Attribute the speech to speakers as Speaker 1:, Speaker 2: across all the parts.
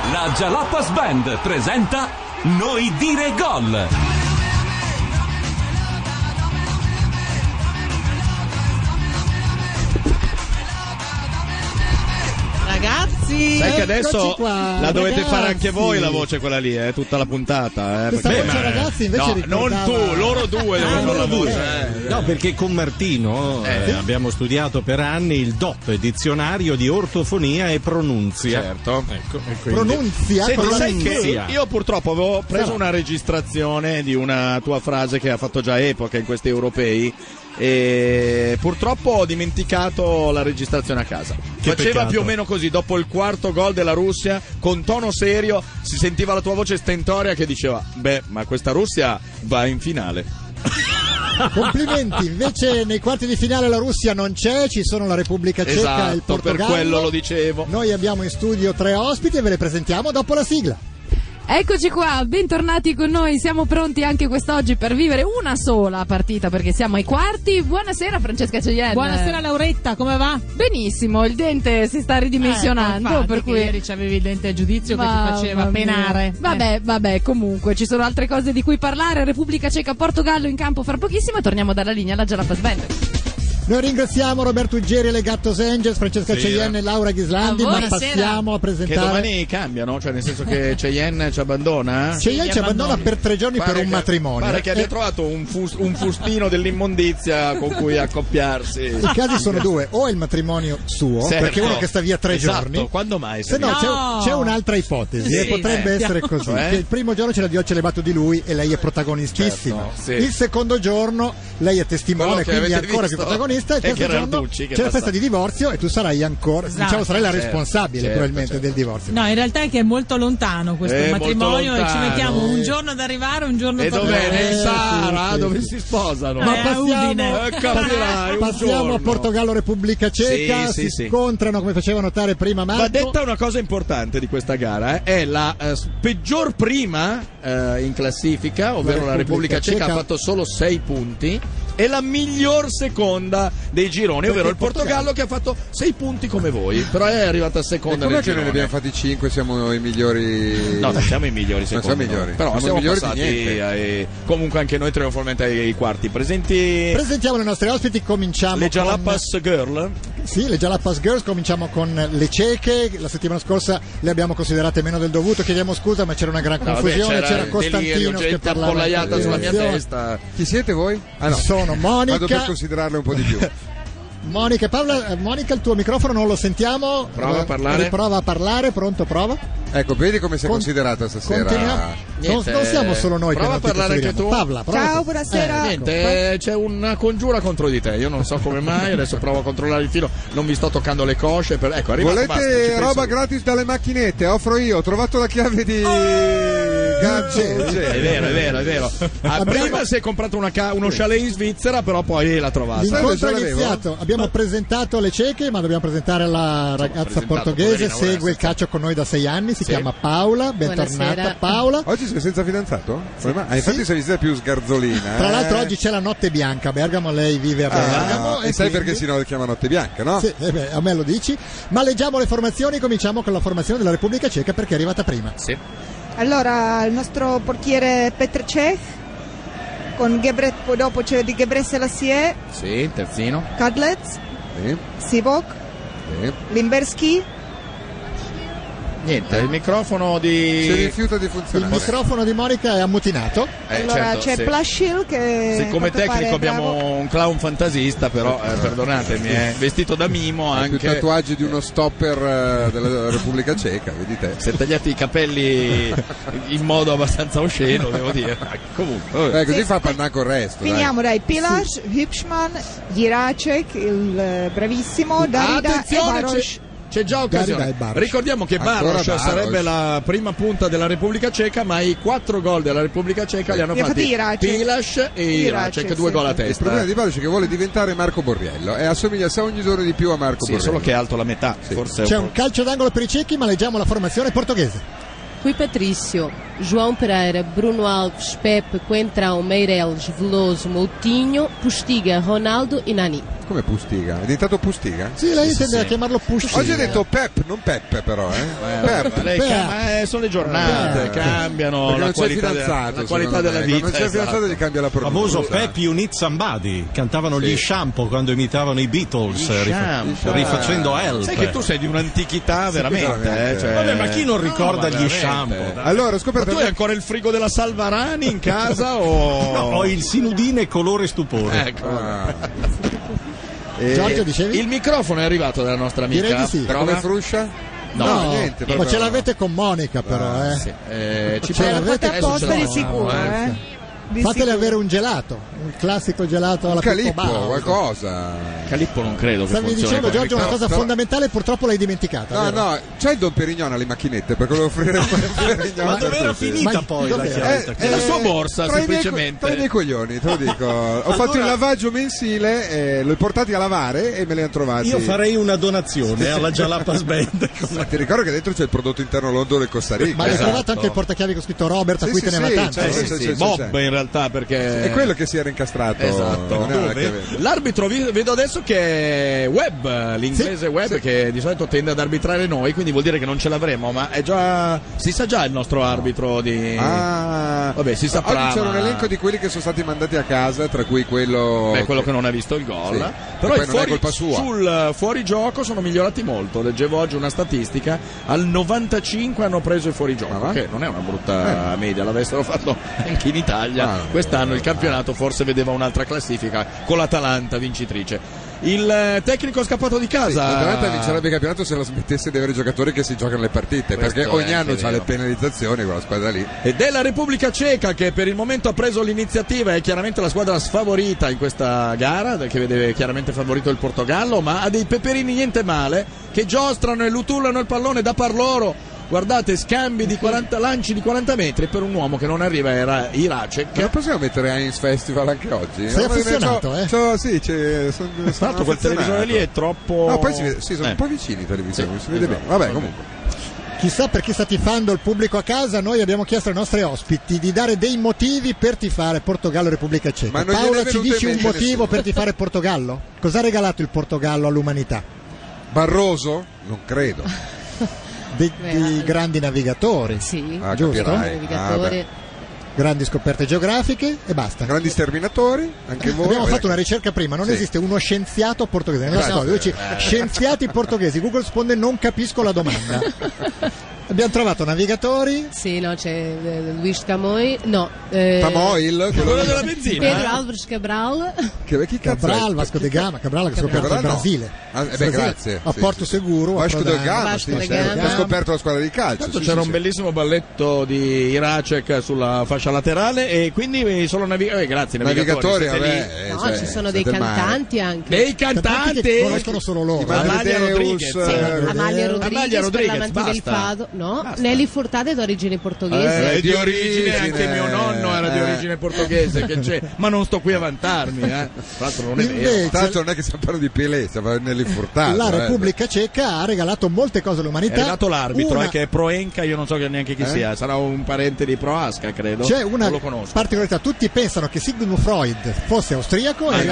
Speaker 1: La Jalapas Band presenta Noi dire gol.
Speaker 2: Ragazzi,
Speaker 3: sai che adesso
Speaker 4: qua,
Speaker 3: la dovete
Speaker 4: ragazzi.
Speaker 3: fare anche voi la voce quella lì, tutta la puntata.
Speaker 4: Questa
Speaker 3: Perché-
Speaker 4: voce, ragazzi, invece
Speaker 3: no, non tu, loro due devono fare la voce.
Speaker 5: No, perché con Martino abbiamo studiato per anni il DOP, dizionario di ortofonia e pronunzia.
Speaker 3: Certo.
Speaker 5: Ecco, e quindi-
Speaker 4: Pronunzia,
Speaker 3: Senti,
Speaker 4: con la
Speaker 3: sai
Speaker 4: N.
Speaker 3: che io purtroppo avevo preso una registrazione di una tua frase che ha fatto già epoca in questi europei e purtroppo ho dimenticato la registrazione a casa. Faceva
Speaker 5: peccato.
Speaker 3: più o meno così, dopo il quarto gol della Russia, con tono serio, si sentiva la tua voce stentorea che diceva: beh, ma questa Russia va in finale.
Speaker 4: Complimenti, invece nei quarti di finale la Russia non c'è, ci sono la Repubblica Ceca e il
Speaker 3: Esatto,
Speaker 4: Portogallo.
Speaker 3: per quello lo dicevo.
Speaker 4: Noi abbiamo in studio 3 ospiti e ve le presentiamo dopo la sigla.
Speaker 2: eccoci qua, bentornati con noi, siamo pronti anche quest'oggi per vivere una sola partita perché siamo ai quarti. Buonasera Francesca Ceglienne.
Speaker 6: Buonasera Lauretta, come va?
Speaker 2: Benissimo, il dente si sta ridimensionando,
Speaker 6: infatti,
Speaker 2: per
Speaker 6: che
Speaker 2: cui
Speaker 6: ieri c'avevi il dente a giudizio che ti
Speaker 2: Mamma
Speaker 6: faceva
Speaker 2: mia.
Speaker 6: penare.
Speaker 2: Vabbè, comunque ci sono altre cose di cui parlare. Repubblica Ceca, Portogallo in campo fra pochissimo e torniamo dalla linea alla Jalapas Band.
Speaker 4: Noi ringraziamo Roberto Uggeri e le Gattos Angels, Francesca Ceglienne e Laura Ghislandi,
Speaker 2: A voi,
Speaker 4: ma passiamo a
Speaker 3: Che
Speaker 4: presentare.
Speaker 3: domani cambiano, cioè nel senso che Cheyenne ci abbandona?
Speaker 4: Ceglienne ci abbandona per 3 giorni per un matrimonio.
Speaker 3: Pare che abbia trovato un fustino dell'immondizia con cui accoppiarsi.
Speaker 4: I casi sono 2, o è il matrimonio suo,
Speaker 3: Certo.
Speaker 4: perché uno che sta via 3
Speaker 3: Esatto,
Speaker 4: giorni,
Speaker 3: quando mai?
Speaker 4: se no
Speaker 6: No.
Speaker 4: c'è un'altra ipotesi,
Speaker 6: Sì,
Speaker 4: e potrebbe essere così,
Speaker 3: Cioè?
Speaker 4: che il primo giorno ce l'abbiamo celebrato di lui e lei è protagonistissima,
Speaker 3: Certo, sì.
Speaker 4: il secondo giorno lei è testimone,
Speaker 3: Quello che
Speaker 4: quindi è
Speaker 3: avete
Speaker 4: ancora
Speaker 3: visto
Speaker 4: più protagonista, e il
Speaker 3: è che
Speaker 4: terzo
Speaker 3: era
Speaker 4: giorno
Speaker 3: Arducci che
Speaker 4: c'è la
Speaker 3: passa-
Speaker 4: festa di divorzio e tu sarai ancora,
Speaker 6: Esatto.
Speaker 4: diciamo, sarai la
Speaker 3: Certo,
Speaker 4: responsabile
Speaker 3: certo,
Speaker 4: probabilmente
Speaker 3: certo.
Speaker 4: del divorzio.
Speaker 6: No, in realtà è che è molto lontano questo
Speaker 3: È molto
Speaker 6: matrimonio e ci
Speaker 3: lontano.
Speaker 6: mettiamo un giorno ad arrivare, un giorno a
Speaker 3: E dov'è?
Speaker 6: tornare.
Speaker 3: Nel Sahara,
Speaker 4: sì, sì.
Speaker 3: dove si sposano?
Speaker 6: Ma
Speaker 4: Ma
Speaker 6: a
Speaker 4: passiamo,
Speaker 6: Udine.
Speaker 3: Capirai, un
Speaker 4: passiamo a
Speaker 3: giorno.
Speaker 4: Portogallo Repubblica Ceca,
Speaker 3: Sì,
Speaker 4: si
Speaker 3: sì.
Speaker 4: scontrano come faceva notare prima Marco.
Speaker 3: Va detta una cosa importante di questa gara, è la peggior prima in classifica, ovvero la Repubblica Ceca ha fatto solo 6 punti, e la miglior seconda dei gironi, ovvero il Portogallo che ha fatto 6 punti come voi, però è arrivata seconda
Speaker 7: Com'è
Speaker 3: nel
Speaker 7: che noi
Speaker 3: girone.
Speaker 7: ne abbiamo fatti 5, siamo i migliori?
Speaker 3: No, non siamo i migliori
Speaker 7: Non
Speaker 3: secondi
Speaker 7: siamo i
Speaker 3: noi.
Speaker 7: migliori.
Speaker 3: Però
Speaker 7: Siamo
Speaker 3: siamo
Speaker 7: i migliori
Speaker 3: passati
Speaker 7: di niente.
Speaker 3: comunque anche noi trionfalmente ai quarti. Presenti
Speaker 4: Presentiamo le nostre ospiti, cominciamo
Speaker 3: le
Speaker 4: con...
Speaker 3: Jalapas Girl.
Speaker 4: Sì, le Jalapas Girls, cominciamo con le ceche. La settimana scorsa le abbiamo considerate meno del dovuto, chiediamo scusa, ma c'era una gran confusione, c'era
Speaker 3: il
Speaker 4: Costantino
Speaker 3: delirio,
Speaker 4: che
Speaker 3: gente
Speaker 4: parlava
Speaker 3: appollaiata sulla mia
Speaker 4: in
Speaker 3: testa.
Speaker 7: Chi siete voi? Ah no,
Speaker 4: Sono
Speaker 7: vado per
Speaker 4: Monica,
Speaker 7: considerarle un po' di più.
Speaker 4: Monica e Paola. Monica, il tuo microfono non lo sentiamo.
Speaker 3: Prova a parlare.
Speaker 4: Riprova a parlare, pronto, prova.
Speaker 7: Ecco, vedi come sei
Speaker 4: Con-
Speaker 7: considerata stasera?
Speaker 4: Continuiamo.
Speaker 3: Niente,
Speaker 4: Non siamo solo noi
Speaker 3: prova
Speaker 4: che
Speaker 3: a
Speaker 4: non ti
Speaker 3: parlare anche
Speaker 4: consideriamo.
Speaker 3: tu.
Speaker 4: Paola, prova
Speaker 6: Ciao,
Speaker 4: tu.
Speaker 6: buonasera.
Speaker 3: Niente, c'è una congiura contro di te, io non so come mai, adesso provo a controllare il filo, non vi sto toccando le cosce, ecco, arriva
Speaker 7: Volete roba gratis dalle macchinette? Offro io, ho trovato la chiave di
Speaker 3: È vero. Prima si è comprato uno chalet in Svizzera, però poi l'ha trovato.
Speaker 4: L'incontro
Speaker 7: ce
Speaker 4: è
Speaker 7: l'avevo?
Speaker 4: iniziato, abbiamo presentato le ceche, ma dobbiamo presentare la ragazza
Speaker 3: presentato,
Speaker 4: portoghese,
Speaker 3: poverina,
Speaker 4: segue il calcio con noi da 6 anni, si
Speaker 3: Sì.
Speaker 4: chiama Paola, bentornata
Speaker 2: Buonasera.
Speaker 4: Paola.
Speaker 7: Oggi sei senza fidanzato? Come mai? Infatti
Speaker 4: Sì.
Speaker 7: sei vestita più sgarzolina.
Speaker 4: Tra l'altro oggi c'è la notte bianca a Bergamo, lei vive a Bergamo.
Speaker 7: e sai
Speaker 4: quindi-
Speaker 7: perché si chiama Notte Bianca, no?
Speaker 4: Sì, a me lo dici, ma leggiamo le formazioni, cominciamo con la formazione della Repubblica Ceca perché è arrivata prima.
Speaker 3: Sì.
Speaker 8: Allora, il nostro portiere Petr Cech, con poi dopo c'è di Gebre Selassie,
Speaker 3: Sì, terzino.
Speaker 8: Kadlec,
Speaker 7: Sì,
Speaker 8: Sivok,
Speaker 7: sì.
Speaker 8: Limberski,
Speaker 3: Niente, il microfono
Speaker 7: Si
Speaker 3: di...
Speaker 7: rifiuta di
Speaker 4: Il
Speaker 7: funzionare.
Speaker 4: microfono di Monica è ammutinato.
Speaker 8: allora
Speaker 3: certo,
Speaker 8: c'è
Speaker 3: sì.
Speaker 8: Plashil che
Speaker 3: Sì, come
Speaker 8: a quanto
Speaker 3: tecnico
Speaker 8: pare è
Speaker 3: abbiamo
Speaker 8: bravo.
Speaker 3: un clown fantasista, però perdonatemi, è vestito da mimo
Speaker 7: Ha più
Speaker 3: anche.
Speaker 7: tatuaggi di uno stopper della Repubblica Ceca, vedi te.
Speaker 3: Si è tagliati i capelli in modo abbastanza osceno, devo dire. Comunque, vabbè.
Speaker 7: Così
Speaker 8: Sì,
Speaker 7: fa pannare il resto.
Speaker 8: Finiamo dai Pilas, Hübschmann, Jiracek, il bravissimo, Darida e
Speaker 3: Attenzione,
Speaker 8: Baros.
Speaker 3: c'è già
Speaker 4: Darida
Speaker 3: occasione.
Speaker 4: e Baros.
Speaker 3: Ricordiamo che
Speaker 7: Ancora
Speaker 3: Baros
Speaker 7: Baros.
Speaker 3: sarebbe la prima punta della Repubblica Ceca, ma i 4 gol della Repubblica Ceca li hanno
Speaker 8: Li ha
Speaker 3: fatti
Speaker 8: fatti Jiracek.
Speaker 3: Pilas e Jiracek, 2
Speaker 8: sì.
Speaker 3: gol a
Speaker 7: Il problema
Speaker 3: testa.
Speaker 7: di Baros è che vuole diventare Marco Borriello e assomiglia ogni giorno di più a Marco
Speaker 3: Sì,
Speaker 7: Borriello.
Speaker 3: solo che è alto la metà, forse
Speaker 4: C'è
Speaker 3: un
Speaker 4: un calcio d'angolo per i cechi, ma leggiamo la formazione portoghese.
Speaker 9: Rui Patrício, João Pereira, Bruno Alves, Pepe, Coentrão, Meireles, Veloso, Moutinho, Pustiga, Ronaldo e Nani.
Speaker 7: Come Pustiga? È diventato Pustiga?
Speaker 4: Sì, lei tende a chiamarlo Pustiga.
Speaker 7: Oggi ha detto Pep, non Peppe però, Pep.
Speaker 3: Sono le giornate, cambiano la qualità della vita.
Speaker 7: Non c'è fidanzato, gli cambia la pronuncia.
Speaker 5: Famoso Pep You Need Somebody, cantavano gli Shampoo quando imitavano i Beatles, rifacendo Help.
Speaker 3: Sai che tu sei di un'antichità veramente, cioè...
Speaker 5: Vabbè, ma chi non ricorda gli Shampoo?
Speaker 7: Allora, scoperto.
Speaker 3: Ma tu hai ancora il frigo della Salvarani in casa o...
Speaker 5: No, ho il sinudine colore stupore.
Speaker 3: Ecco.
Speaker 4: Giorgio, dicevi?
Speaker 3: Il microfono è arrivato dalla nostra amica.
Speaker 4: Direi di sì.
Speaker 7: Come fruscia?
Speaker 4: No,
Speaker 7: niente.
Speaker 4: Ma ce l'avete con Monica però,
Speaker 3: Sì.
Speaker 4: Ce l'avete
Speaker 8: apposta di sicuro,
Speaker 4: Fatele avere un gelato, un classico gelato alla
Speaker 7: Calippo,
Speaker 4: Pippo Bauer.
Speaker 7: qualcosa.
Speaker 3: Calippo non credo che
Speaker 4: Stavi
Speaker 3: funzioni.
Speaker 4: dicendo, Giorgio, una cosa
Speaker 7: No,
Speaker 4: fondamentale, purtroppo l'hai dimenticata.
Speaker 7: No, c'è il Don Perignon alle macchinette perché volevo offrire un Perignon.
Speaker 5: Ma dove era finita
Speaker 4: Ma
Speaker 5: poi la
Speaker 4: dov'era?
Speaker 5: chiavetta?
Speaker 3: È la sua borsa,
Speaker 7: tra
Speaker 3: semplicemente.
Speaker 7: Tra i miei coglioni, te lo dico. Ho fatto il lavaggio mensile, l'ho portati a lavare e me li hanno trovati.
Speaker 5: Io farei una donazione alla Jalapas Band.
Speaker 7: Ma ti ricordo che dentro c'è il prodotto interno lordo del Costa Rica.
Speaker 4: Ma hai trovato anche il portachiavi con scritto Robert, a cui teneva tanto?
Speaker 7: Sì,
Speaker 3: Bob in realtà, perché
Speaker 7: è quello che si era incastrato.
Speaker 3: Esatto.
Speaker 7: Non era che...
Speaker 3: L'arbitro vedo adesso che è Webb, l'inglese Webb, che di solito tende ad arbitrare noi, quindi vuol dire che non ce l'avremo, ma è già si sa già il nostro arbitro di vabbè, si saprà.
Speaker 7: Oggi c'era un elenco di quelli che sono stati mandati a casa, tra cui quello
Speaker 3: che non ha visto il gol.
Speaker 7: Sì.
Speaker 3: Però
Speaker 7: non è colpa sua.
Speaker 3: Sul fuorigioco sono migliorati molto. Leggevo oggi una statistica, al 95 hanno preso il fuorigioco, che non è una brutta media, l'avessero fatto anche in Italia. Quest'anno il campionato forse vedeva un'altra classifica con l'Atalanta vincitrice. Il tecnico scappato di casa.
Speaker 7: L'Atalanta vincerebbe il campionato se la smettesse di avere giocatori che si giocano le partite, perché ogni anno c'ha le penalizzazioni con la squadra lì.
Speaker 3: Ed è la Repubblica Ceca che per il momento ha preso l'iniziativa, è chiaramente la squadra sfavorita in questa gara, che vede chiaramente favorito il Portogallo, ma ha dei peperini niente male che giostrano e lutullano il pallone da par loro. Guardate, scambi di 40 lanci di 40 metri per un uomo che non arriva, era Iracek.
Speaker 7: Ma possiamo mettere Heinz Festival anche oggi?
Speaker 4: Sei affezionato,
Speaker 7: sì,
Speaker 3: Tanto quel televisore lì è troppo...
Speaker 7: No, poi sono un po' vicini i televisori, si vede bene. Vabbè, comunque.
Speaker 4: Chissà per chi sta tifando il pubblico a casa. Noi abbiamo chiesto ai nostri ospiti di dare dei motivi per tifare Portogallo-Repubblica Ceca.
Speaker 7: Ma non
Speaker 4: Paola, ci dici un motivo
Speaker 7: nessuno
Speaker 4: per tifare Portogallo? Cosa ha regalato il Portogallo all'umanità?
Speaker 7: Barroso? Non credo.
Speaker 4: Dei grandi navigatori,
Speaker 9: sì,
Speaker 4: giusto?
Speaker 9: Navigatori.
Speaker 4: Grandi scoperte geografiche e basta.
Speaker 7: Grandi sterminatori, anche voi.
Speaker 4: Abbiamo fatto una ricerca prima, non esiste uno scienziato portoghese nella storia. Scienziati portoghesi, Google risponde non capisco la domanda. Abbiamo trovato navigatori.
Speaker 9: Sì, no, c'è Luís Camões,
Speaker 7: Tamoil,
Speaker 3: quello della benzina.
Speaker 9: Pedro Álvares Cabral.
Speaker 7: Chi cazzo
Speaker 4: Cabral, Vasco de Gama, Cabral che ha scoperto il Brasile.
Speaker 7: Grazie.
Speaker 4: A Porto Seguro.
Speaker 7: Vasco da Gama, ha scoperto la squadra di calcio.
Speaker 3: Tanto c'era un bellissimo balletto di Iracek sulla fascia laterale e quindi solo navigatori.
Speaker 9: No, ci sono dei cantanti anche.
Speaker 3: Dei cantanti
Speaker 4: che conoscono solo loro.
Speaker 3: Amalia Rodriguez.
Speaker 9: Amalia Rodriguez per l'amante del fado. No, Nelly Furtado è d'origine portoghese.
Speaker 3: È di origine, anche mio nonno era di origine portoghese, che c'è, ma non sto qui a vantarmi, Tra l'altro non è vero.
Speaker 7: Tra l'altro non è che stiamo parlando di Pelé, stiamo parlando di Nelly Furtado.
Speaker 4: La Repubblica Ceca ha regalato molte cose all'umanità.
Speaker 3: È arrivato l'arbitro, che è Proenka, io non so neanche chi sia, sarà un parente di Proasca, credo.
Speaker 4: C'è una
Speaker 3: non lo conosco.
Speaker 4: particolarità, tutti pensano che Sigmund Freud fosse austriaco e in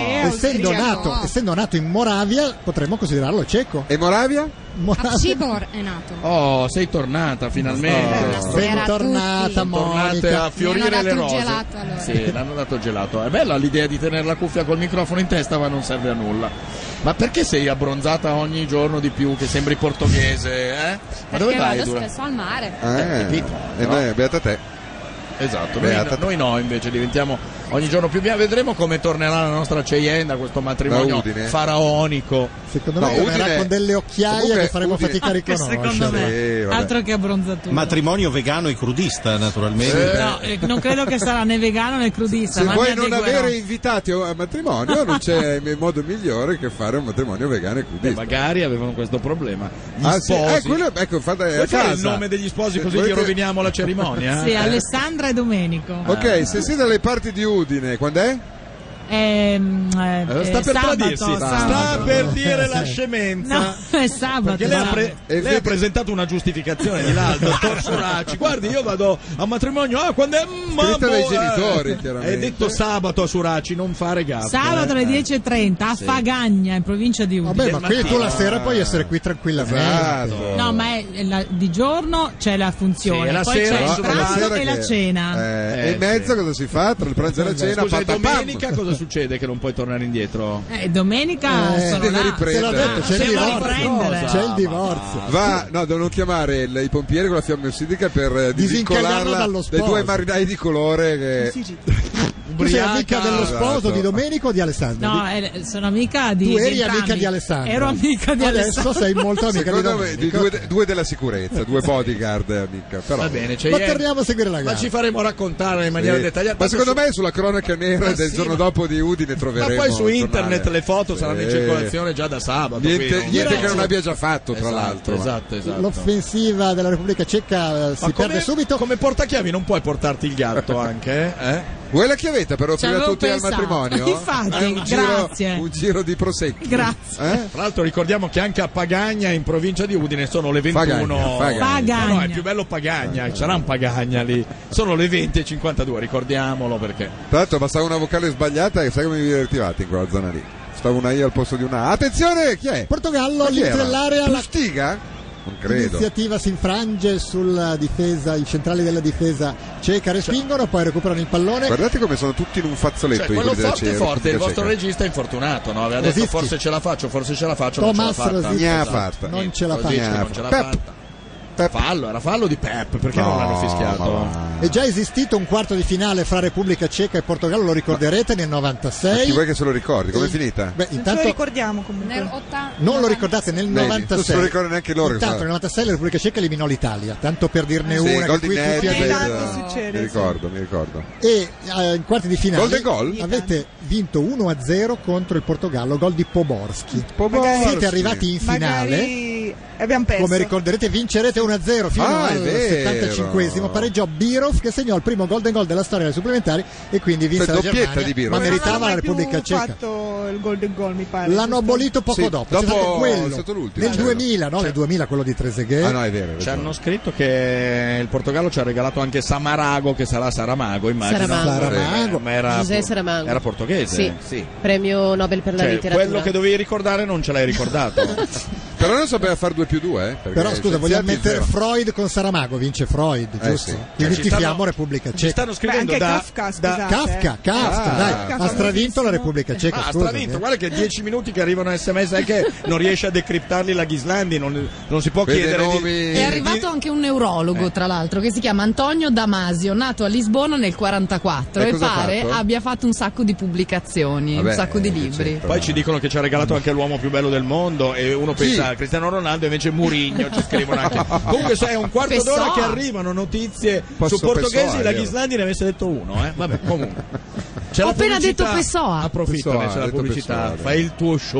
Speaker 4: realtà essendo nato in Moravia potremmo considerarlo ceco.
Speaker 7: E Moravia?
Speaker 10: A Cibor è nato.
Speaker 3: Oh, sei tornata finalmente.
Speaker 4: Bentornata,
Speaker 3: tornate
Speaker 4: Monica.
Speaker 3: a fiorire le rose.
Speaker 10: Gelato, allora.
Speaker 3: Sì, l'hanno dato il gelato. È bella l'idea di tenere la cuffia col microfono in testa, ma non serve a nulla. Ma perché sei abbronzata ogni giorno di più, che sembri portoghese, Ma dove vai?
Speaker 10: Vado spesso al mare.
Speaker 7: Beata te.
Speaker 3: Esatto, noi no, invece diventiamo ogni giorno più bianchi. Vedremo come tornerà la nostra Cheyenne da questo matrimonio faraonico.
Speaker 4: Secondo me tornerà con delle occhiaie che faremo fatica a riconoscere.
Speaker 6: Secondo me, altro che abbronzatura.
Speaker 5: Matrimonio vegano e crudista, naturalmente.
Speaker 6: No, non credo che sarà né vegano né crudista.
Speaker 7: Se
Speaker 6: ma
Speaker 7: vuoi non avere invitati a matrimonio, non c'è modo migliore che fare un matrimonio vegano e crudista.
Speaker 3: Magari avevano questo problema. Gli
Speaker 7: sposi. Ecco,
Speaker 3: vuoi fare il nome degli sposi così gli roviniamo la cerimonia?
Speaker 6: Sì, Alessandra e Domenico.
Speaker 7: Ok, se siete dalle parti di Udine, quando è?
Speaker 3: sta per tradirsi, sta per dire la scemenza.
Speaker 6: No, è sabato.
Speaker 3: Perché lei ha presentato una giustificazione di là al dottor Suraci. Guardi, io vado a matrimonio quando è
Speaker 7: scritta dai genitori, chiaramente.
Speaker 3: È detto sabato a Suraci, non fare gaffe.
Speaker 6: Sabato alle 10:30 a Fagagna, in provincia di Udine.
Speaker 4: Vabbè, ma qui tu la sera puoi essere qui tranquillamente.
Speaker 6: No, ma di giorno c'è la funzione,
Speaker 3: la
Speaker 6: poi
Speaker 3: sera,
Speaker 6: c'è il pranzo e la cena.
Speaker 7: E in mezzo cosa si fa? Tra il pranzo e la cena?
Speaker 3: Scusa, domenica cosa succede che non puoi tornare indietro?
Speaker 6: Domenica sono
Speaker 7: deve
Speaker 6: là.
Speaker 7: riprendere.
Speaker 4: C'è il divorzio.
Speaker 7: Devono chiamare i pompieri con la fiamma ossidica per disincollarla dai due marinai di colore che...
Speaker 4: Tu sei amica dello sposo di Domenico o di Alessandro?
Speaker 6: No, sono amica di
Speaker 4: Tu eri
Speaker 6: entrambi.
Speaker 4: amica di Alessandro.
Speaker 6: Ero amica di Alessandro.
Speaker 4: Adesso sei molto amica
Speaker 7: Secondo
Speaker 4: di Domenico.
Speaker 7: me due della sicurezza, due bodyguard amica. Però.
Speaker 3: Va bene,
Speaker 4: ma torniamo a seguire la gara.
Speaker 3: Ma ci faremo raccontare in maniera dettagliata.
Speaker 7: Ma secondo me sulla cronaca nera del giorno dopo di Udine troveremo.
Speaker 3: Ma poi su internet le foto saranno in circolazione già da sabato.
Speaker 7: Niente che non abbia già fatto, tra l'altro.
Speaker 3: Esatto.
Speaker 4: L'offensiva della Repubblica Ceca si perde subito.
Speaker 3: Come portachiavi non puoi portarti il gatto anche?
Speaker 7: Vuoi la chiavetta per offrire a tutti al matrimonio?
Speaker 6: Infatti, grazie.
Speaker 7: Un giro di prosecchi.
Speaker 6: Grazie.
Speaker 3: Tra l'altro ricordiamo che anche a Pagagna, in provincia di Udine, sono le 21.
Speaker 6: Pagagna.
Speaker 3: No, è più bello Pagagna, sarà un Pagagna lì. Sono le 20:52, ricordiamolo perché.
Speaker 7: Tra l'altro bastava una vocale sbagliata e sai come vi divertivate in quella zona lì. Stava una I al posto di una A. Attenzione, chi è?
Speaker 4: Portogallo all'inizio dell'area.
Speaker 7: Pustiga? Non credo.
Speaker 4: L'iniziativa si infrange sulla difesa, i centrali della difesa ceca respingono, poi recuperano il pallone.
Speaker 7: Guardate come sono tutti in un fazzoletto.
Speaker 3: Quello
Speaker 7: forte,
Speaker 3: il vostro regista è infortunato, no? Aveva detto forse ce la faccio,
Speaker 4: Thomas
Speaker 3: non ce l'ha
Speaker 4: fatta. Non ce l'ha
Speaker 3: fatta. Era fallo di Pep, perché non l'hanno fischiato?
Speaker 4: È già esistito un quarto di finale fra Repubblica Ceca e Portogallo, lo ricorderete, nel 96.
Speaker 7: Chi vuoi che se lo ricordi? Com'è finita?
Speaker 4: Intanto,
Speaker 8: non ce lo ricordiamo comunque.
Speaker 4: Non lo ricordate, nel 96.
Speaker 7: Non se lo ricordano neanche loro.
Speaker 4: Intanto nel 96 la Repubblica Ceca eliminò l'Italia, tanto per dirne una
Speaker 7: gol
Speaker 4: che
Speaker 7: di
Speaker 4: qui tutti
Speaker 7: mi ricordo.
Speaker 4: E in quarti di finale
Speaker 7: gol?
Speaker 4: avete vinto 1-0 contro il Portogallo, gol di Poborski. Siete arrivati in finale.
Speaker 8: Abbiamo perso.
Speaker 4: Come ricorderete vincerete 1-0 fino al 75esimo. Pareggiò Birov che segnò il primo golden goal della storia dei supplementari e quindi vinse la Germania, ma meritava la Repubblica Ceca.
Speaker 8: Fatto il golden goal, mi pare.
Speaker 4: L'hanno abolito poco dopo. Quello nel 2000, no? Nel 2000 quello di Trezeguet.
Speaker 7: No, è vero.
Speaker 3: Ci hanno scritto che il Portogallo ci ha regalato anche Samarago, che sarà Saramago, immagino.
Speaker 9: Saramago.
Speaker 3: Ma era
Speaker 9: José Saramago.
Speaker 3: Era portoghese.
Speaker 9: Sì. Premio Nobel per la letteratura.
Speaker 3: Quello che dovevi ricordare non ce l'hai ricordato.
Speaker 7: Però non sapeva fare 2+2,
Speaker 4: Però scusa, vogliamo mettere Freud con Saramago, vince Freud, giusto?
Speaker 7: Sì.
Speaker 4: Quindi tifiamo Repubblica Ceca.
Speaker 3: Ci stanno scrivendo
Speaker 8: anche Kafka,
Speaker 4: dai, ha stravinto la Repubblica Ceca.
Speaker 3: Ha stravinto, guarda che 10 minuti che arrivano SMS è che non riesce a decriptarli la Ghislandi, non si può chiedere
Speaker 2: È arrivato anche un neurologo, tra l'altro, che si chiama Antonio Damasio, nato a Lisbona nel 44 e pare abbia fatto un sacco di pubblicazioni, un sacco di libri.
Speaker 3: Poi ci dicono che ci ha regalato anche l'uomo più bello del mondo e uno pensa a Cristiano Ronaldo, invece Mourinho, ci scrivono anche. Comunque è un quarto d'ora che arrivano notizie su portoghesi, la Ghislandi ne avesse detto uno, Vabbè, comunque.
Speaker 2: Ho appena detto Pessoa.
Speaker 3: Approfitta, c'è la pubblicità, fai il tuo show.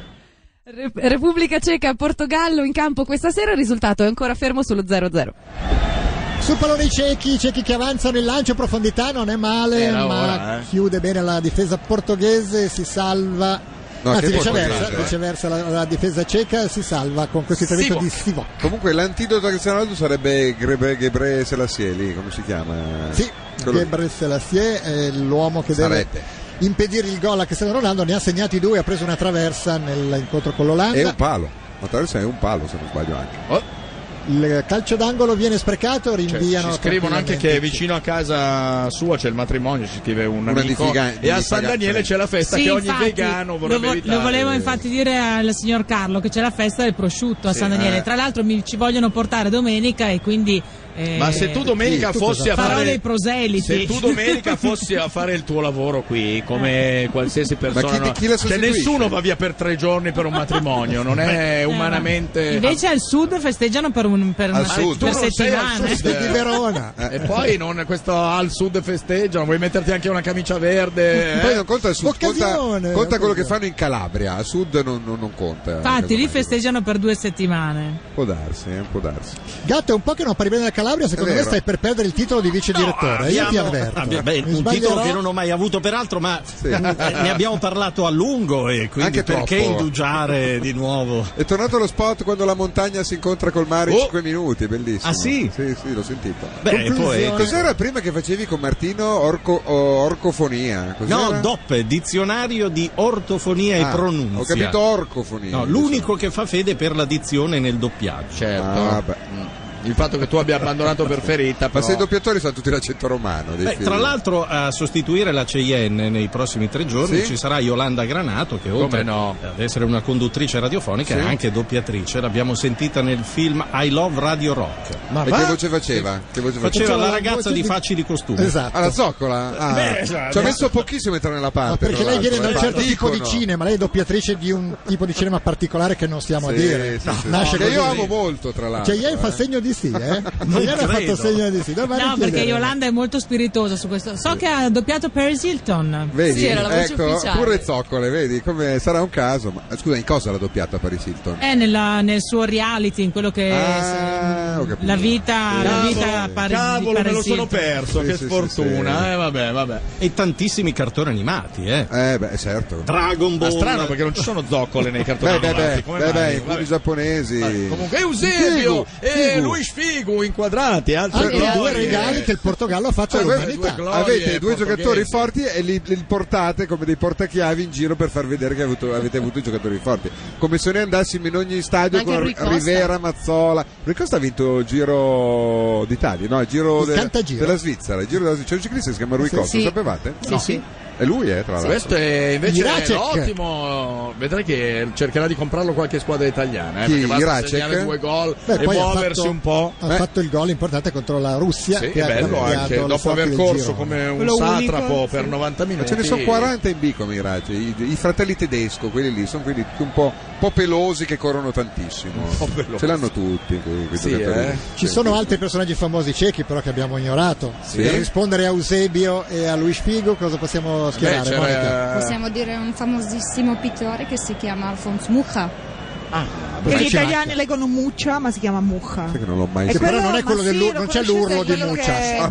Speaker 2: Repubblica Ceca, Portogallo in campo questa sera, il risultato è ancora fermo sullo 0-0.
Speaker 4: Sul pallone i cechi che avanzano, il lancio in profondità non è male, ma chiude bene la difesa portoghese, si salva. Anzi, viceversa la difesa ceca si salva con questo intervento di Sivok.
Speaker 7: Comunque l'antidoto a Cristiano Ronaldo sarebbe Gebre Selassie lì, come si chiama?
Speaker 4: Sì, Gebre Selassie è l'uomo che deve impedire il gol a Cristiano Ronaldo, ne ha segnati 2, ha preso una traversa nell'incontro con l'Olanda.
Speaker 7: È un palo, la traversa è un palo se non sbaglio anche.
Speaker 4: Il calcio d'angolo viene sprecato, rinviano.
Speaker 3: Ci scrivono anche che vicino a casa sua c'è il matrimonio, ci scrive un amico, e a San Daniele c'è la festa che ogni vegano vorrebbe evitare.
Speaker 6: Lo volevo infatti dire al signor Carlo che c'è la festa del prosciutto a San Daniele. Tra l'altro ci vogliono portare domenica e quindi
Speaker 3: ma se tu domenica fossi a fare
Speaker 6: dei proseliti,
Speaker 3: se tu domenica fossi a fare il tuo lavoro qui come qualsiasi persona, cioè nessuno va via per 3 giorni per un matrimonio, non è umanamente.
Speaker 6: Invece al sud festeggiano per settimane.
Speaker 4: Di Verona.
Speaker 3: E poi questo al sud festeggiano, vuoi metterti anche una camicia verde?
Speaker 7: Poi non conta il sud, conta quello che fanno in Calabria, a sud non conta.
Speaker 6: Infatti lì festeggiano per 2 settimane.
Speaker 7: Può darsi.
Speaker 4: Gatto è un po' che non appare bene da Calabria, Calabria, secondo me stai per perdere il titolo di vice direttore. Io ti avverto.
Speaker 5: Un titolo che non ho mai avuto peraltro, ma ne abbiamo parlato a lungo e quindi
Speaker 7: anche
Speaker 5: perché indugiare di nuovo?
Speaker 7: È tornato lo spot quando la montagna si incontra col mare in 5 minuti, è bellissimo.
Speaker 5: Ah sì?
Speaker 7: Sì, l'ho sentito.
Speaker 5: Poi
Speaker 7: cos'era prima che facevi con Martino? Orcofonia? Cos'era?
Speaker 5: No, DOP, dizionario di ortofonia e pronuncia.
Speaker 7: Ho capito orcofonia.
Speaker 5: No, l'unico che fa fede per la dizione nel doppiaggio.
Speaker 3: Certo. Il fatto che tu abbia abbandonato per ferita, però...
Speaker 7: Ma se i doppiatori sono tutti l'accento romano.
Speaker 5: Tra l'altro a sostituire la Cheyenne nei prossimi 3 giorni ci sarà Yolanda Granato, che oltre ad essere una conduttrice radiofonica è anche doppiatrice. L'abbiamo sentita nel film I Love Radio Rock.
Speaker 7: Ma che voce faceva?
Speaker 5: Faceva la ragazza di Facili Costumi.
Speaker 7: Esatto. Alla zoccola? Ci ha messo pochissimo a entrare nella parte.
Speaker 4: Ma perché lei viene da un certo tipo di cinema, lei è doppiatrice di un tipo di cinema particolare che non stiamo a dire.
Speaker 7: Che io amo molto, tra l'altro.
Speaker 4: Cheyenne fa segno di sì, non ha fatto segno di sì.
Speaker 6: No, perché Yolanda è molto spiritosa su questo. So che ha doppiato Paris Hilton.
Speaker 7: Vedi?
Speaker 2: Sì, era la voce ufficiale.
Speaker 7: Pure zoccole, vedi? Come sarà un caso. Ma scusa, in cosa l'ha doppiata Paris Hilton?
Speaker 6: Nel suo reality, in quello che la vita a Paris.
Speaker 3: Cavolo, me lo sono
Speaker 6: Hilton.
Speaker 3: perso, che sfortuna. Vabbè.
Speaker 5: E tantissimi cartoni animati,
Speaker 7: certo.
Speaker 5: Dragon Ball.
Speaker 3: Ma strano perché non ci sono zoccole nei cartoni animati.
Speaker 7: Quelli giapponesi.
Speaker 3: Comunque Eusebio e Luis Figo inquadrati,
Speaker 4: anche due regali che il Portogallo ha fatto all'umanità.
Speaker 7: Avete 2 giocatori forti e li portate come dei portachiavi in giro per far vedere che avete avuto i giocatori forti, come se noi andassimo in ogni stadio con Rivera, Mazzola. Rui Costa ha vinto il Giro d'Italia, no? Il Giro della Svizzera. Il Giro della Svizzera. C'è un ciclista che si chiama Rui Costa, lo sapevate?
Speaker 2: Sì.
Speaker 7: E lui tra l'altro.
Speaker 3: Questo è invece ottimo. Vedrai che cercherà di comprarlo qualche squadra italiana.
Speaker 7: Chi?
Speaker 3: Basta segnare 2 gol e muoversi un po'.
Speaker 4: Ha fatto il gol importante contro la Russia.
Speaker 3: Sì, che è bello anche dopo aver corso come un satrapo per 90 minuti.
Speaker 7: Ma ce ne sono 40 in B come Irace. I fratelli tedesco, quelli lì, sono quelli un po' pelosi che corrono tantissimo. Ce l'hanno tutti.
Speaker 4: Ci sono altri personaggi famosi cechi però che abbiamo ignorato. Per rispondere a Eusebio e a Luis Figo cosa possiamo schierare? Monica?
Speaker 10: Possiamo dire un famosissimo pittore che si chiama Alfons Mucha.
Speaker 8: Che gli italiani leggono Muccia, ma si chiama Mucha.
Speaker 7: Che non l'ho mai
Speaker 4: visto. Però non è quello non c'è l'urlo di Muccia.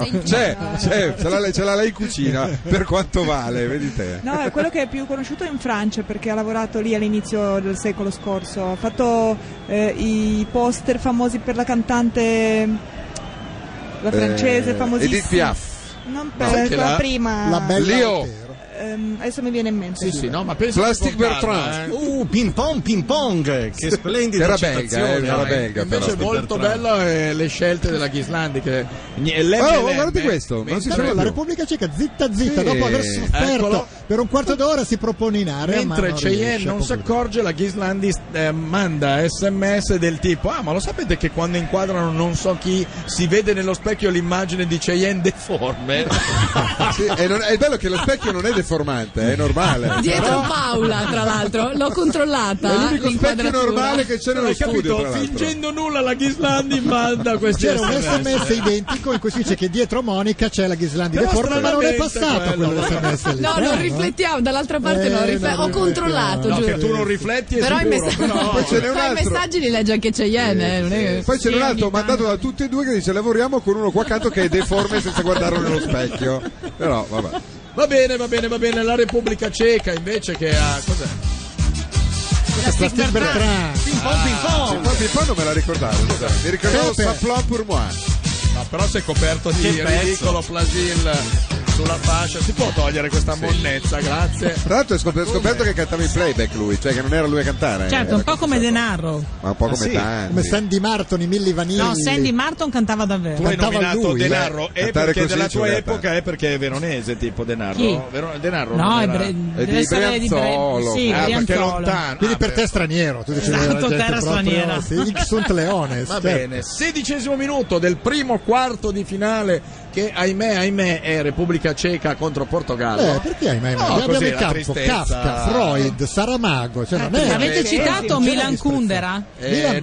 Speaker 7: Ce l'ha lei in cucina, per quanto vale, vedi te.
Speaker 8: No, è quello che è più conosciuto in Francia perché ha lavorato lì all'inizio del secolo scorso. Ha fatto i poster famosi per la cantante, la francese famosissima.
Speaker 7: Edith Piaf.
Speaker 8: Non per la prima.
Speaker 4: La bella
Speaker 7: Leo.
Speaker 8: Adesso mi viene in mente.
Speaker 3: Sì, no, ma penso
Speaker 7: Plastic Bertrand.
Speaker 5: Ping pong, che splendida
Speaker 7: era belga.
Speaker 3: Invece è molto bello le scelte della Ghislandi che
Speaker 7: guardate questo, non si
Speaker 4: la Repubblica Ceca zitta, dopo aver sofferto per un quarto d'ora si propone in area,
Speaker 3: mentre Cheyenne non si accorge, la Ghislandi manda SMS del tipo: ma lo sapete che quando inquadrano non so chi si vede nello specchio l'immagine di Cheyenne deforme?
Speaker 7: È bello che lo specchio non è deformante, è normale.
Speaker 2: Dietro Paola, tra l'altro, l'ho controllata.
Speaker 7: È l'unico specchio normale che c'è nello studio.
Speaker 3: Fingendo nulla la Ghislandi manda questi
Speaker 4: c'era un SMS identico in cui si dice che dietro Monica c'è la Ghislandi deforme, ma non è passato quello SMS lì.
Speaker 2: No, non riflettiamo, dall'altra parte ho controllato, giuro.
Speaker 3: Che tu non rifletti,
Speaker 2: però i
Speaker 7: messaggi
Speaker 2: messaggi li legge anche Cheyenne.
Speaker 7: Poi c'è un altro mandato da tutti e due che dice: lavoriamo con uno qua accanto che è deforme senza guardarlo nello specchio. Però vabbè.
Speaker 3: Va bene. La Repubblica Ceca invece che ha... Cos'è?
Speaker 4: Plastic Bertrand.
Speaker 7: Ping pong non me la ricordavo. Mi ricordavo Saplon pour moi.
Speaker 3: No, però sei coperto di ridicolo Flasil sulla fascia. Si può togliere questa monnezza, grazie.
Speaker 7: Tra l'altro è scoperto che cantava in playback lui, cioè che non era lui a cantare.
Speaker 6: Certo, un po' come Denaro.
Speaker 7: Ma un po' come tanti.
Speaker 4: Come Sandy Martin, i Milli Vanilli.
Speaker 6: No, Sandy Martin cantava davvero.
Speaker 3: Tu hai nominato Denaro e perché della tua
Speaker 7: epoca
Speaker 3: è perché è veronese, tipo Denaro.
Speaker 6: Chi?
Speaker 3: Denaro
Speaker 6: no,
Speaker 7: deve essere di
Speaker 6: Brianzolo. Sì,
Speaker 3: perché è lontano.
Speaker 4: Quindi per te è straniero. Tu dici
Speaker 6: terra straniera.
Speaker 4: Sì, sunt leones.
Speaker 3: Va bene, 16° minuto del primo quarto di finale che ahimè è Repubblica Ceca contro Portogallo.
Speaker 4: Perché ahimè?
Speaker 3: No,
Speaker 4: abbiamo
Speaker 3: così,
Speaker 4: in campo Kafka, Freud, Saramago, cioè non è...
Speaker 6: Avete citato Milan Kundera?
Speaker 4: Milan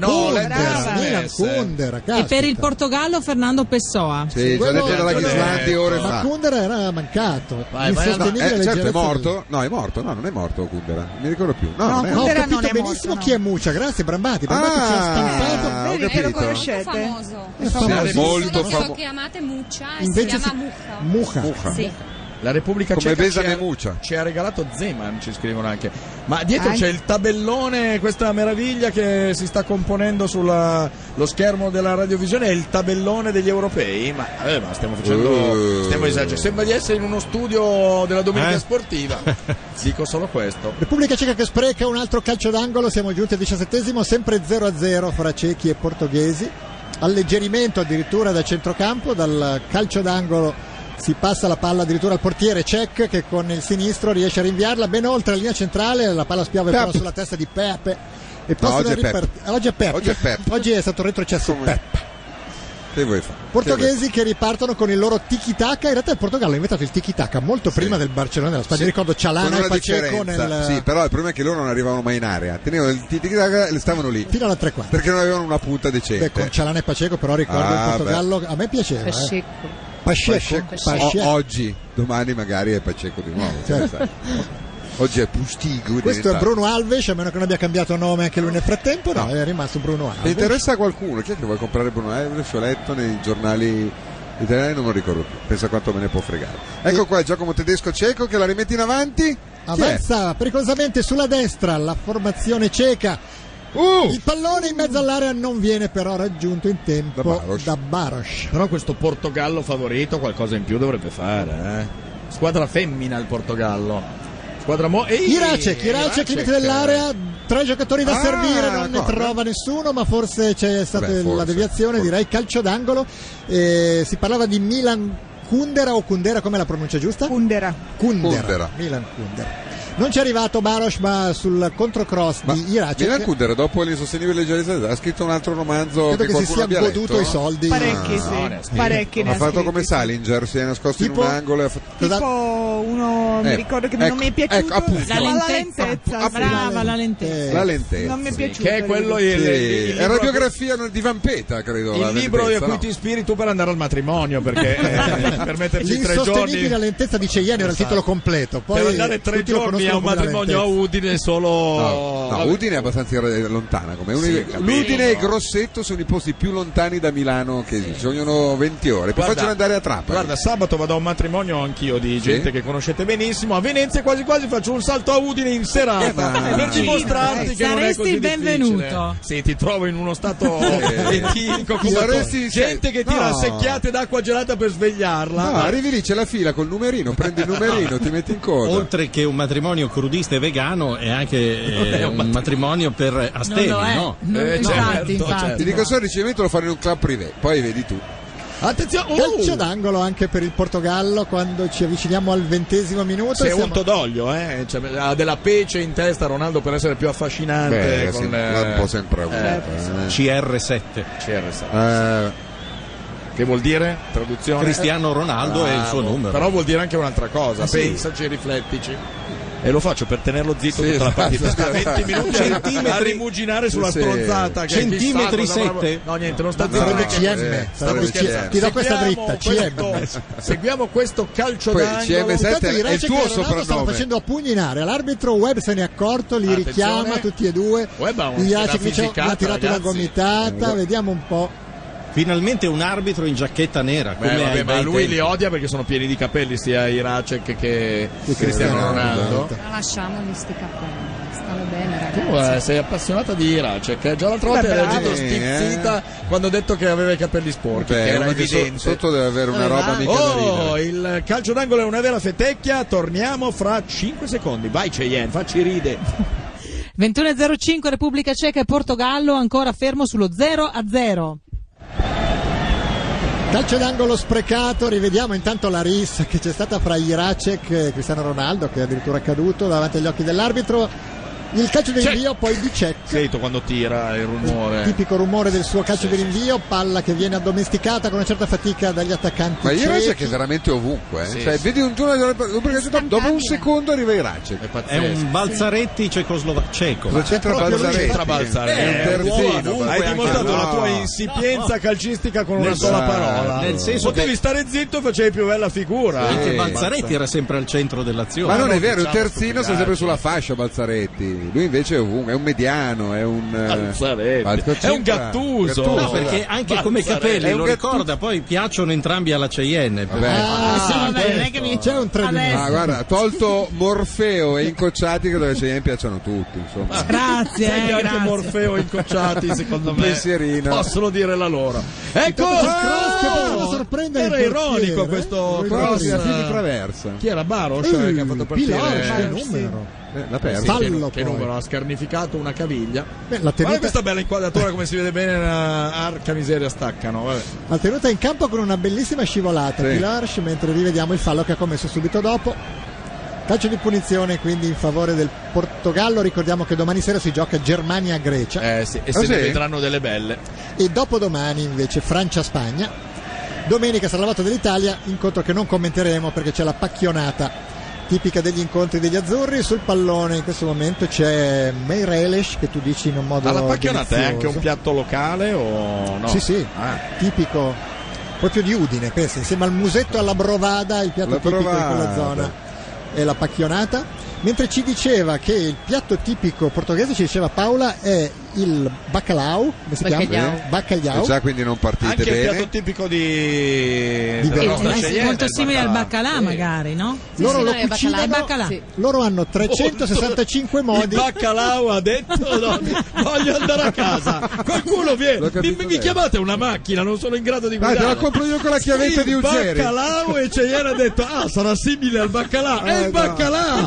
Speaker 4: Kundera,
Speaker 6: e per il Portogallo Fernando Pessoa.
Speaker 7: Sì, già detto dalla Ghislandi ore fa.
Speaker 4: Ma Kundera era mancato.
Speaker 7: Certo, è morto? No, è morto, no, non è morto Kundera, non mi ricordo più. No, non è.
Speaker 4: Ho capito benissimo chi è Muccia, grazie Brambati ci ha stampato.
Speaker 7: Ho capito.
Speaker 8: Lo conoscete?
Speaker 10: È famoso.
Speaker 7: Molto
Speaker 10: famoso. Lo chiamate Muccia e
Speaker 4: invece
Speaker 10: si chiama Mucha. Sì.
Speaker 3: La Repubblica
Speaker 7: come
Speaker 3: Ceca ci ha regalato Zeman, ci scrivono anche. Ma dietro c'è il tabellone, questa meraviglia che si sta componendo sullo schermo della radiovisione, è il tabellone degli europei. Ma stiamo esagerando. Sembra di essere in uno studio della domenica sportiva. Dico solo questo.
Speaker 4: Repubblica Ceca che spreca un altro calcio d'angolo, siamo giunti al 17esimo, sempre 0-0 fra cechi e portoghesi. Alleggerimento addirittura da centrocampo, dal calcio d'angolo si passa la palla addirittura al portiere Cech, che con il sinistro riesce a rinviarla ben oltre la linea centrale, la palla spiove però sulla testa di Pepe e oggi è Pepe. Oggi è stato retrocesso Pepe.
Speaker 7: Che vuoi fare?
Speaker 4: Portoghesi che ripartono con il loro tiki-taka. In realtà il Portogallo ha inventato il tiki-taka molto prima del Barcellona della Spagna. Ricordo Cialana e Pacheco
Speaker 7: Sì, però il problema è che loro non arrivavano mai in area, tenevano il tiki-taka e stavano lì
Speaker 4: fino alla 3/4
Speaker 7: perché non avevano una punta decente.
Speaker 4: Con Cialana e Pacheco però ricordo il Portogallo a me piaceva. Pacheco.
Speaker 7: Oggi, domani magari è Pacheco di nuovo.
Speaker 4: Certo.
Speaker 7: Oggi è Pustigo.
Speaker 4: Questo è Bruno Alves, a meno che non abbia cambiato nome anche lui nel frattempo. No, è rimasto Bruno Alves.
Speaker 7: Mi interessa qualcuno? Chi è che vuole comprare Bruno Alves? Ho letto nei giornali italiani, non me lo ricordo più. Pensa quanto me ne può fregare. Ecco qua il Giacomo Tedesco Ceco che la rimette in avanti.
Speaker 4: Avanza pericolosamente sulla destra la formazione ceca. Il pallone in mezzo all'area non viene però raggiunto in tempo da Baros.
Speaker 3: Però questo Portogallo favorito qualcosa in più dovrebbe fare. Squadra femmina il Portogallo.
Speaker 4: Iracek limite dell'area, 3 giocatori da servire, non ne trova nessuno, ma forse c'è stata la deviazione, direi calcio d'angolo. Si parlava di Milan Kundera o Kundera, come la pronuncia giusta?
Speaker 8: Kundera.
Speaker 4: Milan Kundera. Non ci è arrivato Baros, ma sul controcross di Iracek.
Speaker 7: Milan Kundera dopo l'insostenibile leggerezza ha scritto un altro romanzo
Speaker 4: credo che si sia goduto i soldi.
Speaker 8: Parecchi
Speaker 7: ha fatto come Salinger, si è nascosto in un angolo e ha fatto...
Speaker 8: tipo uno mi ricordo che non mi è piaciuto
Speaker 6: la lentezza. Brava, la lentezza
Speaker 8: non mi è piaciuto,
Speaker 3: che è quello
Speaker 7: è la biografia di Vampeta, credo,
Speaker 3: il libro a cui ti ispiri tu per andare al matrimonio, perché per metterci 3 giorni
Speaker 4: l'insostenibile lentezza di Cheyenne era il titolo completo, poi
Speaker 3: per andare 3 giorni a un matrimonio a Udine solo
Speaker 7: Udine è abbastanza lontana come l'Udine e Grosseto sono i posti più lontani da Milano che ci vogliono 20 ore. Più facile andare a Trapani.
Speaker 3: Guarda, sabato vado a un matrimonio anch'io di gente che conoscete benissimo a Venezia, quasi faccio un salto a Udine in serata per dimostrarti che non è così
Speaker 6: benvenuto.
Speaker 3: Sì, ti trovo in uno stato etilico, gente che tira secchiate d'acqua gelata per svegliarla.
Speaker 7: Arrivi lì, c'è la fila col numerino, prendi il numerino, ti metti in coda.
Speaker 5: Oltre che un matrimonio crudista e vegano è anche un matrimonio per astemi, no?
Speaker 6: Infatti.
Speaker 7: Ti dico solo, il ricevimento lo fanno in un club privé, poi vedi tu.
Speaker 4: Attenzione, calcio d'angolo anche per il Portogallo quando ci avviciniamo al 20° minuto.
Speaker 3: Sei unto d'olio, ha della pece in testa Ronaldo per essere più affascinante.
Speaker 7: Un po' sempre avuto.
Speaker 5: CR7.
Speaker 3: Che vuol dire? Traduzione?
Speaker 5: Cristiano Ronaldo è il suo numero.
Speaker 3: Però vuol dire anche un'altra cosa. Pensaci, riflettici. E lo faccio per tenerlo zitto tutta la partita. Sta 20 minuti a rimuginare sulla stronzata.
Speaker 5: Centimetri 7.
Speaker 3: No, niente, non sta zitto.
Speaker 4: Ti do questa dritta.
Speaker 3: Seguiamo questo calcio d'angolo.
Speaker 7: CM7 è il tuo soprannome.
Speaker 4: Stava facendo a pugni in area. L'arbitro Webb se ne è accorto, li richiama tutti e due. Iracek ha tirato una gomitata. Vediamo un po'.
Speaker 5: Finalmente un arbitro in giacchetta nera.
Speaker 3: Ma lui li odia perché sono pieni di capelli, sia Iracek che Cristiano Ronaldo.
Speaker 10: Ma lasciamoli sti capelli, stanno bene, ragazzi.
Speaker 3: Tu sei appassionata di Iracek, già l'altra volta hai reagito stizzita quando ho detto che aveva i capelli sporchi, che era evidente.
Speaker 7: Sotto deve avere una roba mica carina.
Speaker 3: Il calcio d'angolo è una vera fetecchia, torniamo fra 5 secondi. Vai Cheyenne, facci ride.
Speaker 6: 21:05 Repubblica Ceca e Portogallo ancora fermo sullo 0-0.
Speaker 4: Calcio d'angolo sprecato, rivediamo intanto la rissa che c'è stata fra Iracek e Cristiano Ronaldo, che è addirittura caduto davanti agli occhi dell'arbitro. Il calcio di rinvio poi di Cech.
Speaker 3: Sento quando tira il rumore.
Speaker 4: Il tipico rumore del suo calcio di rinvio, palla che viene addomesticata con una certa fatica dagli attaccanti.
Speaker 7: Ma
Speaker 4: Cech
Speaker 7: che è veramente ovunque. Cioè, vedi un giorno dopo un secondo arriva Iracek.
Speaker 5: È un Balzaretti cecoslovacco.
Speaker 7: Cosa c'entra Balzaretti?
Speaker 3: È un terzino. Hai dimostrato la tua insipienza calcistica con una sola parola.
Speaker 5: Nel senso
Speaker 3: potevi stare zitto e facevi più bella figura.
Speaker 5: Anche Balzaretti era sempre al centro dell'azione.
Speaker 7: Ma non è vero, il terzino sta sempre sulla fascia Balzaretti. Lui invece è ovunque, è un mediano, è un
Speaker 3: è un Gattuso.
Speaker 5: No, perché anche come capelli lo ricorda, poi piacciono entrambi alla Cheyenne.
Speaker 4: C'è un tradimento.
Speaker 7: Guarda, tolto Morfeo e Incocciati, credo che Cheyenne piacciono tutti, insomma.
Speaker 6: Grazie,
Speaker 3: anche Morfeo e Incocciati secondo me possono dire la loro. Ecco era ironico questo cross
Speaker 7: a piedi traversa.
Speaker 3: Chi era Baros che ha fatto partire
Speaker 4: numero?
Speaker 7: L'ha perso.
Speaker 3: Che numero ha scarnificato una caviglia.
Speaker 4: Guarda
Speaker 3: questa bella inquadratura, come si vede bene, arca miseria staccano.
Speaker 4: La tenuta in campo con una bellissima scivolata Pilarch, mentre rivediamo il fallo che ha commesso subito dopo. Calcio di punizione quindi in favore del Portogallo. Ricordiamo che domani sera si gioca Germania-Grecia
Speaker 3: ne vedranno delle belle.
Speaker 4: E dopodomani invece Francia-Spagna. Domenica sarà la volta dell'Italia, incontro che non commenteremo perché c'è la pacchionata tipica degli incontri degli azzurri. Sul pallone in questo momento c'è Meireles, che tu dici in un modo
Speaker 3: la pacchionata
Speaker 4: delizioso.
Speaker 3: È anche un piatto locale o no?
Speaker 4: Sì, tipico proprio di Udine, pensa, insieme al musetto e alla brovada, il piatto tipico di quella zona è la pacchionata. Mentre ci diceva che il piatto tipico portoghese, ci diceva Paola, è il bacalhau, come si chiama? Bacalhau.
Speaker 7: Già, quindi non partite
Speaker 3: anche
Speaker 7: bene.
Speaker 3: Il piatto tipico
Speaker 6: è molto simile al baccalà, magari, no?
Speaker 4: Loro lo cucinano, loro hanno 365 modi.
Speaker 3: Il bacalhau ha detto no, voglio andare a casa. Qualcuno viene, mi chiamate una macchina, non sono in grado di guidare.
Speaker 7: Te la compro io con la chiavetta di Ugeri.
Speaker 3: Bacalhau, e Cheyenne ha detto sarà simile al baccalà. È il baccalà.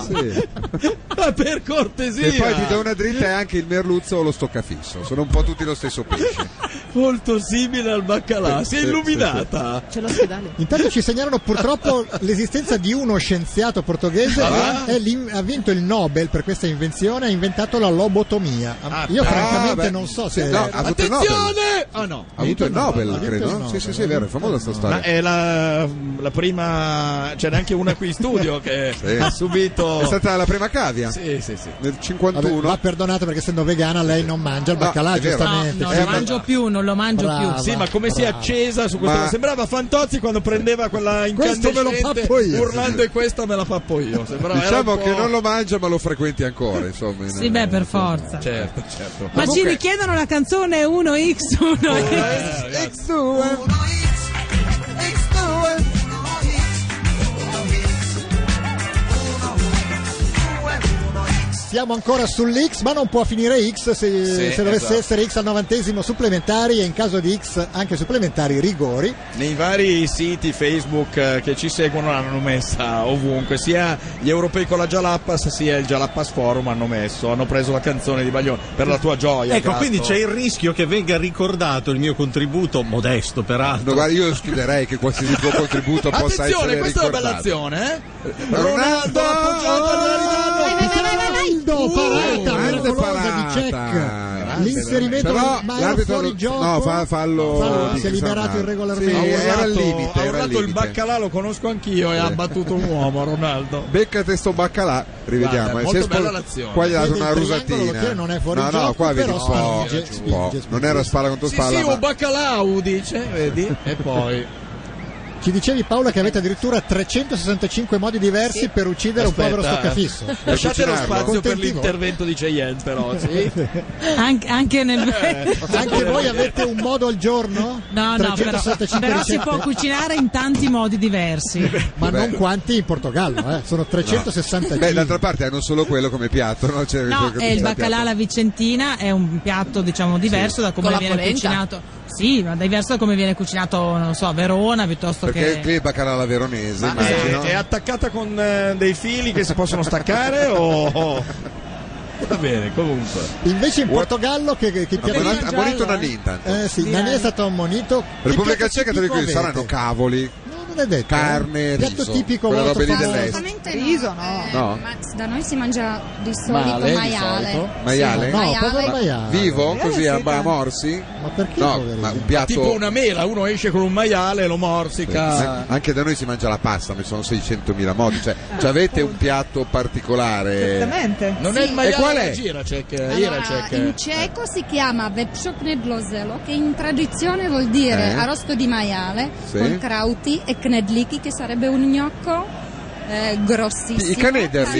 Speaker 3: Ma per cortesia.
Speaker 7: E poi ti do una dritta, è anche il merluzzo o lo stoccafisso, sono un po' tutti lo stesso pesce.
Speaker 3: Molto simile al baccalà. Si è illuminata.
Speaker 9: C'è l'ospedale.
Speaker 4: Intanto ci segnalano purtroppo l'esistenza di uno scienziato portoghese che ha vinto il Nobel per questa invenzione, ha inventato la lobotomia. Io francamente non so se
Speaker 7: ha avuto il Nobel.
Speaker 3: Ha
Speaker 7: avuto il Nobel, credo. Sì, è vero, è famosa sta storia.
Speaker 3: Ma è la prima, c'è neanche una qui in studio che ha subito.
Speaker 7: È stata la prima cavia.
Speaker 3: Sì.
Speaker 7: Nel 51.
Speaker 4: Va perdonata perché essendo vegana lei non mangia il baccalà, giustamente.
Speaker 6: Non lo mangio più.
Speaker 3: Sì, ma come si è accesa su questo? Sembrava Fantozzi quando prendeva quella incandescente urlando e questa me la pappo io.
Speaker 7: Diciamo che non lo mangia ma lo frequenti ancora, insomma.
Speaker 6: Sì, per forza.
Speaker 3: Certo.
Speaker 6: Ma ci richiedono la canzone 1x, 1x.
Speaker 4: X2. Siamo ancora sull'X, ma non può finire X se dovesse essere X al 90° supplementari, e in caso di X anche supplementari rigori.
Speaker 3: Nei vari siti Facebook che ci seguono l'hanno messa ovunque, sia gli europei con la Jalapas sia il Jalapas Forum hanno preso la canzone di Baglione per la tua gioia.
Speaker 5: Ecco, Gatto. Quindi c'è il rischio che venga ricordato il mio contributo, modesto peraltro.
Speaker 7: No, guarda, io escluderei che qualsiasi tuo contributo possa essere ricordato. Attenzione,
Speaker 3: questa è una bella azione,
Speaker 7: Ronaldo
Speaker 4: parata di Cech, l'inserimento ma fuori gioco.
Speaker 7: Fallo
Speaker 4: si è liberato irregolarmente.
Speaker 7: Era al limite.
Speaker 3: Ha urlato il baccalà, lo conosco anch'io, e ha battuto un uomo Ronaldo.
Speaker 7: Beccate sto baccalà, rivediamo.
Speaker 3: Molto bella l'azione.
Speaker 7: Qua gli ha dato una rusatina.
Speaker 4: Non è fuori gioco,
Speaker 7: qua vedi
Speaker 4: però
Speaker 7: spinge. Non era spalla contro spalla.
Speaker 3: Sì, un baccalau, dice, vedi? E poi
Speaker 4: ci dicevi, Paola, che avete addirittura 365 modi diversi per uccidere un povero stoccafisso.
Speaker 3: Lasciate lo spazio per l'intervento di Cheyenne, però. Sì?
Speaker 6: Anche
Speaker 4: voi avete un modo al giorno?
Speaker 6: No, però si può cucinare in tanti modi diversi.
Speaker 4: Ma non quanti in Portogallo, sono 365.
Speaker 7: Beh, d'altra parte hanno solo quello come piatto, no?
Speaker 6: Il baccalà alla vicentina è un piatto, diciamo, diverso da come viene cucinato. Sì, ma diverso da come viene cucinato, non so, a Verona piuttosto
Speaker 7: perché qui il baccalà alla veronese, immagino.
Speaker 3: È attaccata con dei fili che si possono staccare o va bene, comunque.
Speaker 4: Invece in Portogallo che
Speaker 7: ha ammonito Nani intanto.
Speaker 4: Nani è stato ammonito.
Speaker 7: Repubblica Ceca, te lo dico, saranno cavoli.
Speaker 4: non è detto.
Speaker 7: Carne,
Speaker 4: piatto
Speaker 7: riso,
Speaker 4: tipico
Speaker 7: quelle robe lì dell'est.
Speaker 10: Assolutamente
Speaker 8: Riso
Speaker 10: no. Ma da noi si mangia di solito
Speaker 3: maiale.
Speaker 7: Maiale?
Speaker 4: No, povero maiale.
Speaker 7: Vivo? Così a morsi?
Speaker 4: Ma perché?
Speaker 7: No, ma un piatto...
Speaker 3: Tipo una mela, uno esce con un maiale e lo morsica.
Speaker 7: Anche da noi si mangia la pasta, ma ci sono 600.000 modi. Cioè avete un piatto particolare?
Speaker 8: Certamente.
Speaker 3: Non è il maiale,
Speaker 7: e qual è?
Speaker 3: Jiracek.
Speaker 10: In ceco si chiama vepšo knedlozelo, che in traduzione vuol dire arrosto di maiale con krauti e knedliki, che sarebbe un gnocco grossissimo.
Speaker 7: I canederli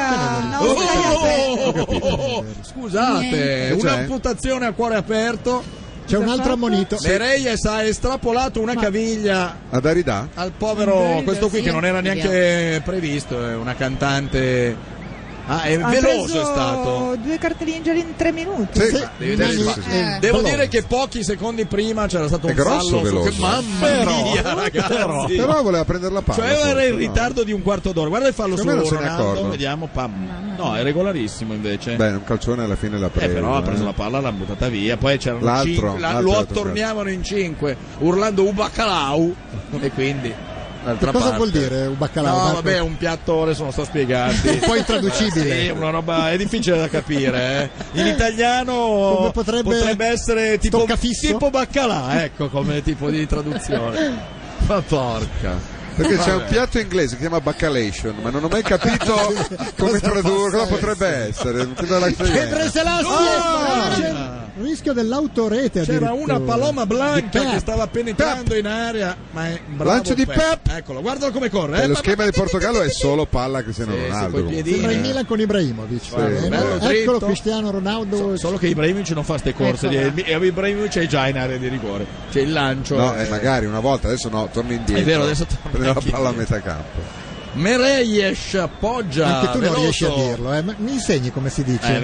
Speaker 3: scusate, un'amputazione a cuore aperto.
Speaker 4: C'è un altro ammonito.
Speaker 3: Reyes ha estrapolato una caviglia
Speaker 7: a Darida
Speaker 3: al povero, questo qui che non era neanche previsto, è una cantante. È veloce è stato.
Speaker 8: 2 cartellini gialli in 3 minuti.
Speaker 3: Devo dire che pochi secondi prima c'era stato un fallo
Speaker 7: veloce.
Speaker 3: Mamma mia, ragazzi.
Speaker 7: Però voleva prendere la palla.
Speaker 3: Cioè era in ritardo di un quarto d'ora. Guarda il fallo su Ronaldo, vediamo. No, è regolarissimo invece.
Speaker 7: Beh, un calcione alla fine l'ha preso.
Speaker 3: Però ha preso la palla, l'ha buttata via. Poi c'erano
Speaker 7: l'altro
Speaker 3: lo attorniavano in 5 urlando Ubakalau e quindi
Speaker 4: cosa vuol dire un baccalà?
Speaker 3: No, vabbè, un piatto, adesso non sto a spiegarti.
Speaker 4: Un po' intraducibile.
Speaker 3: Sì, una roba, è difficile da capire. In italiano potrebbe essere tipo baccalà, ecco, come tipo di traduzione. Ma porca.
Speaker 7: Perché c'è un piatto inglese che si chiama baccalation, ma non ho mai capito come tradurlo. Cosa potrebbe essere?
Speaker 4: Rischio dell'autorete.
Speaker 3: C'era una paloma blanca che stava penetrando in area, ma è bravo.
Speaker 7: Lancio di Pep.
Speaker 3: Eccolo, guardalo come corre.
Speaker 7: Lo schema del Portogallo è solo palla Cristiano Ronaldo.
Speaker 4: Sembra il Milan con Ibrahimovic. Eccolo Cristiano Ronaldo.
Speaker 3: Solo che Ibrahimovic non fa ste corse. Ibrahimovic è già in area di rigore. C'è il lancio.
Speaker 7: No, magari una volta, adesso no, torna indietro.
Speaker 3: È vero, adesso
Speaker 7: prende la palla a metà campo.
Speaker 3: Mereyes appoggia.
Speaker 4: Anche tu
Speaker 3: veloso.
Speaker 4: non riesci a dirlo, mi insegni come si dice?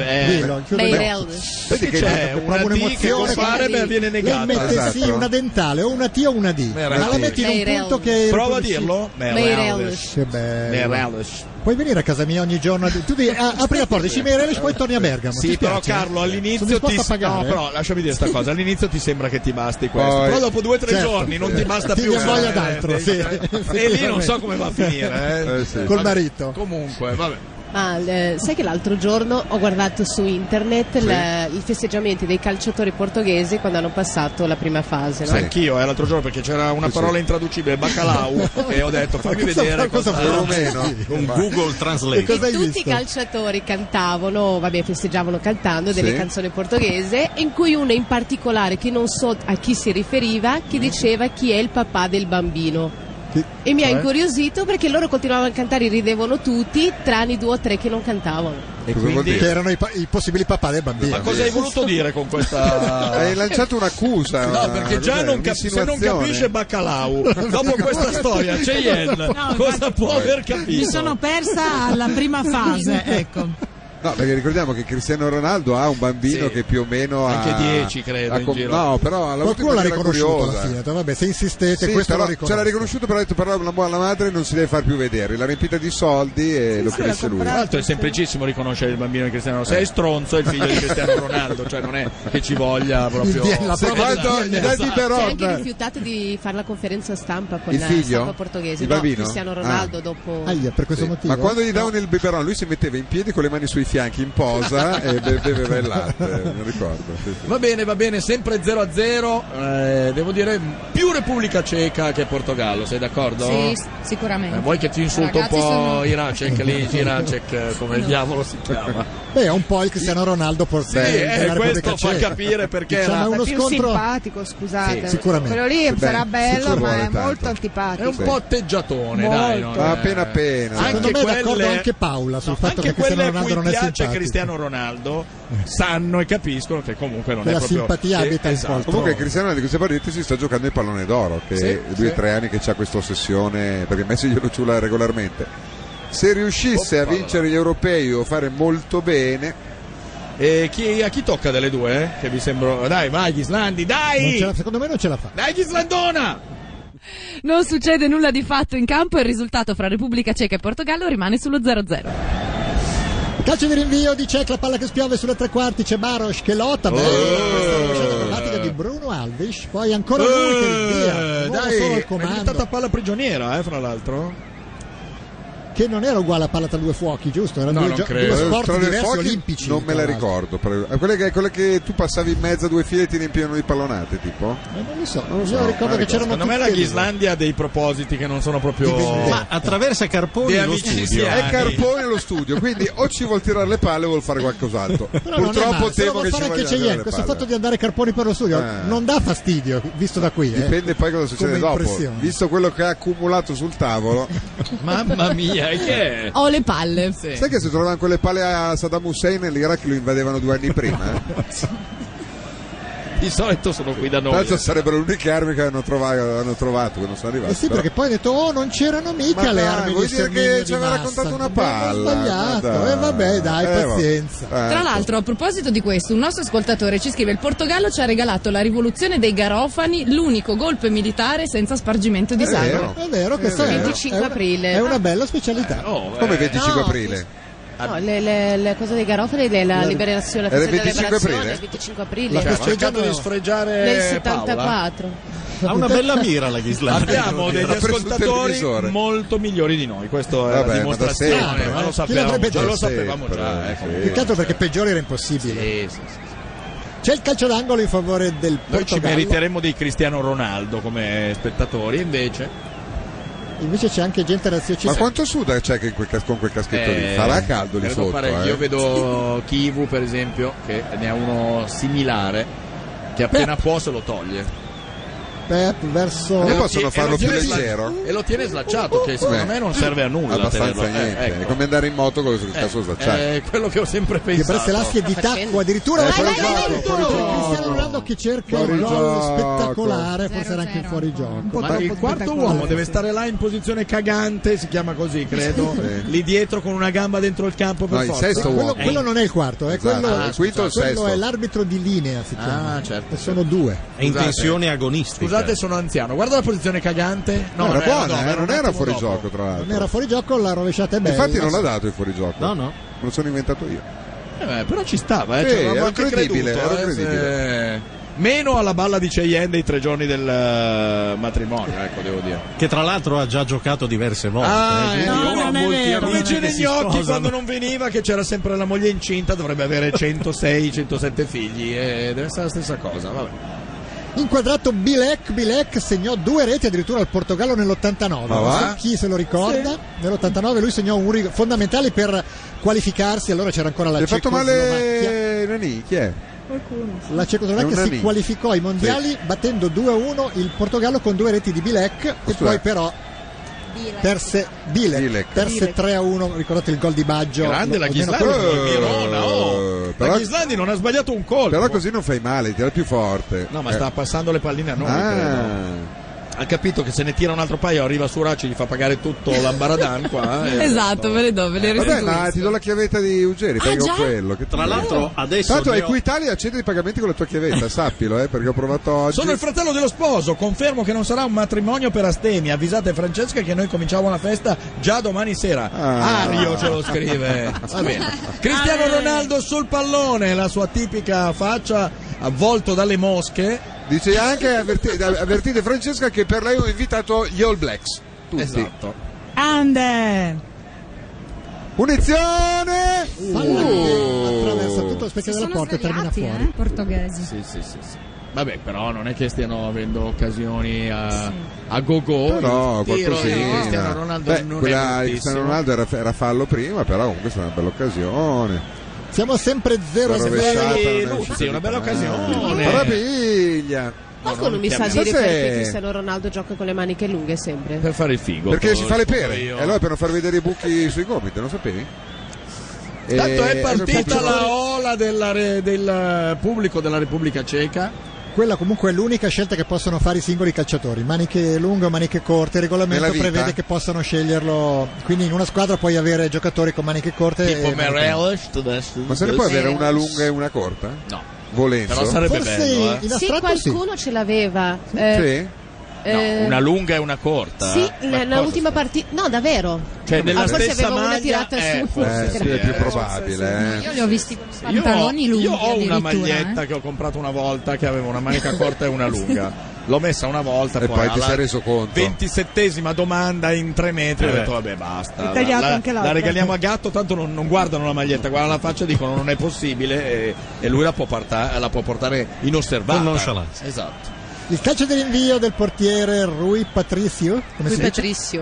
Speaker 3: Perché c'è una D che può fare, ma viene negata.
Speaker 4: Mette sì una dentale, o una T o una D, ma la metti in un punto che
Speaker 3: prova a dirlo.
Speaker 4: Mereyes. Che bello. Puoi venire a casa mia ogni giorno. Tu apri la porta, dici Mereyes, poi torni a Bergamo.
Speaker 3: Sì, però Carlo all'inizio ti no, però lasciami dire sta cosa. All'inizio ti sembra che ti basti questo, però dopo 2 o 3 giorni non ti basta più.
Speaker 4: Ti voglia d'altro,
Speaker 3: e lì non so come va a finire.
Speaker 4: Col marito.
Speaker 3: Comunque, vabbè.
Speaker 9: Ma sai che l'altro giorno ho guardato su internet i festeggiamenti dei calciatori portoghesi quando hanno passato la prima fase, no?
Speaker 3: Anch'io l'altro giorno, perché c'era una parola intraducibile, Bacalau, e ho detto fammi vedere cosa
Speaker 7: rumeno.
Speaker 5: Un Google Translate.
Speaker 9: Tutti i calciatori cantavano, festeggiavano cantando delle canzoni portoghese, in cui uno in particolare, che non so a chi si riferiva, che diceva chi è il papà del bambino. E mi ha incuriosito perché loro continuavano a cantare, ridevano tutti, tranne 2 o 3 che non cantavano.
Speaker 3: E quindi
Speaker 4: che erano i possibili papà del bambino.
Speaker 3: Ma cosa hai voluto dire con questa?
Speaker 7: Hai lanciato un'accusa.
Speaker 3: No, perché già se non capisce Bacalau, dopo questa storia Cheyenne cosa può aver capito?
Speaker 6: Mi sono persa alla prima fase, ecco.
Speaker 7: No, perché ricordiamo che Cristiano Ronaldo ha un bambino che più o meno ha
Speaker 3: anche 10 credo in giro.
Speaker 7: No, però
Speaker 4: qualcuno l'ha riconosciuto alla fine. Vabbè, se insistete, questo
Speaker 7: però,
Speaker 4: lo riconosco.
Speaker 7: Ce l'ha riconosciuto, però ha detto però la madre non si deve far più vedere, l'ha riempita di soldi e lo cresce lui.
Speaker 3: Tra l'altro è semplicissimo riconoscere il bambino di Cristiano Ronaldo. Se è stronzo è il figlio di Cristiano Ronaldo, cioè non è che ci voglia proprio.
Speaker 9: Si è anche rifiutato di fare la conferenza stampa con la stampa portoghese.
Speaker 7: Il bambino?
Speaker 9: Cristiano Ronaldo dopo.
Speaker 4: Per questo motivo.
Speaker 7: Ma quando gli davano il biberon lui si metteva in piedi con le mani sui fianchi in posa e beveva il latte, non ricordo.
Speaker 3: Va bene, sempre 0-0. Devo dire più Repubblica Ceca che Portogallo, sei d'accordo?
Speaker 10: Sì, sicuramente.
Speaker 3: Vuoi che ti insulto un po' Jiracek, come il diavolo si chiama?
Speaker 4: È un po' il Cristiano Ronaldo portoghese.
Speaker 3: Questo fa capire perché
Speaker 8: era uno più simpatico, scusate.
Speaker 4: Sicuramente.
Speaker 8: Quello lì sarà bello, ma è molto antipatico.
Speaker 3: È un po' atteggiatone, dai.
Speaker 7: Appena.
Speaker 4: Secondo me è d'accordo anche Paola sul fatto che Cristiano Ronaldo non è simpatico.
Speaker 3: Cristiano Ronaldo sanno e capiscono che comunque non è
Speaker 4: la
Speaker 3: proprio
Speaker 4: simpatia abita in qualche
Speaker 7: comunque Cristiano Ronaldo di queste partite si sta giocando il pallone d'oro che 2 o 3 anni che c'ha questa ossessione perché Messi glielo ciula regolarmente. Se riuscisse a vincere gli europei o fare molto bene
Speaker 3: a chi tocca delle due? Che mi sembra. Dai, vai Ghislandi, dai!
Speaker 4: Secondo me non ce la fa.
Speaker 3: Dai Ghislandona!
Speaker 2: Non succede nulla di fatto in campo e il risultato fra Repubblica Ceca e Portogallo rimane sullo 0-0.
Speaker 4: Calcio di rinvio di Cech, la palla che spiove sulle 3 quarti, c'è Baros che lotta, questa è la drammatica di Bruno Alves, poi ancora lui che via, al comando.
Speaker 3: È diventata palla prigioniera, fra l'altro.
Speaker 4: Che non era uguale a palla tra due fuochi, giusto? Erano due sport diversi olimpici.
Speaker 7: Non me la ricordo. Quelle che tu passavi in mezzo a due file e ti riempivano di pallonate, tipo?
Speaker 4: Non lo so. Io ricordo che c'erano.
Speaker 3: Secondo me la Ghislandia ha dei propositi che non sono proprio.
Speaker 5: Ma attraversa Carponi lo studio.
Speaker 7: È Carponi lo studio, quindi o ci vuol tirare le palle o vuol fare qualcos'altro.
Speaker 4: Purtroppo temo che ci voglia tirare le palle. Questo fatto di andare Carponi per lo studio non dà fastidio, visto da qui.
Speaker 7: Dipende poi cosa succede dopo. Visto quello che ha accumulato sul tavolo.
Speaker 3: Mamma mia, che è?
Speaker 2: Ho le palle.
Speaker 7: Sì. Sai che si trovavano quelle palle a Saddam Hussein nell'Iraq lo invadevano 2 anni prima?
Speaker 3: Di solito sono qui da noi.
Speaker 7: Tra l'altro sarebbero le uniche armi che hanno trovato, che non sono arrivate.
Speaker 4: Sì, perché poi ha detto, non c'erano mica le armi.
Speaker 7: Vuol dire che ci aveva raccontato una palla.
Speaker 4: Sbagliato. Vabbè, dai, pazienza.
Speaker 2: Tra l'altro, a proposito di questo, un nostro ascoltatore ci scrive: il Portogallo ci ha regalato la rivoluzione dei garofani, l'unico golpe militare senza spargimento di sangue.
Speaker 4: È vero, questo
Speaker 9: è 25 aprile.
Speaker 4: È una bella specialità.
Speaker 7: Come 25 aprile?
Speaker 9: No, le cose dei garofani della liberazione, la festa della liberazione il 25 aprile.
Speaker 3: Ha cercato di sfregiare
Speaker 9: nel 74.
Speaker 5: Ha una bella mira la Ghislandia.
Speaker 3: Abbiamo degli ascoltatori molto migliori di noi, questo è la dimostrazione, ma lo sapevamo già.
Speaker 4: Più che altro perché peggiore era impossibile.
Speaker 3: Sì.
Speaker 4: C'è il calcio d'angolo in favore del Portogallo.
Speaker 3: Noi ci meriteremmo di Cristiano Ronaldo come spettatori, invece
Speaker 4: c'è anche gente raziocinata.
Speaker 7: Ma quanto suda c'è che con quel caschetto lì? Farà caldo lì sotto?
Speaker 3: Io vedo Kivu, per esempio, che ne ha uno similare, che appena può se lo toglie.
Speaker 4: Verso
Speaker 7: e possono farlo più leggero
Speaker 3: e lo tiene slacciato, che secondo me non serve a nulla.
Speaker 7: Abbastanza niente. È come andare in moto con il tasso slacciato.
Speaker 3: È quello che ho sempre pensato.
Speaker 4: Che lassi di tacco addirittura. Cristiano Ronaldo che cerca un gol spettacolare, forse era anche in fuorigioco.
Speaker 3: Ma il quarto uomo deve stare là in posizione cagante, si chiama così, credo. Lì dietro con una gamba dentro il campo per forza.
Speaker 7: Il sesto uomo.
Speaker 4: Quello non è il quarto,
Speaker 7: il quinto o il sesto.
Speaker 4: Quello è l'arbitro di linea, si chiama.
Speaker 3: Certo.
Speaker 4: E sono 2.
Speaker 5: È in tensione agonistica.
Speaker 3: Scusate, sono anziano. Guarda la posizione cagante.
Speaker 7: No, era buona, non era fuori gioco, tra l'altro.
Speaker 4: Non era fuori gioco, la rovesciata è bella.
Speaker 7: Infatti non l'ha dato il fuorigioco.
Speaker 5: No.
Speaker 7: Me lo sono inventato io.
Speaker 3: Però ci stava,
Speaker 7: era incredibile.
Speaker 3: Meno alla balla di Cheyenne dei 3 giorni del matrimonio, devo dire.
Speaker 5: Che tra l'altro ha già giocato diverse volte.
Speaker 3: Come ce negli occhi quando non veniva, che c'era sempre la moglie incinta, dovrebbe avere 106, 107 figli, deve essere la stessa cosa, vabbè.
Speaker 4: Inquadrato Bilek segnò 2 reti addirittura al Portogallo nell'89. Non so chi se lo ricorda. Nell'89 lui segnò un fondamentale per qualificarsi. Allora c'era ancora la Cecoslovacchia.
Speaker 7: Ha fatto male Nani, chi è?
Speaker 4: La Cecoslovacchia si qualificò ai mondiali battendo 2-1 il Portogallo con 2 reti di Bilek e poi però perse 3-1. Ricordate il gol di Baggio?
Speaker 3: Grande la Ghislandia. La Ghislandia non ha sbagliato un colpo.
Speaker 7: Però così non fai male, tira più forte.
Speaker 3: No, ma sta passando le palline a noi, credo. Ha capito che se ne tira un altro paio arriva su Racci, gli fa pagare tutto l'ambaradan qua.
Speaker 2: Esatto, ve le do, ve le restituisco.
Speaker 7: Vabbè, ma ti do la chiavetta di Ugeri, paghi con quello. Che
Speaker 5: tra l'altro adesso
Speaker 7: tanto Equitalia accende i pagamenti con la tua chiavetta, sappilo, perché ho provato oggi.
Speaker 3: Sono il fratello dello sposo, confermo che non sarà un matrimonio per astemi. Avvisate Francesca che noi cominciamo la festa già domani sera. Ario ce lo scrive. Va bene. Cristiano Ronaldo sul pallone, la sua tipica faccia avvolto dalle mosche.
Speaker 7: Dice anche avvertite Francesca che per lei ho invitato gli All Blacks. Tutti.
Speaker 3: Esatto.
Speaker 6: Ande!
Speaker 7: Punizione!
Speaker 4: Attraversa tutto lo specchio della porta e termina fuori.
Speaker 10: Portoghesi.
Speaker 3: Sì. Vabbè, però non è che stiano avendo occasioni a go-go.
Speaker 7: No, qualcosina.
Speaker 3: Cristiano Ronaldo
Speaker 7: quella di Cristiano Ronaldo era fallo prima, però comunque è una bella occasione.
Speaker 4: Siamo sempre 0-0.
Speaker 3: Sì, una bella occasione.
Speaker 7: Meraviglia.
Speaker 9: Qualcuno mi sa dire perché Cristiano Ronaldo gioca con le maniche lunghe sempre.
Speaker 3: Per fare il figo.
Speaker 7: Perché si fa le pere. E allora per non far vedere i buchi sui gomiti, non sapevi?
Speaker 3: Tanto è partita la ola del pubblico della Repubblica Ceca.
Speaker 4: Quella comunque è l'unica scelta che possono fare i singoli calciatori, maniche lunghe o maniche corte. Il regolamento prevede che possano sceglierlo, quindi in una squadra puoi avere giocatori con maniche corte
Speaker 3: tipo Mereles.
Speaker 7: Ma se ne può avere una lunga e una corta?
Speaker 3: No,
Speaker 7: volendo.
Speaker 3: però sarebbe
Speaker 4: forse
Speaker 3: bello,
Speaker 4: in astratto
Speaker 9: qualcuno ce l'aveva.
Speaker 7: Sì.
Speaker 3: No, una lunga e una corta.
Speaker 9: Sì, nell'ultima partita. No, davvero.
Speaker 3: Cioè, nella
Speaker 9: forse
Speaker 3: stessa
Speaker 9: aveva
Speaker 3: maglia,
Speaker 9: una tirata su.
Speaker 7: Sì, è più probabile.
Speaker 10: Io li ho visti con i pantaloni lunghi.
Speaker 3: Io ho una maglietta che ho comprato una volta che aveva una manica corta e una lunga. L'ho messa una volta,
Speaker 7: e poi ti sei reso conto.
Speaker 3: 27esima domanda in 3 metri, ho detto vabbè basta, la regaliamo a Gatto, tanto non guardano la maglietta, guardano la faccia e dicono non è possibile, e lui la può portare inosservata.
Speaker 5: Con nonchalance.
Speaker 3: Esatto.
Speaker 4: Il calcio dell'invio del portiere Rui Patricio.
Speaker 9: Rui Patricio.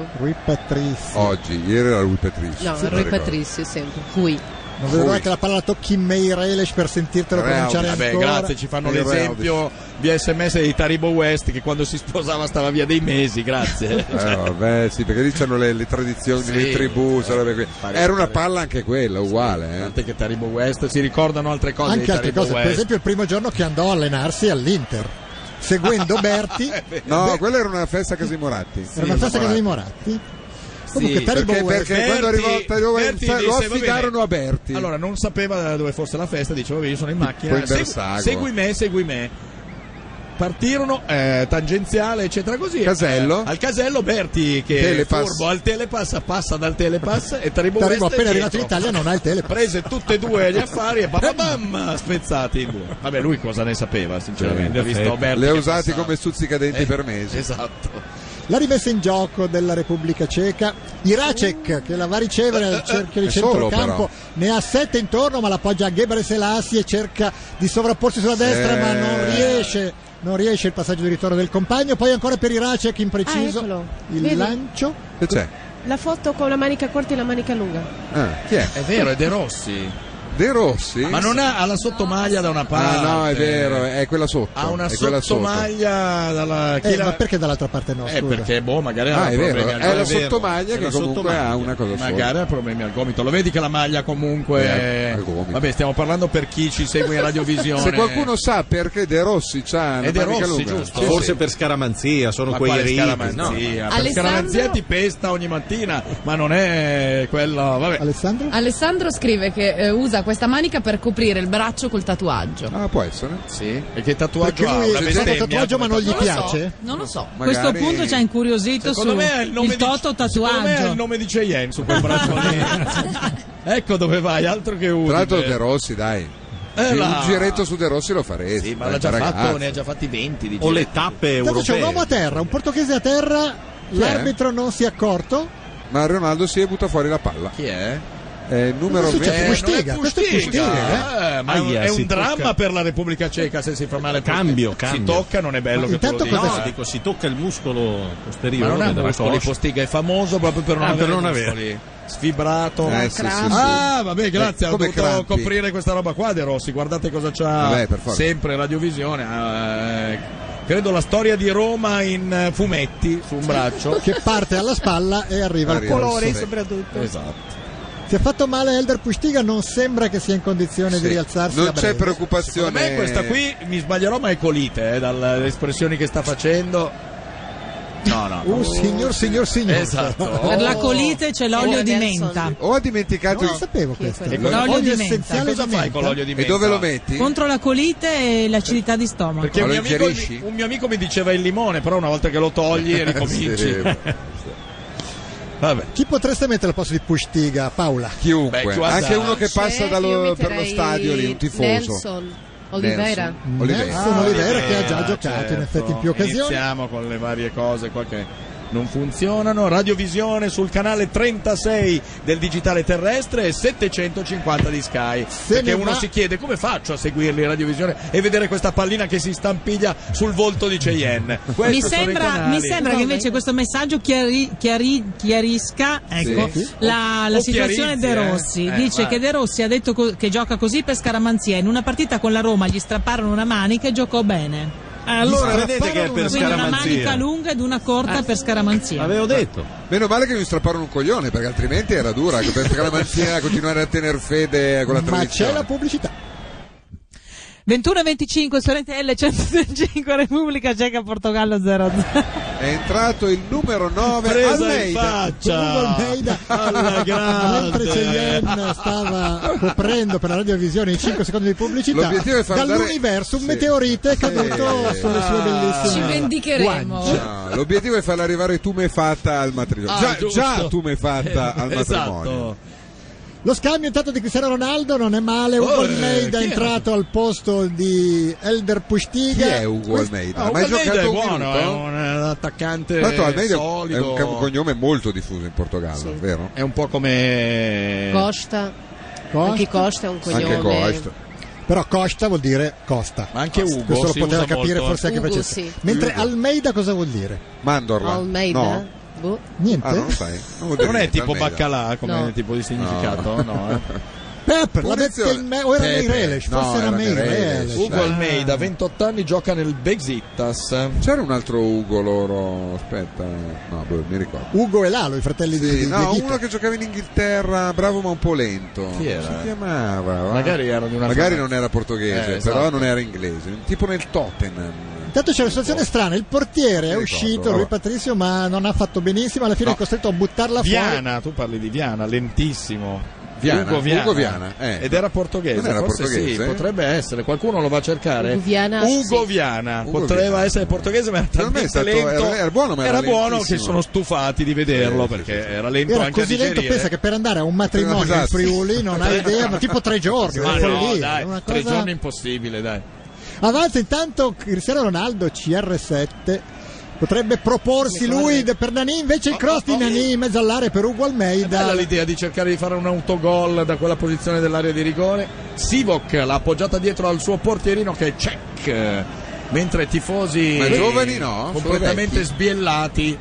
Speaker 7: Oggi, ieri era Rui Patricio.
Speaker 9: No, Rui Patricio sempre. Rui.
Speaker 4: Non vedo che la palla la tocchi Meireles per sentirtelo pronunciare ancora.
Speaker 3: Grazie, ci fanno l'esempio via SMS di Taribo West che quando si sposava stava via dei mesi, grazie.
Speaker 7: Vabbè, sì, perché lì c'hanno le tradizioni, le tribù, era una palla anche quella, uguale.
Speaker 3: Tant'è che Taribo West si ricordano altre cose.
Speaker 4: Anche altre cose, per esempio il primo giorno che andò a allenarsi all'Inter. Seguendo Berti.
Speaker 7: No, quella era una festa a casa di Moratti.
Speaker 4: Era una festa a casa di Moratti.
Speaker 7: Comunque, perché quando arrivò lo affidarono a Berti.
Speaker 3: Allora non sapeva dove fosse la festa, diceva io sono in macchina, segui me. Partirono tangenziale eccetera così.
Speaker 7: Casello.
Speaker 3: Al casello Berti che è furbo al telepass, passa dal telepass e Taribo
Speaker 4: appena arrivato in Italia non ha il telepass.
Speaker 3: Prese tutte e due gli affari e spezzati in due. Vabbè, lui cosa ne sapeva sinceramente, ha visto Berti
Speaker 7: le ha usati come stuzzicadenti per mesi.
Speaker 3: Esatto.
Speaker 4: La rimessa in gioco della Repubblica Ceca, Iracek che la va a ricevere al cerchio di centrocampo, ne ha 7 intorno ma l'appoggia a Gebre Selassie e cerca di sovrapporsi sulla destra ma non riesce il passaggio di ritorno del compagno, poi ancora per Iracek impreciso il lancio.
Speaker 7: Che c'è?
Speaker 9: La foto con la manica corta e la manica lunga.
Speaker 7: Chi è?
Speaker 3: È vero, è De Rossi.
Speaker 7: De Rossi?
Speaker 3: Ma non ha la sottomaglia da una parte.
Speaker 7: No, è vero, è quella sotto.
Speaker 3: Ha una sottomaglia dalla.
Speaker 4: Ma perché dall'altra parte no?
Speaker 3: Perché magari
Speaker 7: è vero, è la sottomaglia che comunque ha una cosa sotto.
Speaker 3: Magari ha problemi al gomito. Lo vedi che la maglia comunque. Vabbè, stiamo parlando per chi ci segue in radiovisione.
Speaker 7: Se qualcuno sa perché De Rossi c'ha una manica lunga.
Speaker 3: Giusto?
Speaker 5: Forse per scaramanzia, sono quei riti.
Speaker 3: Scaramanzia? Per scaramanzia ti pesta ogni mattina, ma non è quello. Vabbè.
Speaker 2: Alessandro scrive che usa questa manica per coprire il braccio col tatuaggio.
Speaker 7: Ah, può essere?
Speaker 3: Sì. E che tatuaggio
Speaker 4: perché lui ha un tatuaggio ma non gli piace?
Speaker 2: Non lo so.
Speaker 6: A questo punto ci ha incuriosito su il Toto tatuaggio.
Speaker 3: Secondo me è il nome di Cheyenne su quel braccio lì. Ecco dove vai, altro che uno.
Speaker 7: Tra l'altro De Rossi, dai. Un giretto su De Rossi lo faresti.
Speaker 3: Sì, ma l'ha già fatto, ne ha già fatti 20 di
Speaker 5: o le tappe europee.
Speaker 4: C'è un uomo a terra, un portoghese a terra, l'arbitro non si è accorto.
Speaker 7: Ma Ronaldo si è buttato fuori la palla.
Speaker 3: Chi è?
Speaker 7: Numero 20.
Speaker 4: Pustiga.
Speaker 3: Ma è un dramma per la Repubblica Ceca se si fa male.
Speaker 5: Cambio.
Speaker 3: Si tocca, non è bello che tu lo dica.
Speaker 5: No, dico, si tocca il muscolo posteriore.
Speaker 3: Ma non ha muscoli, Postiga è famoso proprio per non avere muscoli. Sfibrato. Vabbè, grazie, ho dovuto coprire questa roba qua De Rossi. Guardate cosa c'ha sempre radiovisione. Credo la storia di Roma in fumetti su un braccio
Speaker 4: che parte alla spalla e arriva al
Speaker 8: colore soprattutto.
Speaker 3: Esatto.
Speaker 4: Si è fatto male Elder Pustiga, non sembra che sia in condizione di rialzarsi.
Speaker 7: Non c'è preoccupazione.
Speaker 3: Secondo me questa qui, mi sbaglierò, ma è colite dalle espressioni che sta facendo. No.
Speaker 4: Signor.
Speaker 3: Esatto.
Speaker 6: Per la colite c'è l'olio di menta.
Speaker 7: Ho dimenticato.
Speaker 4: Non sapevo questo.
Speaker 6: L'olio di menta.
Speaker 3: Cosa fai con l'olio di menta?
Speaker 7: E dove lo metti?
Speaker 6: Contro la colite e l'acidità di stomaco.
Speaker 3: Perché un mio amico mi diceva il limone, però una volta che lo togli ricominci. Vabbè.
Speaker 4: Chi potreste mettere al posto di Pustiga, Paola?
Speaker 7: Chiunque, anche uno che passa per lo stadio lì, un tifoso.
Speaker 9: Nelson Oliveira
Speaker 4: che ha già giocato in effetti in più occasioni.
Speaker 3: Iniziamo con le varie cose qua che non funzionano. Radiovisione sul canale 36 del digitale terrestre e 750 di Sky. Perché uno si chiede come faccio a seguirli in radiovisione e vedere questa pallina che si stampiglia sul volto di Cheyenne.
Speaker 6: Mi sembra che invece questo messaggio chiarisca la situazione De Rossi. Dice che De Rossi ha detto che gioca così per scaramanzia. In una partita con la Roma gli strapparono una manica e giocò bene.
Speaker 5: Allora vedete che è per scaramanzia.
Speaker 6: Una manica lunga ed una corta per scaramanzia.
Speaker 5: Avevo detto.
Speaker 7: Meno male che mi strapparono un coglione, perché altrimenti era dura per scaramanzia continuare a tener fede con la tradizione.
Speaker 4: Ma c'è la pubblicità.
Speaker 6: 21-25 su RTL 105 Repubblica Ceca Portogallo 0-0.
Speaker 7: È entrato il numero 9
Speaker 3: Almeida alla grande.
Speaker 4: Mentre Cheyenne stava coprendo per la radiovisione in 5 secondi di pubblicità, dall'universo un meteorite è caduto sulle sue bellissime.
Speaker 2: Ci vendicheremo.
Speaker 7: L'obiettivo è farla arrivare tumefatta al matrimonio. Già tumefatta al matrimonio.
Speaker 4: Lo scambio intanto di Cristiano Ronaldo non è male. Ugo Almeida è entrato al posto di Elder Pustiga.
Speaker 7: Chi è Ugo Almeida?
Speaker 3: Ugo Almeida è buono, è un attaccante solido.
Speaker 7: È un cognome molto diffuso in Portogallo, vero?
Speaker 3: È un po' come
Speaker 9: Costa. Anche Costa è un cognome.
Speaker 7: Anche Costa.
Speaker 4: Però Costa vuol dire Costa.
Speaker 3: Ma anche Ugo.
Speaker 4: Questo lo poteva capire
Speaker 3: molto.
Speaker 4: forse anche
Speaker 9: Ugo,
Speaker 4: Francesco.
Speaker 9: sì.
Speaker 4: Mentre
Speaker 7: Ugo.
Speaker 4: Almeida cosa vuol dire?
Speaker 7: Mandorla.
Speaker 9: Almeida?
Speaker 7: No.
Speaker 9: Boh.
Speaker 4: Niente?
Speaker 7: Non lo sai.
Speaker 3: Non è tipo
Speaker 7: Almeida.
Speaker 3: baccalà come tipo di significato? No.
Speaker 4: Pepper, la o era Meireles, forse era
Speaker 7: Meireles.
Speaker 3: Ugo Almeida, 28 anni, gioca nel Besiktas.
Speaker 7: C'era un altro Ugo loro, aspetta, no, mi ricordo.
Speaker 4: Ugo e Lalo, i fratelli di
Speaker 7: no,
Speaker 4: Ghita.
Speaker 7: uno che giocava in Inghilterra, bravo ma un po' lento.
Speaker 3: Chi era?
Speaker 7: Si chiamava?
Speaker 3: Magari era di una
Speaker 7: Magari non era portoghese,
Speaker 3: esatto.
Speaker 7: però non era inglese, tipo nel Tottenham.
Speaker 4: Intanto c'è una situazione strana, il portiere è
Speaker 7: Mi
Speaker 4: uscito,
Speaker 7: ricordo,
Speaker 4: Rui
Speaker 7: vabbè.
Speaker 4: Patrizio, ma non ha fatto benissimo, alla fine è costretto a buttarla
Speaker 3: Viana, tu parli di Viana, lentissimo.
Speaker 7: Viana,
Speaker 3: Ugo
Speaker 7: Viana,
Speaker 3: ed era portoghese,
Speaker 7: non era
Speaker 3: forse
Speaker 7: portoghese?
Speaker 3: sì, potrebbe essere, qualcuno lo va a cercare.
Speaker 9: Ugo
Speaker 3: Viana,
Speaker 7: Ugo
Speaker 3: poteva
Speaker 7: Viana.
Speaker 3: essere portoghese, ma era
Speaker 7: Secondo me è
Speaker 3: talmente
Speaker 7: stato-
Speaker 3: lento.
Speaker 7: era buono, ma era
Speaker 3: buono
Speaker 7: lentissimo.
Speaker 3: che sono stufati di vederlo
Speaker 7: Sì,
Speaker 3: perché
Speaker 7: sì.
Speaker 3: era lento
Speaker 4: Era
Speaker 3: anche a
Speaker 4: così lento,
Speaker 3: digerire.
Speaker 4: pensa che per andare a un matrimonio in
Speaker 7: Esatto.
Speaker 4: Friuli non hai idea, ma tipo 3 giorni,
Speaker 3: Ma
Speaker 4: è
Speaker 3: no,
Speaker 4: follia,
Speaker 3: dai,
Speaker 4: è una
Speaker 3: 3
Speaker 4: cosa...
Speaker 3: giorni impossibile, dai.
Speaker 4: Avanza intanto Cristiano Ronaldo, CR7, potrebbe proporsi lui per Nani, invece il cross di Nani in mezzo all'area per Ugo
Speaker 3: È
Speaker 4: Almeida.
Speaker 3: bella l'idea di cercare di fare un autogol da quella posizione dell'area di rigore. Sivok l'ha appoggiata dietro al suo portierino che è Cech, mentre i tifosi
Speaker 7: Ma giovani no,
Speaker 3: completamente
Speaker 7: sono vecchi.
Speaker 3: sbiellati.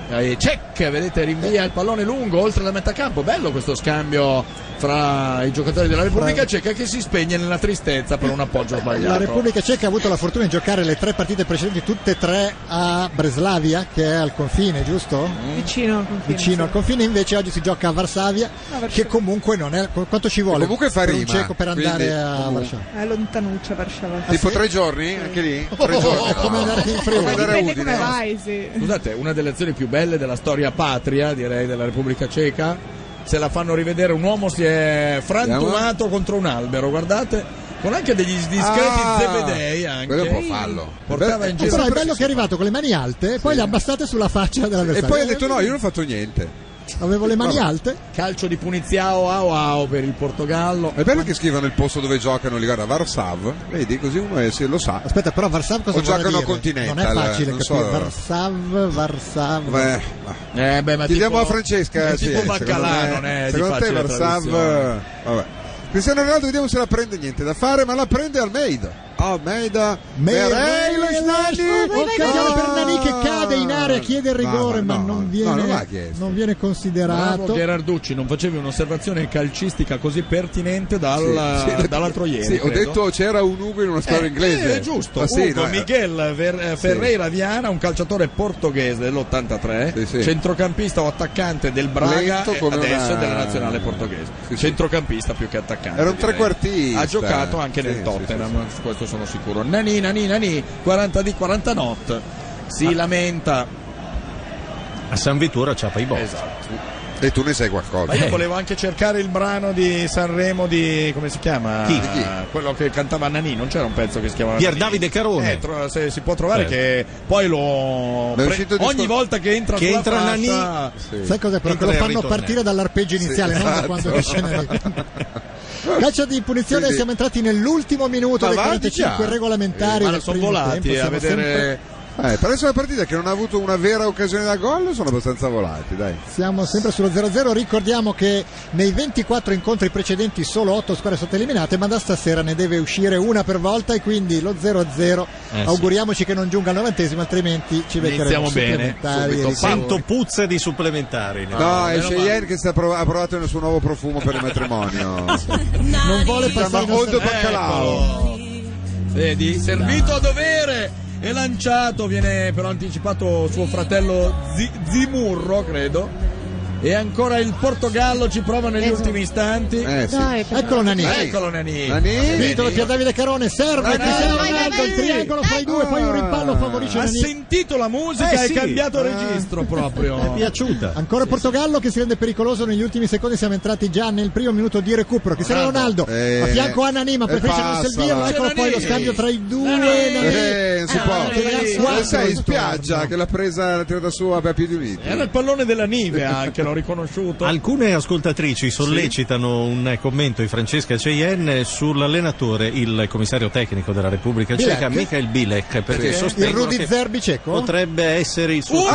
Speaker 3: Cech, vedete, rinvia il pallone lungo oltre la metà campo. Bello questo scambio fra i giocatori della Repubblica Ceca, che si spegne nella tristezza per un appoggio sbagliato.
Speaker 4: La Repubblica Ceca ha avuto la fortuna di giocare le 3 partite precedenti, tutte e 3 a Breslavia, che è al confine, giusto?
Speaker 8: Vicino al confine.
Speaker 4: Vicino al confine, invece oggi si gioca a Varsavia, che comunque non è. Quanto ci vuole
Speaker 7: Comunque fa
Speaker 4: per un
Speaker 7: rima,
Speaker 4: ceco per andare
Speaker 7: quindi,
Speaker 4: a
Speaker 7: comunque.
Speaker 4: Varsavia?
Speaker 8: È lontanuccia Varsavia.
Speaker 7: Tipo 3 giorni? Anche lì? 3 giorni.
Speaker 4: È come andare in Friuli.
Speaker 7: Come andare a
Speaker 8: Dipende
Speaker 7: Udine.
Speaker 8: come vai, sì.
Speaker 3: Scusate, una delle azioni più belle della storia patria, direi, della Repubblica Ceca. Se la fanno rivedere, un uomo si è frantumato contro un albero, guardate, con anche degli discreti zebedei anche.
Speaker 7: Quello è un po' fallo.
Speaker 3: Portava in giro.
Speaker 4: Però è bello che è arrivato con le mani alte e poi le ha abbassate sulla faccia
Speaker 7: E
Speaker 4: dell'avversario.
Speaker 7: poi ha detto no, io non ho fatto niente.
Speaker 4: Avevo le mani alte.
Speaker 3: Calcio di puniziao au per il Portogallo.
Speaker 7: È bello che scrivano il posto dove giocano, li guarda Varsav, vedi, così uno lo sa.
Speaker 4: Aspetta, però Varsav cosa
Speaker 7: O
Speaker 4: vuole
Speaker 7: giocano
Speaker 4: dire?
Speaker 7: Continental,
Speaker 4: Non è facile
Speaker 7: non
Speaker 4: capire.
Speaker 7: so.
Speaker 4: Varsav.
Speaker 3: Ma
Speaker 7: Chiediamo
Speaker 3: tipo,
Speaker 7: a Francesca.
Speaker 3: tipo Baccalà, non è di
Speaker 7: secondo te
Speaker 3: facile
Speaker 7: Varsav,
Speaker 3: traduzione.
Speaker 7: vabbè. Cristiano Ronaldo, vediamo se la prende, niente da fare, ma la prende Almeida. Almeida,
Speaker 4: Meireles, occasione per Nani che cade in area, chiede il rigore, ma non
Speaker 7: l'ha chiesto.
Speaker 4: viene
Speaker 3: Bravo
Speaker 4: considerato.
Speaker 3: Gherarducci, non facevi un'osservazione calcistica così pertinente dall'altro ieri.
Speaker 7: Sì, ho
Speaker 3: credo.
Speaker 7: detto c'era un Ugo in una squadra inglese.
Speaker 3: È giusto,
Speaker 7: Ma sì,
Speaker 3: Ugo
Speaker 7: no,
Speaker 3: Miguel Ferreira Viana, un calciatore portoghese dell'83,
Speaker 7: Sì.
Speaker 3: centrocampista o attaccante del Braga
Speaker 7: Lento
Speaker 3: e
Speaker 7: come
Speaker 3: adesso
Speaker 7: una-
Speaker 3: della nazionale portoghese.
Speaker 7: Sì.
Speaker 3: Centrocampista più che attaccante.
Speaker 7: Era un
Speaker 3: direi.
Speaker 7: trequartista.
Speaker 3: Ha giocato anche nel
Speaker 7: Sì,
Speaker 3: Tottenham, su questo sono sicuro. Nani, 40 di 40 not. Si lamenta.
Speaker 5: A San Vittura c'ha i box.
Speaker 3: Esatto.
Speaker 7: E tu ne sai qualcosa.
Speaker 3: Ma io volevo anche cercare il brano di Sanremo di, come si chiama?
Speaker 5: Chi?
Speaker 3: Quello che cantava Nani, non c'era un pezzo che si chiamava
Speaker 5: Pier
Speaker 3: Nani?
Speaker 5: Davide Carone.
Speaker 3: Se si può trovare, che poi lo
Speaker 7: Ma è uscito il
Speaker 3: ogni
Speaker 7: disco-
Speaker 3: volta che entra
Speaker 5: Che
Speaker 3: sulla
Speaker 5: entra
Speaker 3: fascia,
Speaker 5: Nani.
Speaker 7: Sì.
Speaker 4: Sai cos'è? Però che lo
Speaker 5: Entra e
Speaker 4: fanno
Speaker 5: ritorna.
Speaker 4: partire dall'arpeggio iniziale, non da
Speaker 7: esatto.
Speaker 4: quando esce Nani. Calcio di punizione,
Speaker 7: Quindi-
Speaker 4: siamo entrati nell'ultimo minuto
Speaker 7: Ma
Speaker 4: dei
Speaker 7: va,
Speaker 4: 45
Speaker 7: già.
Speaker 4: regolamentari.
Speaker 3: ma
Speaker 4: del
Speaker 3: sono
Speaker 4: primo
Speaker 3: volati
Speaker 4: tempo.
Speaker 3: a
Speaker 4: Siamo
Speaker 3: vedere.
Speaker 4: sempre-
Speaker 7: Per essere una partita che non ha avuto una vera occasione da gol, sono abbastanza volati, dai.
Speaker 4: Siamo sempre sullo 0-0, ricordiamo che nei 24 incontri precedenti solo 8 squadre sono state eliminate, ma da stasera ne deve uscire una per volta e quindi lo 0-0 auguriamoci che non giunga al 90°, altrimenti ci beccheremo
Speaker 3: Iniziamo bene,
Speaker 4: supplementari
Speaker 3: subito.
Speaker 4: e rigori.
Speaker 5: Quanto puzza di supplementari.
Speaker 7: No, è
Speaker 3: meno
Speaker 7: Cheyenne
Speaker 3: male.
Speaker 7: che ha provato il suo nuovo profumo per il matrimonio.
Speaker 4: Non vuole
Speaker 7: Si chiama
Speaker 4: passare il
Speaker 7: Old
Speaker 4: nostro...
Speaker 7: Bacalao.
Speaker 3: Vedi, servito a dovere e lanciato, viene però anticipato suo fratello Zimurro, credo. E ancora il Portogallo ci prova negli ultimi istanti.
Speaker 7: Sì.
Speaker 9: Dai,
Speaker 4: Eccolo Nani.
Speaker 3: Eccolo Nani.
Speaker 4: Titolo Pier Davide Carone, serve
Speaker 7: Nani.
Speaker 4: Cristiano
Speaker 9: Vai,
Speaker 4: Ronaldo,
Speaker 9: vai,
Speaker 4: il
Speaker 9: vai.
Speaker 4: triangolo fra i due, poi un rimpallo favorisce
Speaker 3: Ha
Speaker 4: Nani.
Speaker 3: sentito la musica e
Speaker 5: sì.
Speaker 3: cambiato registro proprio.
Speaker 5: Piaciuta.
Speaker 4: Ancora Portogallo che si rende pericoloso negli ultimi secondi, siamo entrati già nel primo minuto di recupero. Cristiano Ronaldo a fianco a Nani, ma preferisce non servirlo,
Speaker 3: C'è
Speaker 4: eccolo
Speaker 3: Nani.
Speaker 4: poi lo scambio tra i due.
Speaker 3: Nani.
Speaker 7: Non si può.
Speaker 4: Quattro
Speaker 7: Sai, in
Speaker 4: intorno.
Speaker 7: spiaggia che l'ha presa, l'ha tirata su a piedi uniti.
Speaker 3: Era il pallone della Nive anche, l'ho riconosciuto.
Speaker 5: Alcune ascoltatrici sollecitano un commento di Francesca Cheyenne sull'allenatore, il commissario tecnico della Repubblica Ceca, Michael Bilek, perché sostengono
Speaker 4: il Rudy Zerbi ceco
Speaker 5: potrebbe essere il suo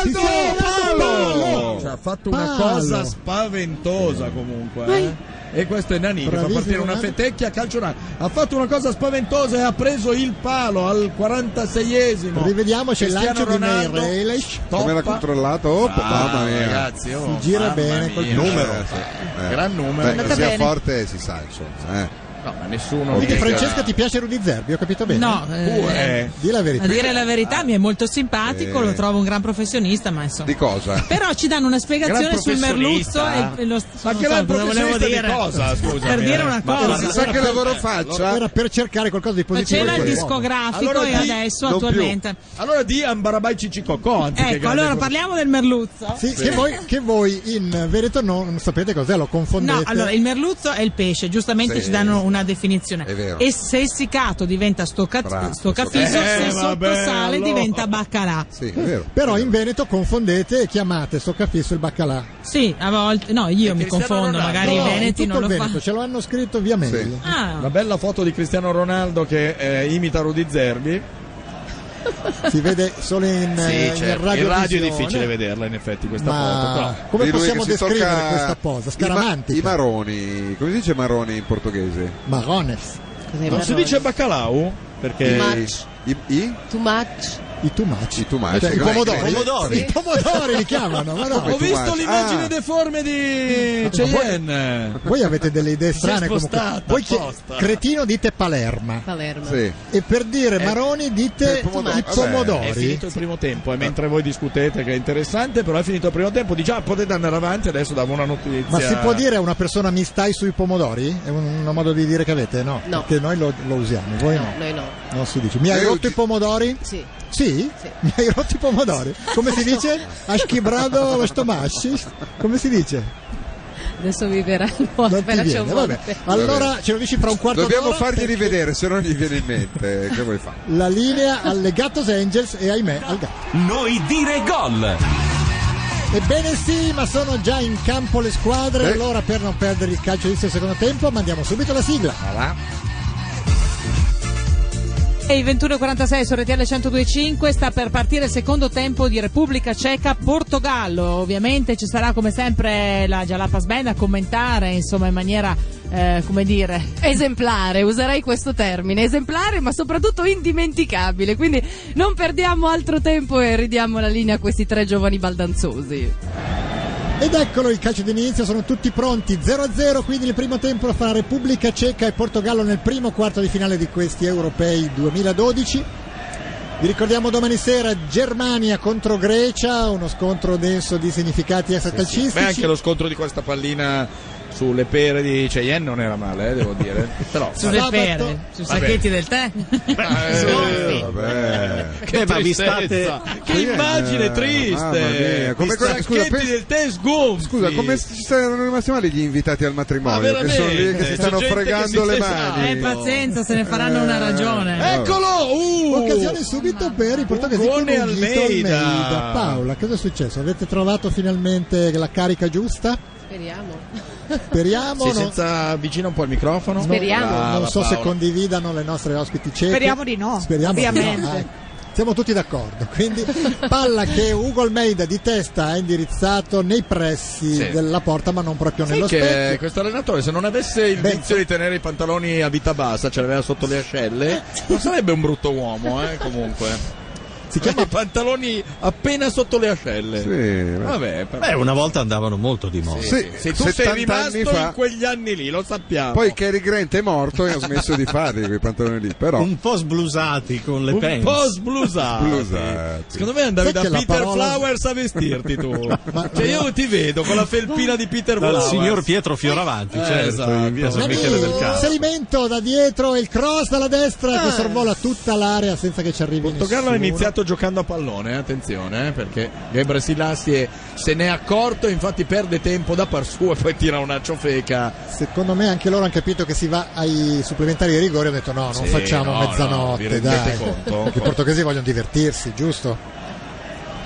Speaker 3: ha fatto una cosa spaventosa comunque. E questo è Nani che fa partire una fetecchia a calcio. Ha fatto una cosa spaventosa e ha preso il palo al 46esimo.
Speaker 4: Rivediamo, c'è il lancio di Meirelles.
Speaker 7: Come l'ha controllato? Mamma mia,
Speaker 3: ragazzi,
Speaker 4: si gira bene col
Speaker 3: numero. Gran numero.
Speaker 7: Sia forte si sa, insomma.
Speaker 3: No, ma nessuno.
Speaker 4: Quindi Francesca, ti piace Rudy Zerbi? Ho capito bene?
Speaker 6: No,
Speaker 4: di la verità.
Speaker 6: A dire la verità, mi è molto simpatico, lo trovo un gran professionista, ma insomma.
Speaker 7: Di cosa?
Speaker 6: Però ci danno una spiegazione sul merluzzo e lo
Speaker 3: ma che la volevo dire di cosa, scusa.
Speaker 6: Per dire una cosa.
Speaker 7: Si sa che lavoro faccia?
Speaker 4: Era per cercare qualcosa di positivo.
Speaker 6: Faceva il discografico e adesso attualmente.
Speaker 3: Allora di Ambarabai Cicicocò.
Speaker 6: Ecco, allora parliamo del merluzzo.
Speaker 4: Sì. Che voi in Veneto non sapete cos'è, lo confondete.
Speaker 6: No, allora il merluzzo è il pesce, giustamente ci danno una definizione. E se essiccato diventa stoccafisso, se sottosale diventa baccalà.
Speaker 7: Sì, è vero.
Speaker 4: Però in Veneto confondete e chiamate stoccafisso il baccalà.
Speaker 6: Sì, a volte. No, io mi confondo, magari i veneti non lo fanno.
Speaker 4: Ce lo hanno scritto via mail.
Speaker 3: Sì. Una bella foto di Cristiano Ronaldo che imita Rudy Zerbi.
Speaker 4: Si vede solo in radio.
Speaker 3: In radio è difficile vederla, in effetti, questa foto. Però.
Speaker 4: Come possiamo descrivere questa posa? Scaramantica.
Speaker 7: I maroni, come si dice maroni in portoghese?
Speaker 4: Marones.
Speaker 3: Non si dice bacalao? Perché
Speaker 9: Too much.
Speaker 4: I tumacci.
Speaker 7: Cioè,
Speaker 4: i pomodori. I pomodori li chiamano. Ma no.
Speaker 3: Ho visto l'immagine deforme di Cheyenne.
Speaker 4: Voi avete delle idee strane comunque. Voi cretino dite Palermo.
Speaker 7: Sì.
Speaker 4: E per dire maroni dite i pomodori.
Speaker 3: È finito il primo tempo, e mentre voi discutete, che è interessante, però è finito il primo tempo. Dice potete andare avanti, adesso davo una notizia.
Speaker 4: Ma si può dire a una persona mi stai sui pomodori? È un modo di dire che avete? No. Perché noi lo usiamo, voi no.
Speaker 9: Noi no.
Speaker 4: Non si dice. Mi hai rotto i pomodori?
Speaker 9: Sì.
Speaker 4: Sì? Mi hai rotto i pomodori? Come si dice? Ashkibrado lo stomasci? Come si dice?
Speaker 9: Adesso mi verranno appena c'è un
Speaker 4: vabbè. Allora ce lo dici fra un quarto d'ora.
Speaker 7: Dobbiamo fargli rivedere, se no gli viene in mente. Che vuoi fare?
Speaker 4: La linea alle Gattos Angels e ahimè al gatto.
Speaker 1: Noi dire gol.
Speaker 4: Ebbene sì, ma sono già in campo le squadre. Allora, per non perdere il calcio inizio del secondo tempo, mandiamo subito la sigla.
Speaker 6: E i 21:46 su RTL 102.5 sta per partire il secondo tempo di Repubblica Ceca Portogallo. Ovviamente ci sarà come sempre la Jalapas Band a commentare, insomma, in maniera come dire,
Speaker 9: esemplare, userei questo termine, esemplare ma soprattutto indimenticabile, quindi non perdiamo altro tempo e ridiamo la linea a questi tre giovani baldanzosi.
Speaker 4: Ed eccolo il calcio d'inizio, sono tutti pronti, 0-0, quindi il primo tempo lo fa Repubblica Ceca e Portogallo nel primo quarto di finale di questi europei 2012. Vi ricordiamo domani sera Germania contro Grecia, uno scontro denso di significati extracalcistici.
Speaker 3: Beh, anche lo scontro di questa pallina sulle pere di Cheyenne non era male, devo dire. Però,
Speaker 6: sulle pere, sui sacchetti del tè.
Speaker 7: Vabbè.
Speaker 3: Che che immagine triste.
Speaker 7: Come
Speaker 3: sacchetti del tè sgonfi.
Speaker 7: Scusa, come ci saranno rimasti male gli invitati al matrimonio? Che sono lì che si stanno fregando le mani.
Speaker 6: Pazienza, se ne faranno una ragione.
Speaker 3: Eccolo!
Speaker 4: Occasione subito per i portoghesi con Almeida. Paola, cosa è successo? Avete trovato finalmente la carica giusta? Speriamo.
Speaker 3: Sì, senza avvicina un po' il microfono.
Speaker 9: Speriamo.
Speaker 4: Non so se condividano le nostre ospiti ceche.
Speaker 8: Speriamo di no.
Speaker 4: Ovviamente. Di no. Siamo tutti d'accordo. Quindi palla che Ugo Almeida di testa ha indirizzato nei pressi della porta, ma non proprio nello specchio.
Speaker 3: Questo allenatore, se non avesse il vizio di tenere i pantaloni a vita bassa, ce l'aveva sotto le ascelle, non sarebbe un brutto uomo, comunque. Si chiama pantaloni appena sotto le ascelle.
Speaker 7: Sì,
Speaker 3: vabbè.
Speaker 5: Una volta andavano molto di moda.
Speaker 3: Sì, tu sei rimasto in quegli anni lì, lo sappiamo.
Speaker 7: Poi Cary Grant è morto e ha smesso di farli quei pantaloni lì, però.
Speaker 5: Un po' sblusati con le pants.
Speaker 3: Un po' sblusati. Secondo me andavi da Peter Flowers a vestirti tu. Cioè io ti vedo con la felpina di Peter Flowers.
Speaker 5: Dal signor Pietro Fioravanti, certo, in via San Michele del Carlo.
Speaker 4: Inserimento da dietro e il cross dalla destra che sorvola tutta l'area senza che ci arrivi nessuno.
Speaker 3: Portogallo ha iniziato giocando a pallone, attenzione, perché Gebre Selassie se ne è accorto, infatti perde tempo da par suo e poi tira una ciofeca.
Speaker 4: Secondo me anche loro hanno capito che si va ai supplementari di rigore e hanno detto no, non facciamo mezzanotte, dai, perché i portoghesi vogliono divertirsi, giusto?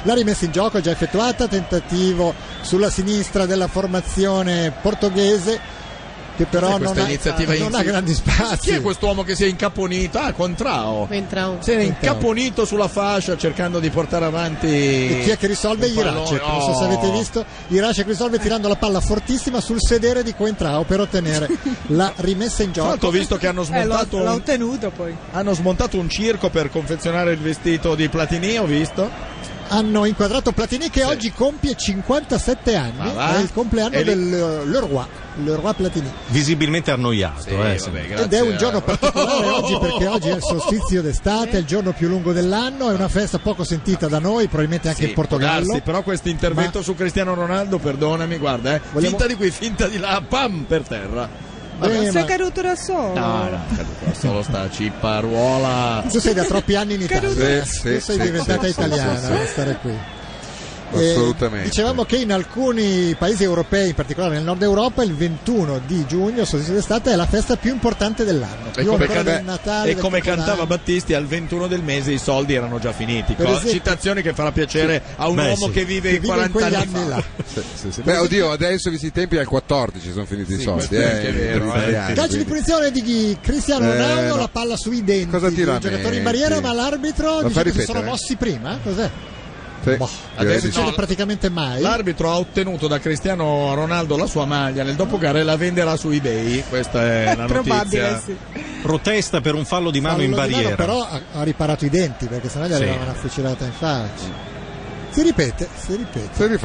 Speaker 4: La rimessa in gioco è già effettuata, tentativo sulla sinistra della formazione portoghese, che però non ha grandi spazi.
Speaker 3: Chi è quest'uomo che si è incaponito? Contrao. Si è incaponito sulla fascia cercando di portare avanti.
Speaker 4: E chi è che risolve? Iracek. Non so se avete visto, Iracek risolve tirando la palla fortissima sul sedere di Coentrao per ottenere la rimessa in gioco.
Speaker 3: Ho visto che hanno smontato
Speaker 8: l'ha ottenuto poi.
Speaker 3: Hanno smontato un circo per confezionare il vestito di Platini, ho visto.
Speaker 4: Hanno inquadrato Platini che oggi compie 57 anni, è il compleanno del Leroy Platini.
Speaker 5: Visibilmente annoiato.
Speaker 4: Ed è un giorno particolare oggi, perché oggi è il solstizio d'estate, è il giorno più lungo dell'anno, è una festa poco sentita da noi, probabilmente anche in Portogallo.
Speaker 3: Però questo intervento su Cristiano Ronaldo, perdonami, guarda, finta di qui, finta di là, pam, per terra.
Speaker 8: Sei caduto da solo.
Speaker 3: No, caduto da solo sta Cipparuola.
Speaker 4: Tu sei da troppi anni in Italia. Tu sei diventata italiana a stare qui.
Speaker 7: Assolutamente.
Speaker 4: Dicevamo che in alcuni paesi europei, in particolare nel nord Europa, il 21 di giugno, solstizio d'estate, è la festa più importante dell'anno.
Speaker 3: E come cantava Battisti, al 21 del mese i soldi erano già finiti. Citazione che farà piacere a un uomo che vive in 40 anni fa.
Speaker 7: Là. Beh, oddio, adesso visti i tempi al 14 sono finiti i soldi.
Speaker 4: Calcio di punizione di Cristiano Ronaldo, la palla sui denti.
Speaker 7: Cosa tira?
Speaker 4: I giocatori in barriera, ma l'arbitro dice che si sono mossi prima. Cos'è? Adesso succede praticamente mai.
Speaker 3: L'arbitro ha ottenuto da Cristiano Ronaldo la sua maglia nel dopogara e la venderà su eBay. Questa è la notizia.
Speaker 5: Protesta per un fallo di mano in barriera.
Speaker 4: Però ha riparato i denti, perché sennò gli aveva una fucilata in faccia. Si ripete.
Speaker 7: Si rifà.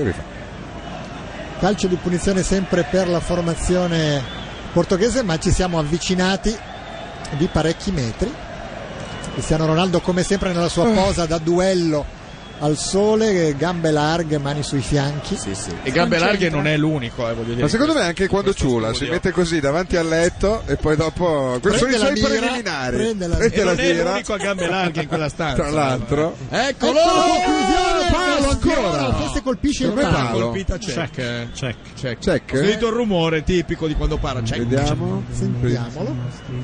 Speaker 4: Calcio di punizione sempre per la formazione portoghese, ma ci siamo avvicinati di parecchi metri. Cristiano Ronaldo, come sempre, nella sua posa da duello al sole, gambe larghe, mani sui fianchi.
Speaker 3: E gambe larghe non è l'unico, voglio dire.
Speaker 7: Ma secondo me anche quando ciula si mette così davanti al letto e poi dopo sono i suoi preliminari.
Speaker 3: Prende la non è l'unico a gambe larghe in quella stanza.
Speaker 7: Tra l'altro.
Speaker 3: Eccolo!
Speaker 7: Palo ancora!
Speaker 4: Questo colpisce il
Speaker 3: palo. Colpita check. Ho sentito il rumore tipico di quando para. Check.
Speaker 7: Vediamo.
Speaker 4: Sentiamolo.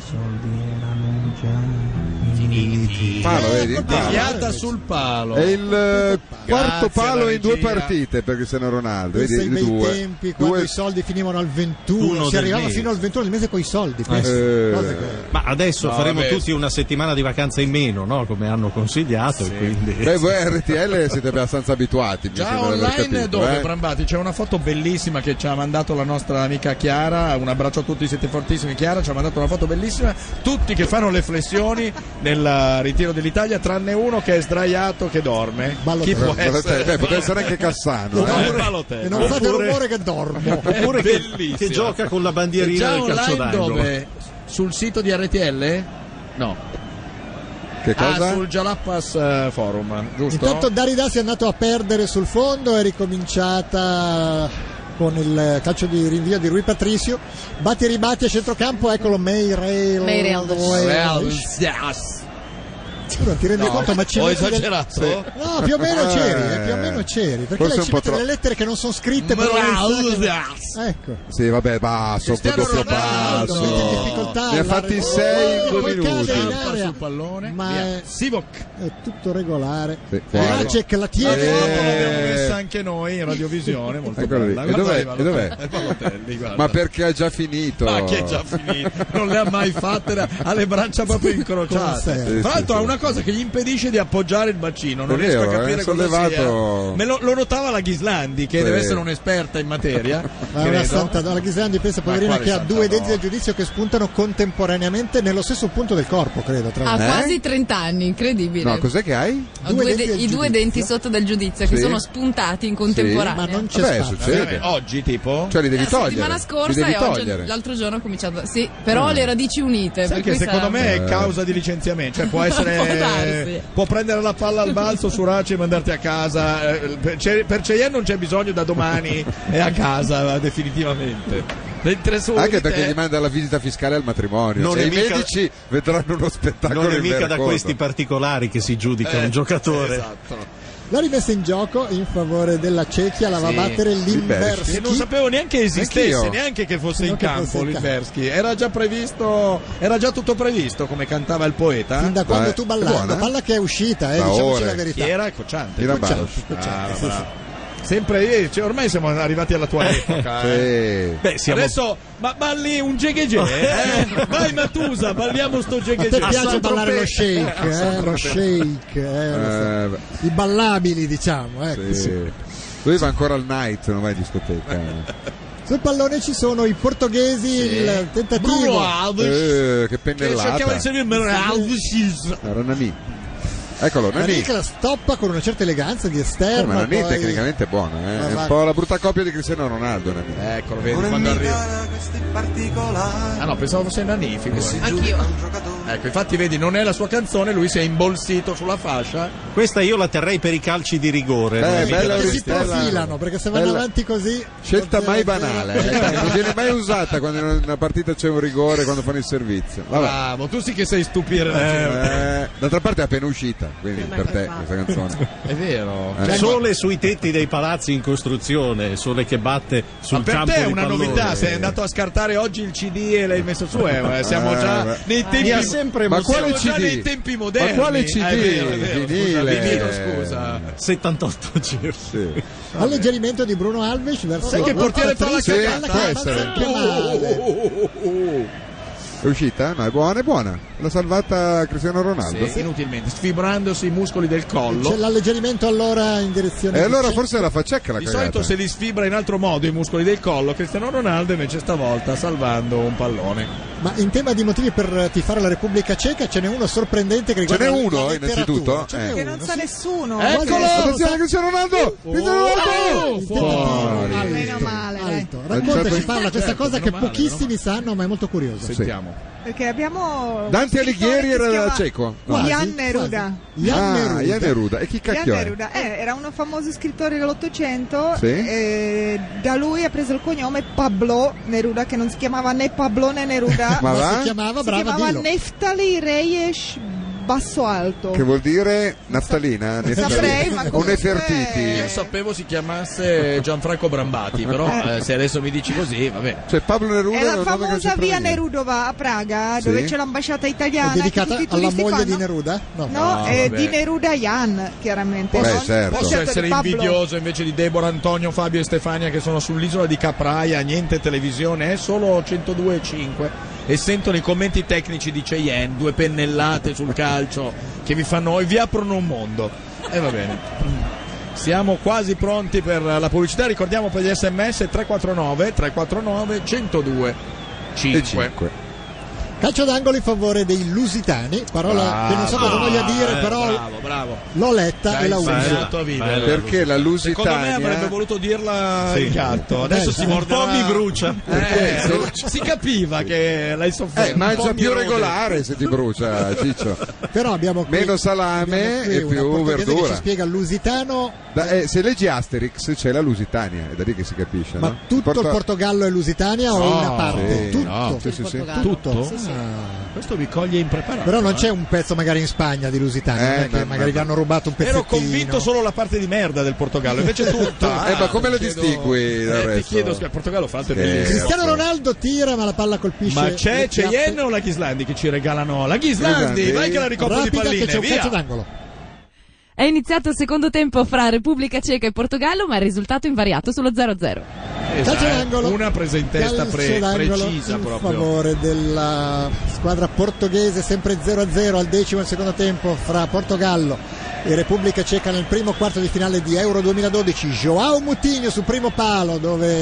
Speaker 7: Palo, vedi?
Speaker 3: Deviata sul palo.
Speaker 7: È il quarto palo in 2 partite per Cristiano Ronaldo.
Speaker 4: Vedi, i bei tempi quando i soldi finivano al 21, si arrivava fino al 21 del mese con i soldi.
Speaker 5: Ma adesso faremo tutti una settimana di vacanza in meno, no? Come hanno consigliato.
Speaker 3: Sì.
Speaker 5: Quindi...
Speaker 7: Beh, voi RTL siete abbastanza abituati.
Speaker 3: Già online dove, Brambati? C'è una foto bellissima che ci ha mandato la nostra amica Chiara. Un abbraccio a tutti, siete fortissimi. Chiara ci ha mandato una foto bellissima. Tutti che fanno le flessioni nel ritiro dell'Italia, tranne uno che è sdraiato che dorme. Chi può essere?
Speaker 7: Potrebbe essere anche Cassano.
Speaker 4: E non fate rumore che dormo.
Speaker 5: Oppure che gioca con la bandierina del calcio d'angolo.
Speaker 3: Dove? Sul sito di RTL? No.
Speaker 7: Che cosa?
Speaker 3: Sul Jalapas Forum, giusto?
Speaker 4: Intanto Daridassi è andato a perdere sul fondo, è ricominciata con il calcio di rinvio di Rui Patricio. Batti e ribatti a centrocampo, eccolo Meireles. Tu non ti rendi conto, ma ci
Speaker 3: ho esagerato?
Speaker 4: No, più o meno c'eri, perché
Speaker 7: forse
Speaker 4: lei ci mette delle lettere che non sono scritte. Ecco.
Speaker 7: Sì, vabbè, basso, doppio passo. Ne ha fatti 6 in 2 minuti.
Speaker 3: Sul pallone, ma è
Speaker 4: tutto regolare.
Speaker 3: Iracek la tiene. L'abbiamo messa anche noi in radiovisione, molto bella.
Speaker 7: E dov'è? Ma perché ha già finito?
Speaker 3: Ma che già finito? Non le ha mai fatte, ha le braccia proprio incrociate. Tra l'altro ha una cosa che gli impedisce di appoggiare il bacino, non riesco a capire cosa sia. Lo notava la Ghislandi, che deve essere un'esperta in materia.
Speaker 4: La Ghislandi, pensa, poverina, che ha 2 denti del giudizio che spuntano contemporaneamente nello stesso punto del corpo, credo.
Speaker 2: Ha quasi 30 anni, incredibile.
Speaker 7: No, cos'è che hai?
Speaker 2: I 2 denti sotto del giudizio che sono spuntati in contemporanea.
Speaker 4: Ma non c'è spazio.
Speaker 7: Succede.
Speaker 3: Oggi tipo?
Speaker 7: Cioè li devi togliere.
Speaker 2: La settimana scorsa e oggi, l'altro giorno ho cominciato. Sì, però le radici unite.
Speaker 3: Sai che secondo me è causa di licenziamento, cioè può essere. Può prendere la palla al balzo su Raci e mandarti a casa. Per Cheyenne non c'è bisogno, da domani è a casa definitivamente.
Speaker 7: Anche perché gli manda la visita fiscale al matrimonio. I medici vedranno uno spettacolo.
Speaker 5: Non è mica da questi particolari che si giudica un giocatore.
Speaker 3: Esatto.
Speaker 4: La rimessa in gioco in favore della Cechia, la va a battere Limberski.
Speaker 3: Che non sapevo neanche esistesse, neanche che fosse in campo Limberski. Era già previsto, era già tutto previsto come cantava il poeta.
Speaker 4: Fin da quando tu ballavi, la palla che è uscita, diciamoci la verità.
Speaker 3: Chi era? Cocciante. Sempre ormai siamo arrivati alla tua epoca. Adesso balli un jeghe. Vai Matusa, balliamo sto jeghe.
Speaker 4: A te piace ballare lo shake, lo shake, i ballabili, diciamo.
Speaker 7: Lui va ancora al night, non vai in discoteca.
Speaker 4: Sul pallone ci sono i portoghesi, il tentativo.
Speaker 7: Che pennellata.
Speaker 3: Cercava di servire
Speaker 7: Ranami. Eccolo, Nani
Speaker 4: che la stoppa con una certa eleganza di esterno.
Speaker 7: Ma Nani tecnicamente è buono, è un po' la brutta copia di Cristiano Ronaldo. Nani.
Speaker 3: Eccolo, vedi quando arriva. Ah no, pensavo fosse Nani.
Speaker 9: Anch'io.
Speaker 3: Ecco, infatti vedi, non è la sua canzone, lui si è imbolsito sulla fascia.
Speaker 5: Questa io la terrei per i calci di rigore.
Speaker 4: Bella si profilano, perché se vanno avanti così.
Speaker 7: Scelta mai banale, non viene mai usata quando in una partita c'è un rigore, quando fanno il servizio.
Speaker 3: Bravo, tu sì che sei stupire la gente.
Speaker 7: D'altra parte è appena uscita. Quindi per te questa canzone
Speaker 3: è vero,
Speaker 5: Sole sui tetti dei palazzi in costruzione, Sole che batte sul campo di pallone.
Speaker 3: Per te è una novità, sei andato a scartare oggi il CD e l'hai messo su, siamo già nei tempi,
Speaker 7: ma quale CD?
Speaker 3: Già nei tempi moderni.
Speaker 7: Ma quale CD?
Speaker 3: Vinilo, scusa.
Speaker 5: 78 giri.
Speaker 7: Sì.
Speaker 4: Alleggerimento di Bruno Alves verso
Speaker 3: sai che portiere fa la cagata?
Speaker 7: Può essere. È uscita? No, è buona. L'ha salvata Cristiano Ronaldo.
Speaker 3: Sì, inutilmente, sfibrandosi i muscoli del collo.
Speaker 4: C'è l'alleggerimento allora in direzione.
Speaker 7: E allora forse la Facecca la
Speaker 3: di
Speaker 7: cagata.
Speaker 3: solito se li sfibra in altro modo i muscoli del collo, Cristiano Ronaldo invece stavolta salvando un pallone.
Speaker 4: Ma in tema di motivi per tifare la Repubblica Ceca ce n'è uno sorprendente che riguarda.
Speaker 7: Ce n'è uno innanzitutto?
Speaker 8: Che non sa nessuno.
Speaker 3: Eccolo!
Speaker 7: Attenzione Cristiano Ronaldo!
Speaker 8: Fuori! Meno male.
Speaker 4: Alto. Raccontaci, parla questa cosa che pochissimi sanno, ma è molto curiosa.
Speaker 3: Sentiamo.
Speaker 8: Perché abbiamo
Speaker 7: Dante Alighieri era ceco.
Speaker 8: Jan Neruda.
Speaker 7: Jan Neruda. E chi cacchio è?
Speaker 8: Neruda era un famoso scrittore dell'Ottocento.
Speaker 7: Sì?
Speaker 8: Da lui ha preso il cognome Pablo Neruda, che non si chiamava né Pablo né Neruda,
Speaker 4: ma si chiamava
Speaker 8: Neftali Reyes Basso Alto.
Speaker 7: Che vuol dire naftalina?
Speaker 8: Saprei, ma
Speaker 7: o Nefertiti?
Speaker 3: Io sapevo si chiamasse Gianfranco Brambati, però se adesso mi dici così, vabbè.
Speaker 7: Cioè Pablo Neruda
Speaker 8: è la famosa via Nerudova a Praga, dove c'è l'ambasciata italiana.
Speaker 4: È dedicata alla moglie di Neruda?
Speaker 8: No, è di Neruda Jan, chiaramente.
Speaker 7: Certo.
Speaker 3: Posso essere invidioso invece di Deborah, Antonio, Fabio e Stefania che sono sull'isola di Capraia, niente televisione, è solo 102,5 e sentono i commenti tecnici di Cheyenne, due pennellate sul calcio che vi fanno e vi aprono un mondo. E va bene. Siamo quasi pronti per la pubblicità, ricordiamo per gli SMS 349 102 5.
Speaker 4: Calcio d'angolo in favore dei lusitani, parola che non so cosa voglia dire, però
Speaker 3: bravo.
Speaker 4: l'ho letta e la uso.
Speaker 7: Perché la Lusitania,
Speaker 3: secondo me avrebbe voluto dirla il gatto, adesso si mordeva.
Speaker 5: Un po' mi brucia.
Speaker 3: Si capiva che l'hai sofferto.
Speaker 7: Mangia più regolare se ti brucia, Ciccio.
Speaker 4: Però abbiamo qui,
Speaker 7: meno salame e più verdura.
Speaker 4: Che ci spiega lusitano.
Speaker 7: Se leggi Asterix c'è la Lusitania, è da lì che si capisce.
Speaker 4: Ma
Speaker 7: no?
Speaker 4: tutto il Portogallo è Lusitania o una parte?
Speaker 7: Tutto.
Speaker 3: Questo mi coglie impreparato.
Speaker 4: Però non c'è un pezzo magari in Spagna di Lusitania, che magari vi hanno rubato un pezzettino.
Speaker 3: Ero convinto solo la parte di merda del Portogallo, invece tutta.
Speaker 7: Ma come la distingui dal resto?
Speaker 3: Ti chiedo, il Portogallo fa bellissimo.
Speaker 4: Cristiano Ronaldo tira, ma la palla colpisce.
Speaker 3: Ma c'è Cheyenne o la Ghislandi che ci regalano? La Ghislandi, vai che la ricopro di palline,
Speaker 4: che c'è un
Speaker 3: via.
Speaker 4: calcio d'angolo.
Speaker 11: È iniziato il secondo tempo fra Repubblica Ceca e Portogallo, ma il risultato invariato sullo 0-0.
Speaker 4: Calcio d'angolo,
Speaker 3: una presa in testa precisa
Speaker 4: in
Speaker 3: proprio.
Speaker 4: favore della squadra portoghese, sempre 0-0 al decimo del secondo tempo fra Portogallo e Repubblica Ceca nel primo quarto di finale di Euro 2012. João Moutinho sul primo palo dove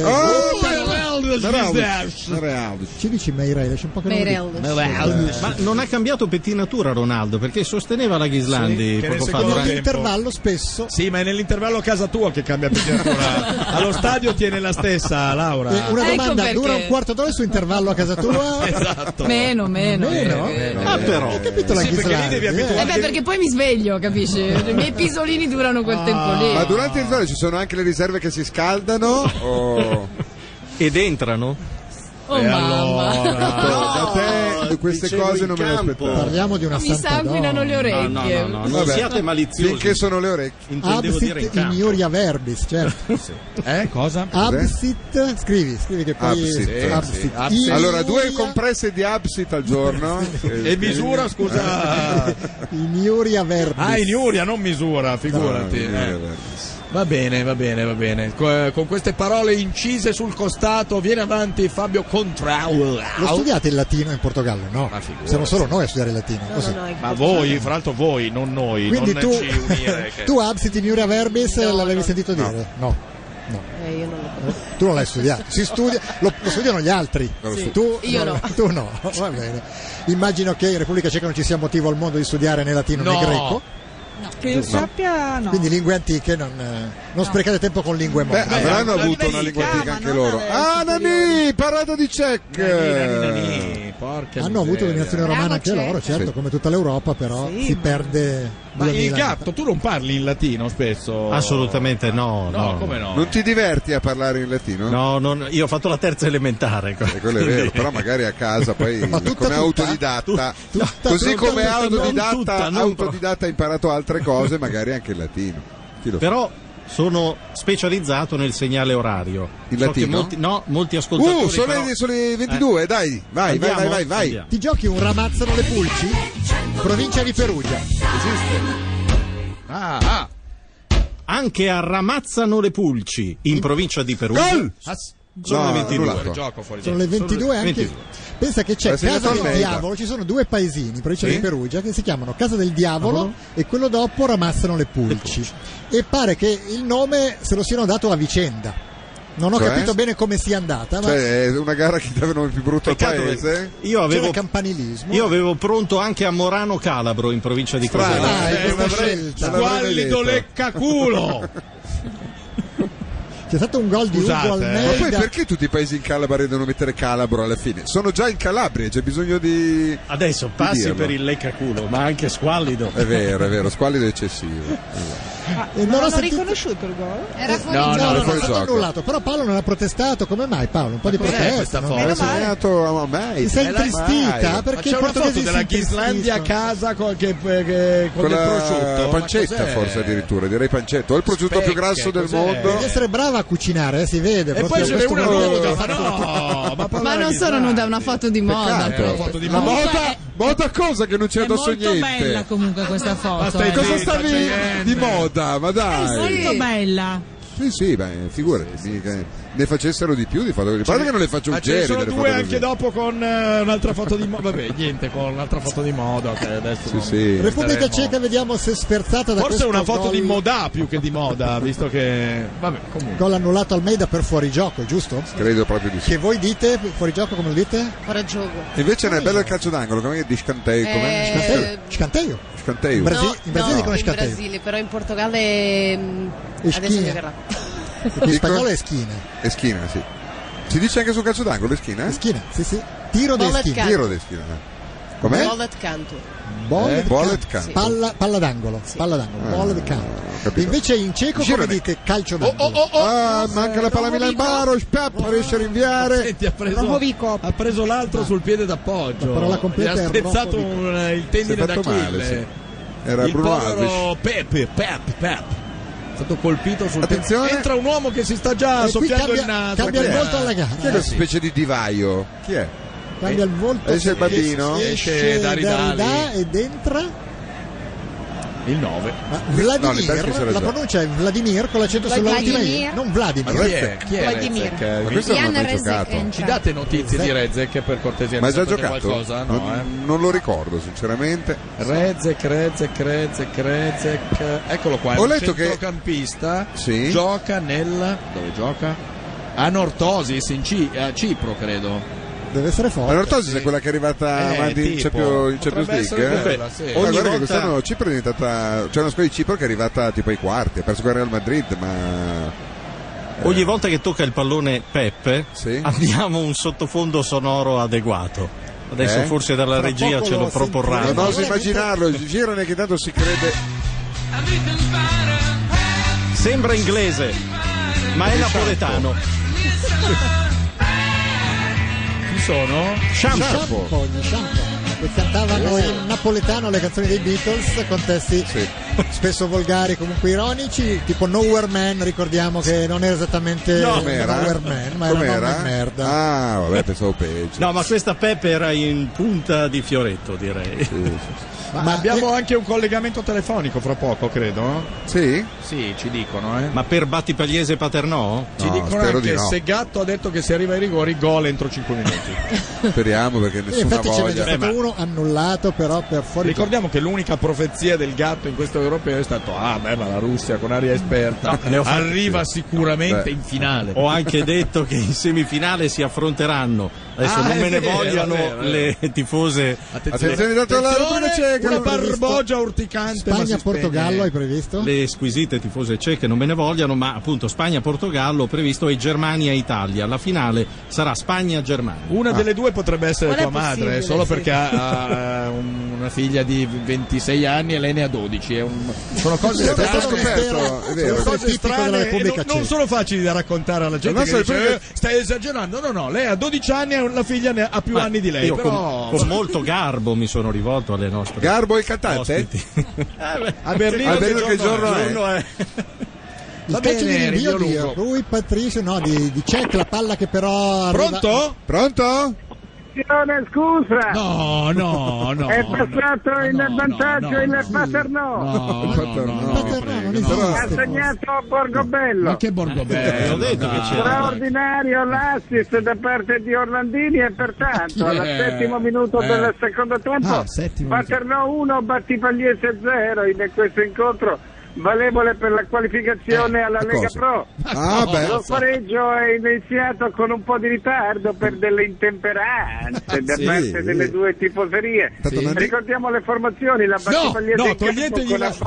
Speaker 4: ci dici Meireles un po' che
Speaker 5: ma non ha cambiato pettinatura Ronaldo, perché sosteneva la Ghislandi poco fa
Speaker 4: nell'intervallo spesso.
Speaker 3: Sì, ma è nell'intervallo a casa tua che cambia pettinatura. Allo stadio tiene la stessa, Laura.
Speaker 4: Una domanda, dura un quarto d'ora su intervallo a casa tua?
Speaker 3: Esatto.
Speaker 11: Meno.
Speaker 5: Ah, però
Speaker 4: ho capito la Ghislandi,
Speaker 3: perché lì devi abituarti.
Speaker 11: Perché poi mi sveglio, capisci? I miei pisolini durano quel tempo lì.
Speaker 7: Ma durante il gioco ci sono anche le riserve che si scaldano?
Speaker 5: Ed entrano?
Speaker 6: Oh mamma.
Speaker 7: Da te queste cose non me le aspettavo.
Speaker 4: Parliamo di una
Speaker 2: Mi sanguinano le orecchie.
Speaker 5: No, non siate maliziosi.
Speaker 7: Finché sono le orecchie.
Speaker 5: Intendevo dire in
Speaker 4: Absit
Speaker 5: campo.
Speaker 4: iniuria verbis, certo.
Speaker 3: Cosa?
Speaker 4: Absit, scrivi che poi
Speaker 7: Absit. Allora 2 compresse di Absit al giorno.
Speaker 3: E misura, scusa.
Speaker 4: Iniuria verbis.
Speaker 3: Iniuria, non misura, figurati. Va bene. Con queste parole incise sul costato viene avanti Fabio Contrau.
Speaker 4: Lo studiate il latino in Portogallo? No, siamo solo noi a studiare il latino.
Speaker 3: Ma voi, fra l'altro voi, non noi.
Speaker 4: Quindi
Speaker 3: non
Speaker 4: tu,
Speaker 3: ci unire che...
Speaker 4: tu Absit iniuria verbis l'avevi sentito dire? No.
Speaker 9: Io non lo conosco.
Speaker 4: Tu non l'hai studiato, si studia, lo studiano gli altri.
Speaker 9: Sì.
Speaker 4: Io no. Va bene. Immagino che in Repubblica Ceca non ci sia motivo al mondo di studiare né latino né greco.
Speaker 8: No. Che io sappia, no.
Speaker 4: Quindi lingue antiche non sprecate tempo con lingue moderne.
Speaker 7: Avranno avuto una lingua antica anche loro. Nani, parlato di Cech.
Speaker 4: Hanno avuto dominazione romana anche loro, certo, come tutta l'Europa, però si perde.
Speaker 3: Ma il gatto, tu non parli in latino spesso?
Speaker 5: Assolutamente no.
Speaker 3: Come no?
Speaker 7: Non ti diverti a parlare in latino?
Speaker 5: No, io ho fatto la terza elementare.
Speaker 7: Quello è vero, però magari a casa poi come autodidatta, così come autodidatta ha imparato altre cose, magari anche il latino.
Speaker 5: Però sono specializzato nel segnale orario.
Speaker 7: In latino?
Speaker 5: Molti ascoltatori.
Speaker 7: Sono le 22, dai, vai.
Speaker 5: Andiamo.
Speaker 4: Ti giochi un Ramazzano le Pulci? Provincia di Perugia.
Speaker 5: Esiste. Anche a Ramazzano le Pulci, in provincia di Perugia. Sono le 22.
Speaker 4: Sono le 22 anche. 22. Pensa che c'è Casa del Diavolo, ci sono 2 paesini in provincia di Perugia che si chiamano Casa del Diavolo e quello dopo Ramazzano le Pulci. E pare che il nome se lo siano dato a vicenda. Non ho capito bene come sia andata, ma
Speaker 7: è una gara che dava il nome più brutto al paese.
Speaker 4: C'era campanilismo.
Speaker 5: Io avevo pronto anche a Morano Calabro in provincia di Crotone.
Speaker 3: Squallido leccaculo.
Speaker 4: C'è stato un gol di Ugo Almeida.
Speaker 7: Ma poi perché tutti i paesi in Calabria devono mettere Calabro alla fine? Sono già in Calabria, c'è bisogno di...
Speaker 5: Adesso passi per il leccaculo, ma anche squallido.
Speaker 7: È vero, squallido eccessivo.
Speaker 8: Non ho riconosciuto il gol?
Speaker 10: Era fuori
Speaker 4: gioco.
Speaker 10: gioco.
Speaker 4: Non è stato annullato, però Paolo non ha protestato. Come mai, Paolo? Un po' di protesta.
Speaker 7: Ti
Speaker 4: sei intristita perché
Speaker 3: c'è una foto della Ghislandia a casa con il prosciutto,
Speaker 7: pancetta forse addirittura, direi pancetta, o il prosciutto più grasso del mondo.
Speaker 4: Devi essere brava a cucinare, si vede.
Speaker 3: E poi ce n'è una nuda.
Speaker 2: Ma non sono nuda, una foto di moda.
Speaker 7: Moda cosa che non c'è addosso niente.
Speaker 6: È molto bella comunque questa foto.
Speaker 7: Cosa stavi di moda? Ma dai.
Speaker 6: È molto bella.
Speaker 7: Sì, figurati, ne facessero di più di foto così. Guarda che non le faccio un
Speaker 3: ce ne sono 2 anche dopo con un'altra foto di moda. Vabbè, niente, con un'altra foto di moda che adesso
Speaker 4: Repubblica Ceca, vediamo se sferzata da
Speaker 3: forse
Speaker 4: questo
Speaker 3: una foto
Speaker 4: gol.
Speaker 3: di moda più che di moda, visto che vabbè, comunque.
Speaker 4: Gol annullato Almeida per fuorigioco, giusto?
Speaker 7: Credo proprio di sì.
Speaker 4: Che voi dite fuorigioco, come lo dite?
Speaker 9: Fuori gioco.
Speaker 7: Invece non è bello il calcio d'angolo, come di Scanteio,
Speaker 4: Scanteio.
Speaker 7: Scanteio.
Speaker 4: In Brasile dicono
Speaker 9: in
Speaker 4: Scanteio.
Speaker 9: Brasile, però in Portogallo adesso giocherà.
Speaker 4: Perché in spagnolo è schina.
Speaker 7: È schina, sì. Si dice anche sul calcio d'angolo, è schina?
Speaker 4: È schina, sì. Tiro di schina.
Speaker 7: Tiro di schina. Com'è?
Speaker 9: Bollet canto.
Speaker 7: Bollet canto.
Speaker 4: Palla d'angolo. Bollet canto. Invece in ceco come dite calcio d'angolo.
Speaker 7: Manca la palla Milan Baros, riesce a rinviare.
Speaker 3: Senti, ha preso l'altro sul piede d'appoggio.
Speaker 4: La parola completa
Speaker 3: ha spezzato il tendine d'Achille.
Speaker 7: Era
Speaker 3: il
Speaker 7: Bruno
Speaker 3: povero Pep. È stato colpito sul
Speaker 7: Attenzione.
Speaker 3: Entra un uomo che si sta già soffiando il naso.
Speaker 4: Cambia il volto alla gara.
Speaker 7: Chi è una specie di divaio? Chi è?
Speaker 4: Cambia il volto.
Speaker 7: Esce il bambino.
Speaker 4: Esce Derrida ed entra
Speaker 3: il 9.
Speaker 4: Vladimir, la pronuncia è Vladimir con l'accento sull'ultima I. Non Vladimir.
Speaker 3: Chi è
Speaker 10: Vladimir.
Speaker 7: Ma questo non l'ho mai giocato.
Speaker 3: Ci date notizie di Rezek per cortesia?
Speaker 7: Ma hai già giocato?
Speaker 3: Qualcosa?
Speaker 7: Non lo ricordo sinceramente.
Speaker 3: Rezek. Eccolo qua.
Speaker 7: Ho letto che
Speaker 3: centrocampista gioca dove gioca? A Nortosis in Cipro, credo.
Speaker 4: Deve essere forte.
Speaker 7: Ma Nortosis è quella che è arrivata avanti in Champions League? Guarda che quest'anno Cipro è diventata. C'è una squadra di Cipro che è arrivata tipo ai quarti, ha perso con il Real Madrid, ma
Speaker 5: ogni volta che tocca il pallone Peppe abbiamo un sottofondo sonoro adeguato. Adesso forse dalla regia ce lo proporranno.
Speaker 7: Non oso immaginarlo, girane che tanto si crede.
Speaker 5: Sembra inglese, ma è napoletano.
Speaker 3: sono?
Speaker 4: Shampoo, che cantavano in napoletano le canzoni dei Beatles con testi spesso volgari, comunque ironici, tipo Nowhere Man. Ricordiamo che non era esattamente Nowhere Man, ma era una merda.
Speaker 7: Ah, vabbè, pensavo peggio.
Speaker 5: No, ma questa Peppe era in punta di fioretto, direi.
Speaker 3: Sì. Ma abbiamo anche un collegamento telefonico fra poco, credo.
Speaker 7: Sì?
Speaker 3: Sì, ci dicono,
Speaker 5: Ma per Battipagliese e Paternò?
Speaker 3: Ci dicono anche se Gatto ha detto che se arriva ai rigori, gol entro 5 minuti.
Speaker 7: Speriamo, perché nessuna
Speaker 4: infatti
Speaker 7: voglia.
Speaker 4: Infatti ce n'è stato uno annullato, però per fuori.
Speaker 3: Ricordiamo che l'unica profezia del Gatto in questo europeo è stato ma la Russia con aria esperta arriva sicuramente in finale.
Speaker 5: Ho anche detto che in semifinale si affronteranno. Adesso non me ne vogliano le tifose.
Speaker 7: Attenzione, dato la Repubblica Ceca.
Speaker 3: Una barbogia urticante.
Speaker 4: Spagna-Portogallo hai previsto?
Speaker 5: Le squisite tifose ceche non me ne vogliano, ma appunto Spagna-Portogallo previsto e Germania-Italia. La finale sarà Spagna-Germania.
Speaker 3: Una delle due potrebbe essere tua madre, solo perché ha una figlia di 26 anni e lei ne ha 12. Sono cose strane, non sono facili da raccontare alla gente che dice, stai esagerando. No, lei ha 12 anni e la figlia ne ha più anni di lei.
Speaker 5: Io
Speaker 3: però...
Speaker 5: con molto garbo mi sono rivolto alle nostre
Speaker 7: Garbo il cantante?
Speaker 3: A Berlino che giorno è?
Speaker 4: Il calcio di rinvio di Rui Patricio, di Cech, la palla che però
Speaker 7: Pronto?
Speaker 12: Scusa,
Speaker 3: no,
Speaker 12: è passato in vantaggio il Paternò. Ha segnato Borgobello.
Speaker 3: Ma che Borgobello?
Speaker 5: Ho detto che c'era
Speaker 12: straordinario l'assist da parte di Orlandini e pertanto al settimo minuto del secondo tempo Paternò 1, Battipagliese 0 in questo incontro valevole per la qualificazione alla Lega Pro. Lo pareggio è iniziato con un po' di ritardo per delle intemperanze da parte delle due tifoserie. Ricordiamo le formazioni, la Battipagliese
Speaker 3: toglietegli la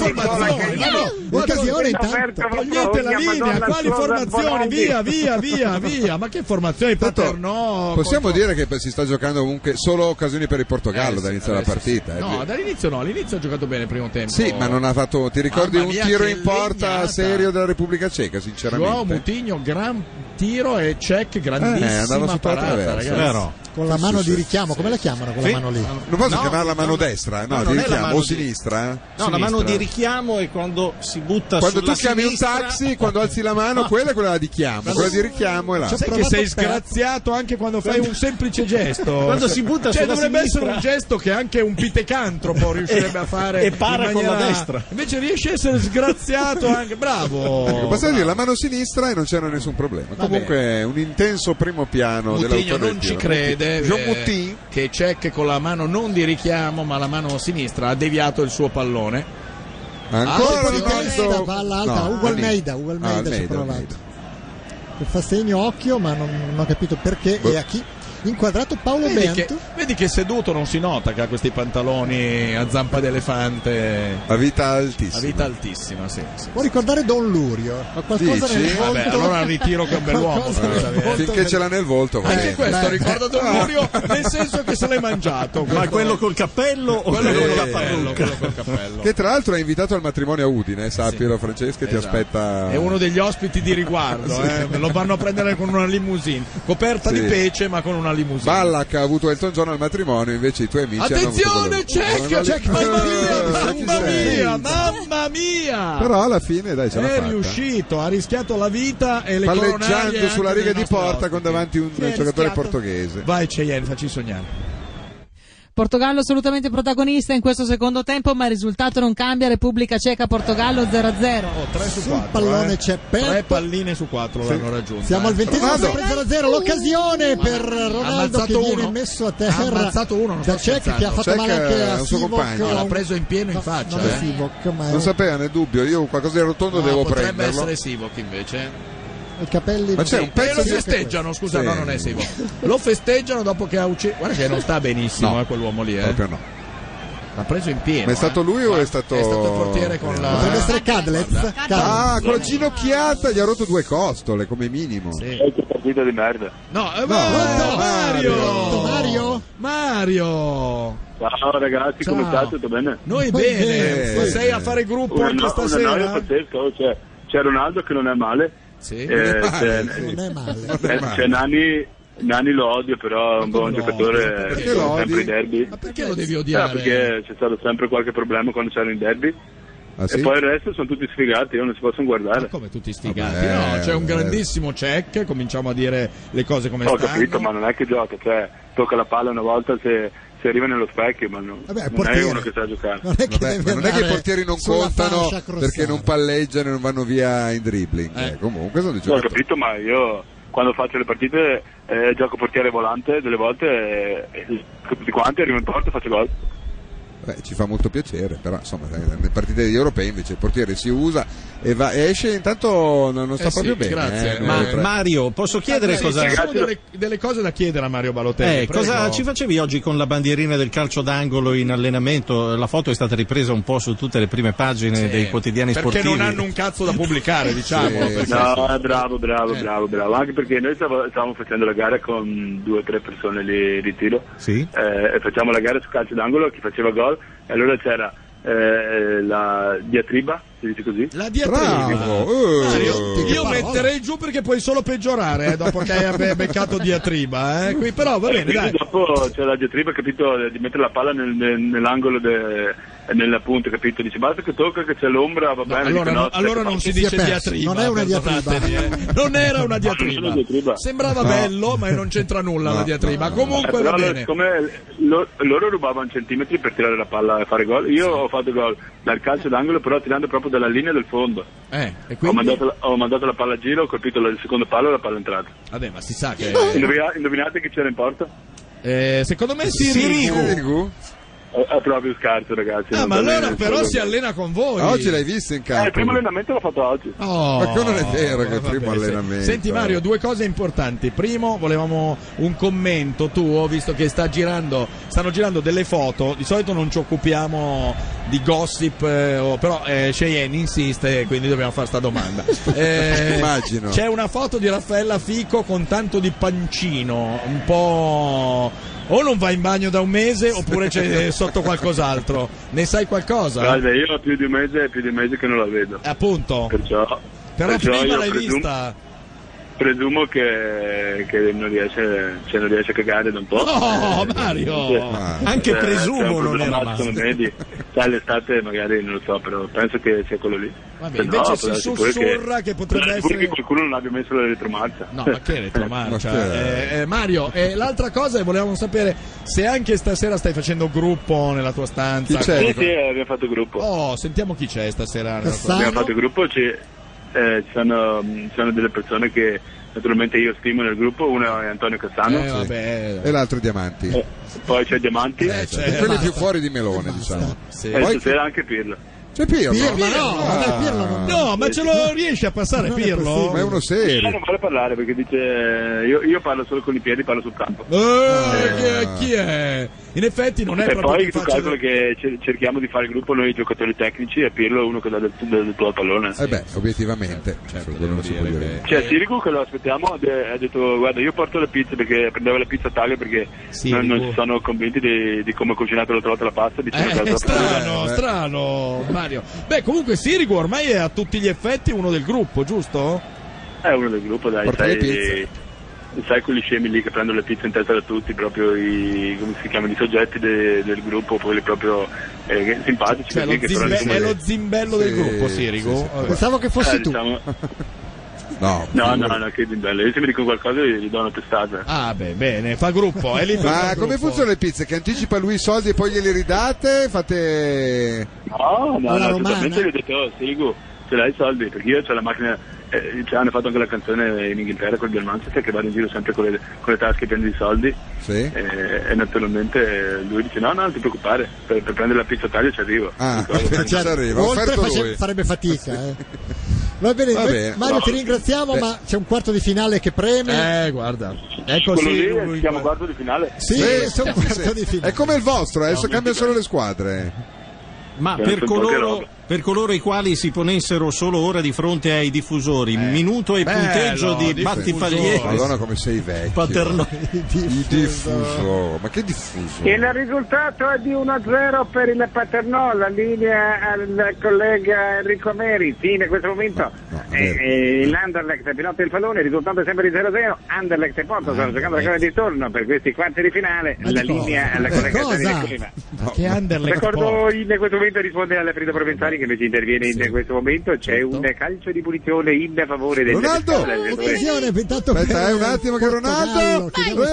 Speaker 4: occasione intanto.
Speaker 3: Togliete la linea, quali formazioni? Via. Ma che formazioni? Paternò.
Speaker 7: Possiamo dire che si sta giocando comunque solo occasioni per il Portogallo dall'inizio della partita.
Speaker 3: No, dall'inizio all'inizio ha giocato bene il primo tempo.
Speaker 7: Sì, ma non ha fatto, ti ricordi un tiro in porta serio della Repubblica Ceca, sinceramente.
Speaker 3: Joao Moutinho, gran tiro, e Cech grandissima parata, ragazzi.
Speaker 4: Con la mano di richiamo, come la chiamano quella mano lì?
Speaker 7: Non posso chiamarla mano destra, di richiamo, o sinistra?
Speaker 5: No, la mano di richiamo è quando si butta
Speaker 7: quando
Speaker 5: sulla
Speaker 7: tu chiami
Speaker 5: sinistra.
Speaker 7: un taxi, quando alzi la mano, quella è quella di chiamo, quella di richiamo è là.
Speaker 3: Sai che sei sgraziato anche quando fai un semplice gesto.
Speaker 5: Quando si butta sulla
Speaker 3: dovrebbe
Speaker 5: sinistra.
Speaker 3: essere un gesto che anche un pitecantropo riuscirebbe a fare
Speaker 5: e para con la destra.
Speaker 3: Invece riesce a essere sgraziato anche, bravo.
Speaker 7: Posso dire la mano sinistra e non c'era nessun problema. Comunque un intenso primo piano dell'autore.
Speaker 3: Non ci crede.
Speaker 7: Jean Moutinho,
Speaker 3: che Cech con la mano non di richiamo ma la mano sinistra ha deviato il suo pallone.
Speaker 4: Ancora di testa, palla alta, Ugualmeida ci ha provato. Fa segno occhio, ma non ho capito perché e a chi. Inquadrato Paolo Bento.
Speaker 3: Vedi che seduto non si nota che ha questi pantaloni a zampa d'elefante.
Speaker 7: A vita altissima.
Speaker 3: Sì.
Speaker 4: Può ricordare Don Lurio, ha qualcosa nel volto.
Speaker 3: Vabbè, allora ritiro che è un bell'uomo.
Speaker 7: Finché ce l'ha nel volto.
Speaker 3: Anche questo ricorda Don Lurio, nel senso che se l'è mangiato.
Speaker 5: Ma quello col cappello o quello con la parrucca?
Speaker 3: Col cappello.
Speaker 7: Che tra l'altro è invitato al matrimonio a Udine, sappilo Francesca, ti aspetta.
Speaker 3: È uno degli ospiti di riguardo, lo vanno a prendere con una limousine, coperta di pece ma con una limousine.
Speaker 7: Ballack ha avuto Elton John al matrimonio, invece i tuoi amici
Speaker 3: attenzione, Cech, mamma mia.
Speaker 7: Però alla fine dai, ce l'ha fatta.
Speaker 3: È riuscito, ha rischiato la vita e le
Speaker 7: palleggiando sulla riga di porta con davanti un giocatore portoghese.
Speaker 3: Vai Cheyenne, facci sognare.
Speaker 6: Portogallo assolutamente protagonista in questo secondo tempo, ma il risultato non cambia. Repubblica Ceca Portogallo 0-0.
Speaker 3: 3 su 4.
Speaker 4: Il pallone c'è
Speaker 3: 3 palline su 4 l'hanno raggiunto.
Speaker 4: Siamo al 20esimo, 0-0. L'occasione per Ronaldo che viene messo a terra.
Speaker 3: Ha ammazzato uno, non
Speaker 4: da Cech che ha fatto male anche a
Speaker 7: suo compagno.
Speaker 3: L'ha preso in pieno in faccia.
Speaker 7: Non sapeva né dubbio, io qualcosa di rotondo devo prenderlo.
Speaker 3: Potrebbe essere Sivok invece.
Speaker 4: I capelli,
Speaker 7: ma c'è un pezzo
Speaker 3: lo festeggiano, scusa, no, non è Sivok. Lo festeggiano dopo che ha ucciso. Guarda che non sta benissimo, quell'uomo lì,
Speaker 7: proprio no.
Speaker 3: L'ha preso in pieno.
Speaker 7: Ma è stato lui o è stato
Speaker 3: il portiere con la.
Speaker 4: Potrebbe essere Cadlez.
Speaker 7: Con la ginocchiata gli ha rotto 2 costole come minimo.
Speaker 12: Sì. Che partita di merda.
Speaker 3: No, Mario.
Speaker 12: Ciao ragazzi, come state? Tutto bene?
Speaker 3: Noi bene. Sei a fare gruppo anche stasera?
Speaker 12: Una noia pazzesca, c'è Ronaldo che non è male.
Speaker 3: Sì.
Speaker 4: Non è male.
Speaker 12: C'è Nani
Speaker 13: Nani lo odio, però è un buon giocatore, sempre i derby.
Speaker 3: Ma perché lo devi odiare?
Speaker 13: Perché c'è stato sempre qualche problema quando c'erano i derby.
Speaker 7: Sì?
Speaker 13: E poi il resto sono tutti sfigati, non si possono guardare.
Speaker 3: Ma come tutti sfigati? No, c'è un grandissimo Cech, cominciamo a dire le cose come stanno.
Speaker 13: Ho capito, ma non è che gioca, cioè tocca la palla una volta se arriva nello specchio, ma non è uno che sa giocare.
Speaker 7: Non è che i portieri non contano perché non palleggiano e non vanno via in dribbling. Comunque sono
Speaker 13: Ho capito, ma io quando faccio le partite gioco portiere volante, delle volte tutti quanti arrivo in porta e faccio gol.
Speaker 7: Ci fa molto piacere, però insomma nelle partite degli europei invece il portiere si usa e esce, intanto non sta proprio bene.
Speaker 3: Grazie.
Speaker 5: Mario, posso chiedere cosa...
Speaker 3: delle cose da chiedere a Mario Balotelli.
Speaker 5: Cosa ci facevi oggi con la bandierina del calcio d'angolo in allenamento? La foto è stata ripresa un po' su tutte le prime pagine dei quotidiani sportivi.
Speaker 3: Perché non hanno un cazzo da pubblicare, diciamo.
Speaker 13: No, bravo. Anche perché noi stavamo facendo la gara con 2 o 3 persone lì in ritiro.
Speaker 5: Sì.
Speaker 13: E facciamo la gara su calcio d'angolo, chi faceva gol. E allora c'era la diatriba, si dice così?
Speaker 3: La diatriba. Io metterei giù perché puoi solo peggiorare dopo che hai beccato diatriba. Qui, però va bene, dai.
Speaker 13: Dopo c'è la diatriba, capito, di mettere la palla nell'angolo nella punta, capito? Dice basta che tocca, che c'è l'ombra, va bene.
Speaker 3: Allora non si dice diatriba.
Speaker 4: Non è una diatriba.
Speaker 3: Non era una diatriba. Sembrava bello, ma non c'entra nulla la diatriba. Comunque va bene.
Speaker 13: Come loro rubavano centimetri per tirare la palla e fare gol. Io ho fatto gol dal calcio d'angolo, però tirando proprio dalla linea del fondo.
Speaker 3: E quindi?
Speaker 13: Ho mandato la palla a giro, ho colpito il secondo palo e la palla è entrata.
Speaker 3: Vabbè, ma si sa che...
Speaker 13: Indovinate chi c'era in porta?
Speaker 3: Secondo me Sirigu.
Speaker 13: È proprio scarso, ragazzi.
Speaker 3: Ma allora però si allena con voi.
Speaker 7: Oggi l'hai visto in campo?
Speaker 13: Il primo allenamento l'ho fatto oggi.
Speaker 7: Ma non è vero che il primo allenamento.
Speaker 3: Senti Mario, 2 cose importanti. Primo, volevamo un commento tuo, visto che stanno girando delle foto. Di solito non ci occupiamo di gossip, però Cheyenne insiste, quindi dobbiamo fare sta domanda.
Speaker 7: Immagino.
Speaker 3: C'è una foto di Raffaella Fico con tanto di pancino, un po'... O non va in bagno da un mese oppure c'è sotto qualcos'altro. Ne sai qualcosa?
Speaker 13: Guarda, io ho più di un mese che non la vedo.
Speaker 3: Appunto.
Speaker 13: Però
Speaker 3: prima l'hai vista.
Speaker 13: Presumo che non riesce a cagare da un po'.
Speaker 3: No, Mario!
Speaker 5: Anche presumo non era male.
Speaker 13: Sai, l'estate magari non lo so, però penso che sia quello lì.
Speaker 3: Vabbè, invece si sussurra che potrebbe essere...
Speaker 13: che qualcuno non abbia messo l'elettromarcia.
Speaker 3: No, ma che retromarcia? Mario, l'altra cosa, volevamo sapere se anche stasera stai facendo gruppo nella tua stanza.
Speaker 13: Sì, abbiamo fatto gruppo.
Speaker 3: Sentiamo chi c'è stasera.
Speaker 13: Abbiamo fatto gruppo, ci sono delle persone che naturalmente io stimo nel gruppo. Uno è Antonio Cassano
Speaker 7: e l'altro Diamanti.
Speaker 13: Poi c'è Diamanti,
Speaker 7: quelli più fuori di melone, diciamo.
Speaker 13: Sì. E stasera anche Pirlo.
Speaker 7: C'è Pirlo?
Speaker 3: No, ma ce lo riesci a passare Pirlo?
Speaker 7: Ma è uno serio.
Speaker 13: Non vuole parlare perché dice io parlo solo con i piedi, parlo sul campo.
Speaker 3: Chi è? In effetti non è
Speaker 13: e
Speaker 3: proprio
Speaker 13: poi tu calcola che cerchiamo di fare il gruppo noi giocatori tecnici e Pirlo è uno che dà del tuo al pallone.
Speaker 7: Obiettivamente.
Speaker 13: C'è Sirigu che lo aspettiamo, ha detto guarda io porto le pizze perché prendeva le pizze a taglio perché non si sono convinti di come ho cucinato l'altra volta la pasta.
Speaker 3: Strano Mario. Beh, comunque Sirigu ormai è a tutti gli effetti uno del gruppo, giusto?
Speaker 13: È uno del gruppo, dai. Sai quegli scemi lì che prendono le pizze in testa da tutti, proprio come si chiamano, i soggetti del gruppo, quelli proprio simpatici.
Speaker 3: Cioè, è lo zimbello del gruppo, Sirigu?
Speaker 4: Pensavo che fossi tu.
Speaker 13: Diciamo... No, che zimbello. Io se mi dico qualcosa gli do una testata.
Speaker 3: Ah, bene, fa gruppo.
Speaker 7: Ma come funzionano le pizze? Che anticipa lui i soldi e poi glieli ridate? Fate...
Speaker 13: No, totalmente gli ho detto, Sirigu, ce l'hai i soldi? Perché io ho la macchina... hanno fatto anche la canzone in Inghilterra con il Manchester che va in giro sempre con le tasche piene di soldi.
Speaker 7: Sì.
Speaker 13: E naturalmente lui dice no non ti preoccupare, per prendere la pizza a taglio ci arrivo.
Speaker 7: Ci arriva.
Speaker 4: Oltre farebbe fatica. Va bene. Mario, ti ringraziamo, ma c'è un quarto di finale che preme.
Speaker 3: Guarda,
Speaker 13: quello lì si chiama quarto di finale.
Speaker 4: Sì, è un quarto di finale.
Speaker 7: È come il vostro, adesso cambiano solo le squadre.
Speaker 5: Ma per coloro Per coloro i quali si ponessero solo ora di fronte ai diffusori, minuto e punteggio di Battipagliese.
Speaker 7: Madonna come sei vecchio.
Speaker 5: Paternò.
Speaker 7: Il diffusore. Ma che diffusore?
Speaker 12: Il risultato è di 1-0 per il Paternò, la linea al collega Enrico Meri. Fine in questo momento l'Anderlecht pilota il pallone, il risultato è sempre di 0-0. Anderlecht e Porto stanno giocando la gara di torno per questi quarti di finale. La linea alla collega Gianni.
Speaker 3: Che Anderlecht?
Speaker 12: D'accordo, in questo momento risponde alla ferita Provenzali che invece interviene in questo momento. C'è un calcio di punizione in favore del
Speaker 7: Ronaldo. Aspetta, un attimo che Ronaldo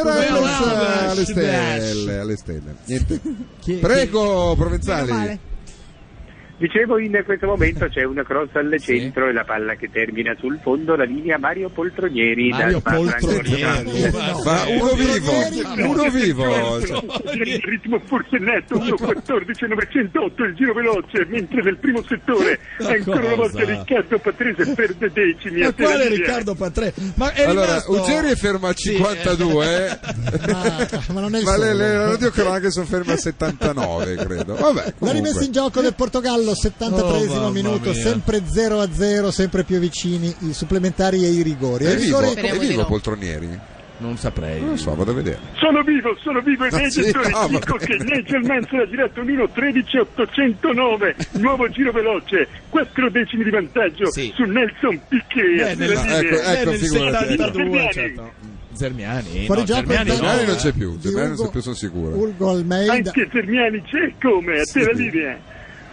Speaker 7: alle stelle. Niente. Prego Provenzali.
Speaker 12: Dicevo, in questo momento c'è una cross al centro e la palla che termina sul fondo, la linea Mario Poltronieri.
Speaker 7: Ma uno vivo.
Speaker 12: Il ritmo forsennato 1.14.908, il giro veloce, mentre nel primo settore ancora una volta Riccardo Patrese perde decimi.
Speaker 3: Ma quale Riccardo Patrese? Ma è rimasto...
Speaker 7: Ugeri è fermo a 52,
Speaker 4: ma non è il
Speaker 7: ma le radiocronache sono ferme a 79, credo. Vabbè,
Speaker 4: la rimessa in gioco del Portogallo, 73esimo minuto,
Speaker 3: mia.
Speaker 4: sempre 0-0, sempre più vicini i supplementari e i rigori.
Speaker 7: È vivo Poltronieri?
Speaker 3: Non saprei.
Speaker 7: Non lo so, vado a vedere.
Speaker 12: Sono vivo e nei gettori dico che Nigel Mansell ha girato un 1.13.809, nuovo giro veloce, 4 decimi di vantaggio su Nelson Piquet.
Speaker 7: Ecco, figurati.
Speaker 3: Zermiani.
Speaker 4: Fuori gioco
Speaker 7: Zermiani non c'è più, sono sicuro.
Speaker 4: Ulgo Almeida.
Speaker 12: Anche Zermiani c'è, come? A te la linea.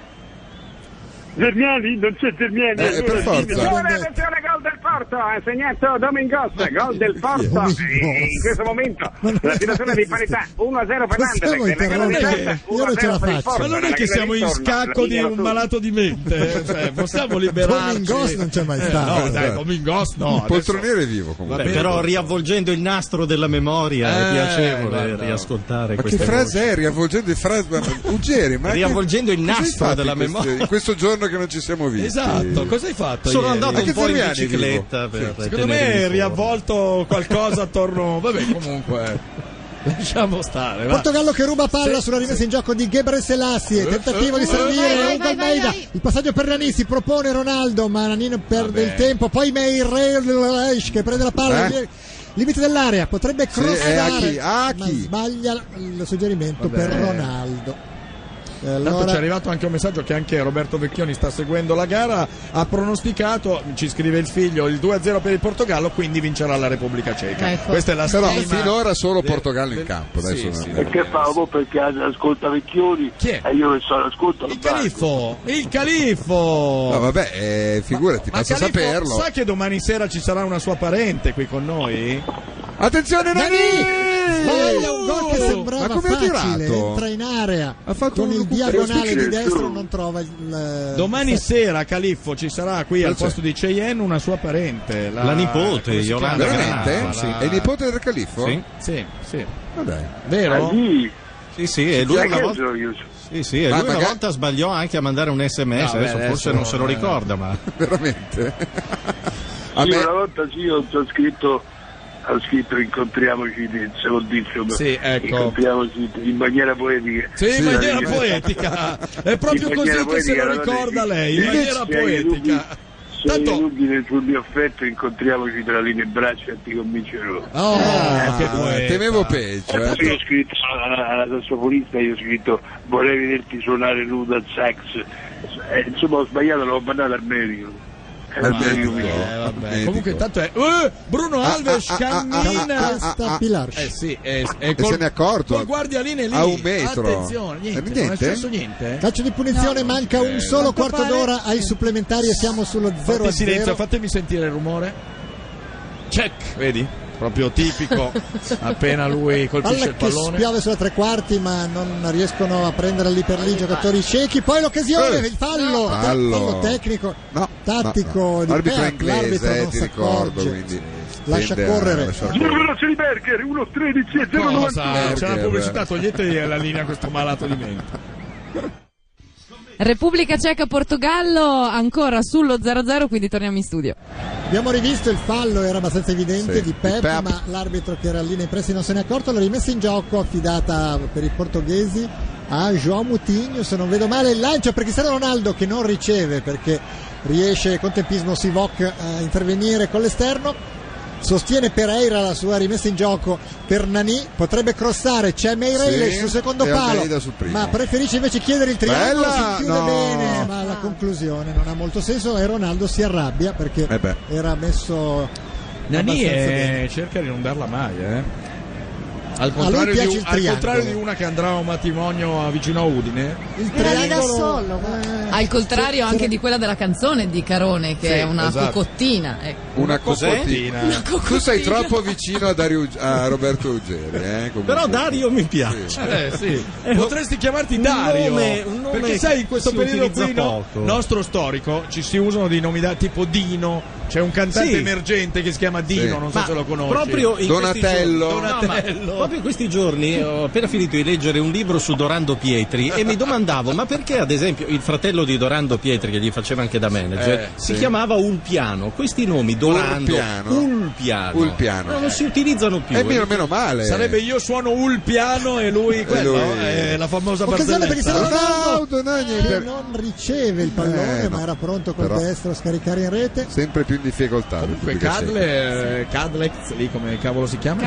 Speaker 12: Zermiani, non c'è Zermiani.
Speaker 7: Per forza.
Speaker 12: Attenzione, gol del Porto, ha segnato Domingos, gol del Porto. In questo momento la situazione di parità 1-0 per l'Anderlecht.
Speaker 3: Io non ce la faccio. Ma non è che siamo in scacco di un malato di mente, cioè, possiamo liberarci.
Speaker 4: Domingos non c'è mai stato.
Speaker 3: No, dai, Domingos no.
Speaker 7: Poltroniere è vivo comunque.
Speaker 5: Vabbè, però riavvolgendo il nastro della memoria è piacevole riascoltare queste
Speaker 7: che frase è? Riavvolgendo il Ugeri, ma
Speaker 5: riavvolgendo il nastro della memoria.
Speaker 7: In questo giorno che non ci siamo visti.
Speaker 3: Esatto, cosa hai fatto?
Speaker 5: Sono
Speaker 3: ieri?
Speaker 5: andato un po' in bicicletta per
Speaker 3: secondo me hai riavvolto qualcosa attorno. Vabbè, comunque lasciamo stare.
Speaker 4: Portogallo che ruba palla sulla rimessa in gioco di Gebre Selassie, tentativo di servire Ugo Almeida, il passaggio per Nani, si propone Ronaldo ma Nanino perde il tempo, poi Meir che prende la palla limite dell'area, potrebbe crossare ma sbaglia il suggerimento per Ronaldo.
Speaker 3: Tanto ci è arrivato anche un messaggio che anche Roberto Vecchioni sta seguendo la gara, ha pronosticato, ci scrive il figlio, il 2-0 per il Portogallo, quindi vincerà la Repubblica Ceca. Questa è la stima.
Speaker 7: Però finora solo Portogallo in campo.
Speaker 12: E che favo perché ascolta Vecchioni?
Speaker 3: Chi è?
Speaker 12: E io che sono ascolto
Speaker 3: il Califfo.
Speaker 7: No vabbè, figurati, basta saperlo.
Speaker 3: Sa che domani sera ci sarà una sua parente qui con noi?
Speaker 7: Attenzione Nani!
Speaker 4: Sbaglia un gol che sembrava facile, entra in area,
Speaker 7: ha fatto
Speaker 4: con il diagonale di destro non trova il...
Speaker 3: Domani sera Califfo ci sarà qui al posto di Cheyenne una sua parente,
Speaker 5: la nipote Yolanda.
Speaker 7: Veramente? Sì. È nipote del Califfo?
Speaker 3: Sì.
Speaker 7: Vabbè.
Speaker 3: Vero?
Speaker 5: Sì, e lui una volta... Sì, e lui una volta sbagliò anche a mandare un SMS, adesso forse non se lo ricorda, ma...
Speaker 7: Veramente?
Speaker 12: Una volta ho scritto incontriamoci nel secondissimo, incontriamoci in maniera poetica.
Speaker 3: In maniera poetica. È proprio così che se lo ricorda lei, in maniera poetica.
Speaker 12: Tanto sul mio affetto, incontriamoci tra linee e braccia e ti convincerò.
Speaker 7: Temevo peggio.
Speaker 12: Io ho scritto alla sassofonista, io ho scritto vorrei vederti suonare nudo al sax. Insomma ho sbagliato, l'ho mandato al medico.
Speaker 3: Comunque intanto è Bruno Alves cammina
Speaker 4: Pilarci.
Speaker 7: E se ne è accorto
Speaker 3: col guardialine lì
Speaker 7: a un metro.
Speaker 3: Attenzione, niente. Non è successo niente.
Speaker 4: Calcio di punizione, manca un solo quarto d'ora ai supplementari e siamo sullo 0-0.
Speaker 3: Silenzio, fatemi sentire il rumore. Check, vedi? Proprio tipico, appena lui colpisce il pallone.
Speaker 4: Che spiove sulla tre quarti ma non riescono a prendere lì per lì i giocatori cechi. Poi l'occasione, il fallo tecnico, tattico di
Speaker 7: arbitro
Speaker 4: Pep,
Speaker 7: inglese, ti ricordo, quindi
Speaker 4: lascia correre.
Speaker 12: Giro veloce di Berger, 1.13.091.
Speaker 3: C'è la pubblicità, togliete la linea a questo malato di mente.
Speaker 11: Repubblica Ceca Portogallo ancora sullo 0-0, quindi torniamo in studio.
Speaker 4: Abbiamo rivisto il fallo, era abbastanza evidente di Pep, ma l'arbitro che era lì nei pressi non se ne è accorto. La rimessa in gioco affidata per i portoghesi a João Moutinho, se non vedo male. Il lancio per Cristiano Ronaldo, che non riceve perché riesce con tempismo Sivok a intervenire con l'esterno. Sostiene Pereira la sua rimessa in gioco per Nani, potrebbe crossare, c'è Meireles sul secondo palo, ma preferisce invece chiedere il triangolo. Si chiude bene, ma la conclusione non ha molto senso e Ronaldo si arrabbia perché era messo
Speaker 3: Nani cerca di non darla mai, Al contrario di una che andrà a un matrimonio vicino a Udine.
Speaker 2: Il triangolo al contrario anche di quella della canzone di Carone, che è una cocottina.
Speaker 7: Una cocottina. Tu sei troppo vicino a Roberto Ruggeri,
Speaker 5: però Dario mi piace.
Speaker 3: Sì. Potresti chiamarti Dario, perché sai, in questo periodo qui nostro storico ci si usano dei nomi tipo Dino. C'è un cantante emergente che si chiama Dino, non so se lo conosci.
Speaker 5: Proprio in
Speaker 7: Donatello.
Speaker 5: Proprio in questi giorni ho appena finito di leggere un libro su Dorando Pietri e mi domandavo, ma perché ad esempio il fratello di Dorando Pietri, che gli faceva anche da manager, si chiamava Ulpiano? Questi nomi, Dorando, Ulpiano, non si utilizzano più.
Speaker 7: Meno male.
Speaker 3: Sarebbe io suono Ulpiano e lui quello, è la famosa barzelletta.
Speaker 4: Perché Ronaldo non riceve il pallone, ma era pronto col destro a scaricare in rete.
Speaker 7: Sempre più in difficoltà.
Speaker 3: Comunque Cadlec, lì come cavolo si chiama?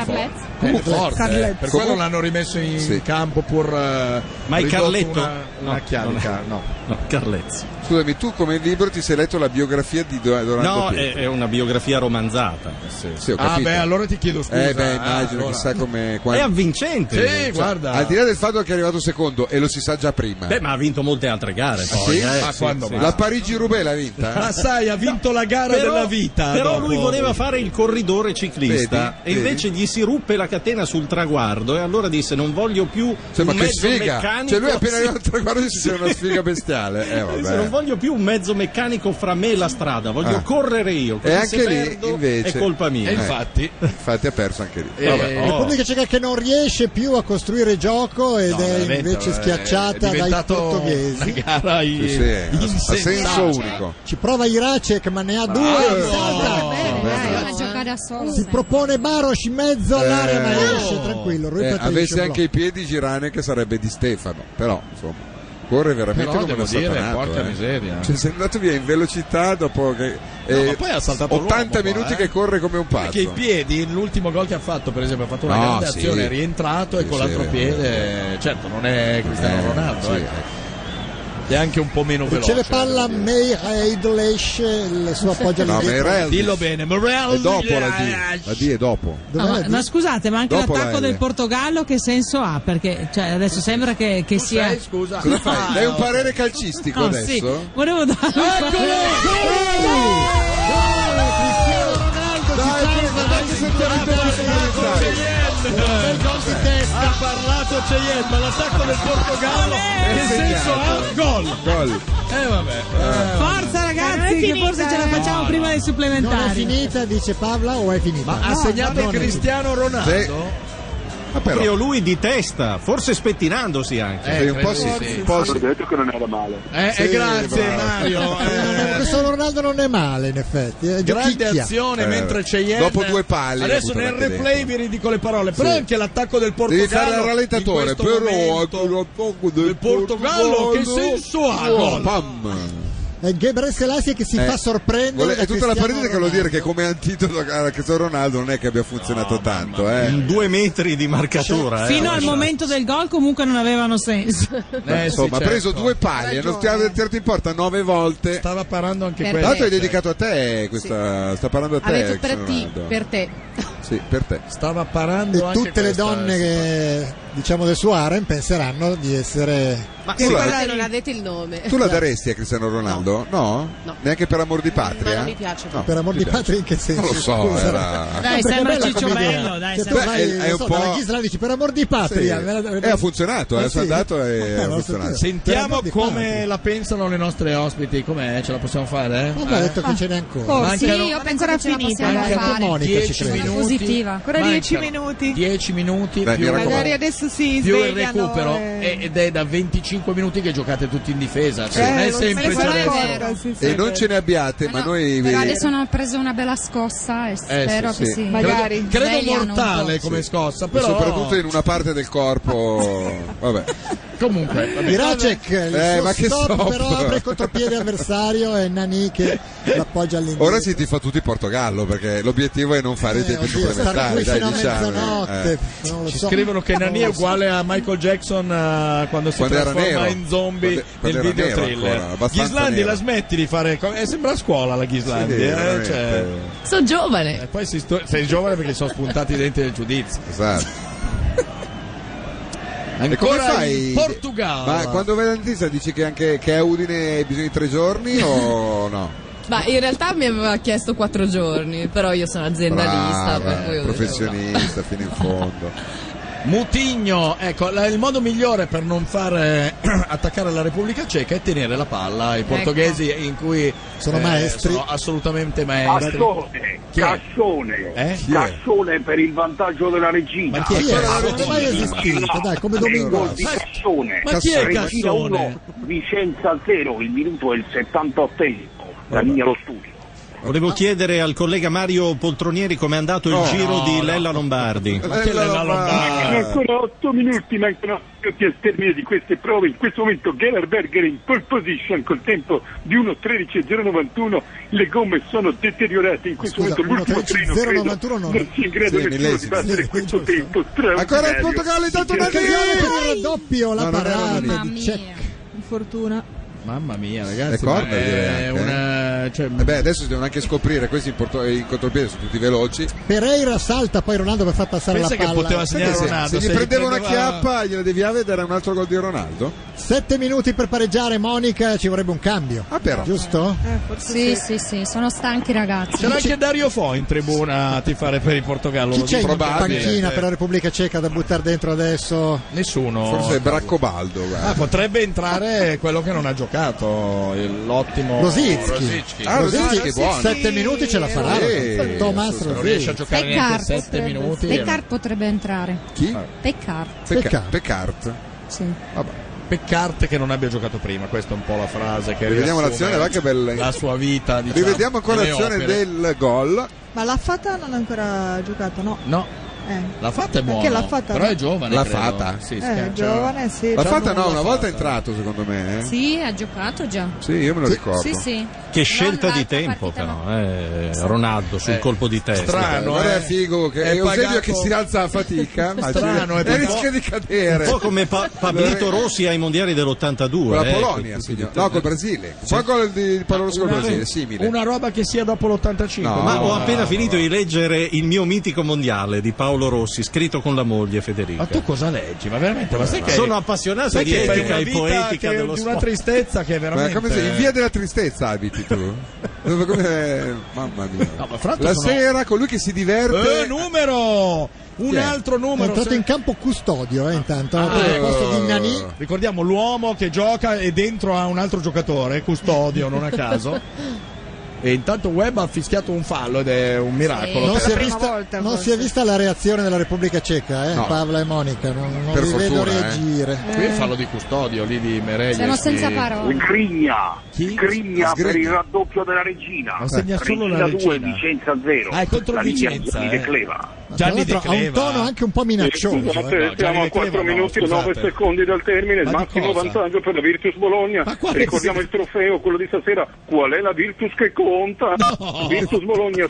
Speaker 3: Forte. Per quello l'hanno rimesso in campo pur
Speaker 5: ma il Carletto
Speaker 3: una chiarica. No,
Speaker 5: Carlezzi.
Speaker 7: Scusami, tu come libro ti sei letto la biografia di Dorando Pietri?
Speaker 5: È una biografia romanzata.
Speaker 7: Sì, ho capito.
Speaker 3: Allora ti chiedo scusa.
Speaker 7: Immagino, chissà come.
Speaker 5: È avvincente.
Speaker 7: Sì, guarda. Al di là del fatto che è arrivato secondo, e lo si sa già prima.
Speaker 5: Ma ha vinto molte altre gare. Poi,
Speaker 7: La Parigi-Roubaix l'ha vinta?
Speaker 3: Sai, ha vinto la gara della vita.
Speaker 5: Però lui voleva fare il corridore ciclista e invece gli si ruppe la catena sul traguardo e allora disse: non voglio più un mezzo meccanico.
Speaker 7: Cioè lui appena arrivato al traguardo si una sfiga bestiale.
Speaker 5: Non voglio più un mezzo meccanico fra me e la strada, voglio correre io.
Speaker 7: E anche lì invece
Speaker 5: è colpa mia.
Speaker 3: E infatti
Speaker 7: ha perso anche lì.
Speaker 4: Repubblica Ceca che non riesce più a costruire gioco ed è invece schiacciata dai portoghesi.
Speaker 3: Una gara
Speaker 7: a senso unico.
Speaker 4: Ci prova Iracek, ma ne ha due.
Speaker 10: Giocare a solo.
Speaker 4: Si propone Baros in mezzo all'area, ma esce tranquillo.
Speaker 7: Avesse anche i piedi Girane, che sarebbe di Stefano, però insomma corre veramente come una satanato.
Speaker 3: Porca miseria.
Speaker 7: Cioè, sei andato via in velocità dopo che
Speaker 3: ma poi ha saltato
Speaker 7: 80 minuti che corre come un pazzo.
Speaker 3: Perché i piedi, l'ultimo gol che ha fatto, per esempio, ha fatto una grande azione, è rientrato e con l'altro piede, certo non è Cristiano Ronaldo, è anche un po' meno veloce.
Speaker 4: Riceve palla Meireles, il suo appoggio
Speaker 3: all'indietro. Dillo bene,
Speaker 7: è dopo la D è dopo.
Speaker 6: Ma scusate, ma anche dopo l'attacco del Portogallo che senso ha? Perché adesso sembra che sia.
Speaker 3: Scusa.
Speaker 7: Cosa fai? Dai un parere calcistico adesso?
Speaker 6: Sì. Volevo dare.
Speaker 4: Cristiano Ronaldo
Speaker 3: ha parlato Cheyenne, ma l'attacco del Portogallo che senso ha? Gol.
Speaker 6: Forza ragazzi, che forse ce la facciamo prima dei supplementari.
Speaker 4: Non è finita, dice Pavla, o è finita?
Speaker 3: Ma ha segnato Cristiano Ronaldo?
Speaker 5: Proprio lui di testa, forse spettinandosi anche.
Speaker 7: Un po' sì.
Speaker 13: Ho detto che non era male.
Speaker 3: Grazie Mario.
Speaker 4: Questo Ronaldo non è male, in effetti.
Speaker 3: Grande azione mentre Cheyenne.
Speaker 7: Dopo due pali.
Speaker 3: Adesso nel replay vi ridico le parole. Però anche l'attacco del Portogallo.
Speaker 7: Devi fare il rallentatore.
Speaker 3: Però del Portogallo che senso ha? Gol.
Speaker 4: Gebre Selassie che si fa sorprendere.
Speaker 7: È tutta la partita che vuol dire che come antidoto a Cristiano Ronaldo non è che abbia funzionato tanto.
Speaker 5: 2 metri di marcatura.
Speaker 6: Fino al momento del gol comunque non avevano senso.
Speaker 7: Insomma, ha preso 2 pali, hanno tirato in porta 9 volte.
Speaker 3: Stava parando anche
Speaker 7: quello. Tanto hai dedicato a te questa. Sta parlando a te.
Speaker 9: Ha detto per te.
Speaker 7: Sì, per te.
Speaker 3: Stava parando
Speaker 4: e
Speaker 3: anche
Speaker 4: tutte le donne che diciamo del suo harem penseranno di essere.
Speaker 9: Ma guardate, non avete il nome.
Speaker 7: Tu la daresti a Cristiano Ronaldo? No? Neanche per amor di patria?
Speaker 9: Ma non mi piace.
Speaker 4: No, per amor di patria in che senso?
Speaker 7: Non lo so,
Speaker 6: dai, sembra Cicciobello, dai.
Speaker 7: È un po'.
Speaker 4: Registra dici per amor di patria.
Speaker 7: E ha funzionato, è andato e ha funzionato.
Speaker 3: Sentiamo come la pensano le nostre ospiti, com'è? Ce la possiamo fare?
Speaker 4: Ho detto che ce n'è ancora.
Speaker 10: Sì, io penso che ce la possiamo fare.
Speaker 4: Monica,
Speaker 3: 10 minuti.
Speaker 10: Positiva.
Speaker 8: Ancora 10 minuti.
Speaker 3: 10 minuti
Speaker 7: più
Speaker 8: magari adesso si
Speaker 3: più il
Speaker 8: svegliano
Speaker 3: recupero ed è da 25 minuti che giocate tutti in difesa, cioè non è semplice adesso.
Speaker 7: E non ce ne abbiate, ma noi
Speaker 10: però adesso hanno preso una bella scossa e spero che si
Speaker 8: magari
Speaker 3: credo mortale come scossa, però
Speaker 7: soprattutto in una parte del corpo. Vabbè.
Speaker 3: Comunque,
Speaker 4: Iracek, il suo stop, però apre il contropiede avversario e Nani che l'appoggia all'indietro.
Speaker 7: Ora si tifa tutti Portogallo perché l'obiettivo è non fare i tempi supplementari.
Speaker 4: Mezzanotte.
Speaker 3: Ci scrivono che Nani è uguale a Michael Jackson quando si trasforma in zombie nel video thriller. Ghislandi, la smetti di fare. Sembra a scuola la Ghislandi.
Speaker 11: Sono giovane.
Speaker 3: Poi sei giovane perché sono spuntati i denti del giudizio.
Speaker 7: Esatto.
Speaker 3: Ancora in Portogallo.
Speaker 7: Ma quando vai al dentista dici che anche che a Udine hai bisogno di 3 giorni o no?
Speaker 11: Ma in realtà mi aveva chiesto 4 giorni, però io sono aziendalista.
Speaker 7: Professionista fino in fondo.
Speaker 3: Mutigno, ecco, il modo migliore per non far attaccare la Repubblica Ceca è tenere la palla. I portoghesi in cui
Speaker 4: sono maestri,
Speaker 3: sono assolutamente maestri.
Speaker 12: Cassone per il vantaggio della regina.
Speaker 4: Ma chi è? Non è mai esistito, dai, come Domingo.
Speaker 3: Ma chi è Cassone?
Speaker 12: Vicenza 0, il minuto è il 78esimo. La linea allo studio.
Speaker 5: Volevo chiedere al collega Mario Poltronieri com'è andato il giro di Lella Lombardi.
Speaker 3: Ma che Lella Lombardi?
Speaker 13: Ancora 8 minuti mancano al termine di queste prove. In questo momento Gerhard Berger in pole position col tempo di 1:13.091. Le gomme sono deteriorate. In questo momento l'ultimo treno non sia in grado nessuno di battere questo tempo.
Speaker 7: Ancora il Portogallo, intanto
Speaker 4: per il raddoppio, la parata di Cech.
Speaker 8: Fortuna.
Speaker 3: Mamma mia, ragazzi,
Speaker 7: adesso si devono anche scoprire questi in contropiede, sono tutti veloci.
Speaker 4: Pereira salta, poi Ronaldo per far passare la palla.
Speaker 3: Che poteva segnare Ronaldo.
Speaker 7: Se gli prendeva una chiappa, gliela deviava ed era un altro gol di Ronaldo.
Speaker 4: 7 minuti per pareggiare, Monica, ci vorrebbe un cambio.
Speaker 7: Però.
Speaker 4: Giusto?
Speaker 10: Sì, sono stanchi ragazzi.
Speaker 3: C'era anche Dario Fo in tribuna a tifare per il Portogallo.
Speaker 4: Chi c'è in panchina per la Repubblica Ceca da buttare dentro adesso?
Speaker 3: Nessuno.
Speaker 7: Forse Braccobaldo.
Speaker 3: Potrebbe entrare quello che non ha giocato, l'ottimo
Speaker 4: Rosicki.
Speaker 7: Rosicki è buono.
Speaker 4: 7 minuti ce la farà. Thomas
Speaker 3: non riesce a giocare neanche 7 minuti.
Speaker 10: Peccart potrebbe entrare.
Speaker 7: Chi?
Speaker 10: Peccart. Sì.
Speaker 3: Vabbè. Peccart che non abbia giocato prima, questa è un po' la frase che
Speaker 7: rivediamo l'azione, va che bella
Speaker 3: la sua vita, diciamo.
Speaker 7: Rivediamo ancora l'azione del gol.
Speaker 8: Ma la Fata non ha ancora giocato, no?
Speaker 3: No. La Fata è buona, però è giovane.
Speaker 7: La Fata?
Speaker 3: Sì,
Speaker 8: giovane, sì.
Speaker 7: La Fata no, una volta è entrato secondo me.
Speaker 10: Sì, ha giocato già.
Speaker 7: Sì, io me lo ricordo.
Speaker 10: Sì.
Speaker 5: Che scelta di tempo però, Ronaldo sul colpo di testa.
Speaker 7: Strano, guarda figo che è Eusebio che si alza a fatica,
Speaker 3: strano,
Speaker 7: e rischia di cadere.
Speaker 5: Un po' come Pablito Rossi ai mondiali dell'82.
Speaker 7: Con la Polonia, signor. No, col Brasile. Un po' gol di Paolo Rossi col Brasile, simile.
Speaker 3: Una roba che sia dopo l'85.
Speaker 5: Ma ho appena finito di leggere il mio mitico mondiale di Paolo Rossi, scritto con la moglie Federica.
Speaker 3: Ma tu cosa leggi? Ma veramente? Ma sai che
Speaker 5: sono appassionato di etica e poetica dello sport.
Speaker 3: Di una tristezza che è veramente.
Speaker 7: Ma come sei? In via della tristezza abiti tu? Mamma mia.
Speaker 3: No, ma
Speaker 7: la sera con lui che si diverte.
Speaker 3: Numero! Un altro numero.
Speaker 4: È entrato in campo Custodio, intanto per il posto di Nani.
Speaker 3: Ricordiamo l'uomo che gioca e dentro ha un altro giocatore, Custodio, non a caso. E intanto Webb ha fischiato un fallo ed è un miracolo.
Speaker 4: Non si è vista la reazione della Repubblica Ceca,
Speaker 7: no.
Speaker 4: Pavla e Monica, non
Speaker 7: per
Speaker 4: vi
Speaker 7: fortuna,
Speaker 4: vedo reagire.
Speaker 3: Qui è il fallo di Custodio, lì di Mereglia.
Speaker 10: Siamo senza parole.
Speaker 12: Grigna per il raddoppio della regina.
Speaker 3: Non segna solo la regina.
Speaker 12: 2, Vicenza 0.
Speaker 3: È contro Vicenza.
Speaker 12: Gianni De Cleva.
Speaker 4: Tra l'altro ha un tono anche un po' minaccioso.
Speaker 13: Siamo a 4 minuti e 9 secondi dal termine, il massimo vantaggio per la Virtus Bologna. Ricordiamo il trofeo, quello di stasera. Qual è la Virtus che conta?
Speaker 3: No.
Speaker 13: Virtus Bologna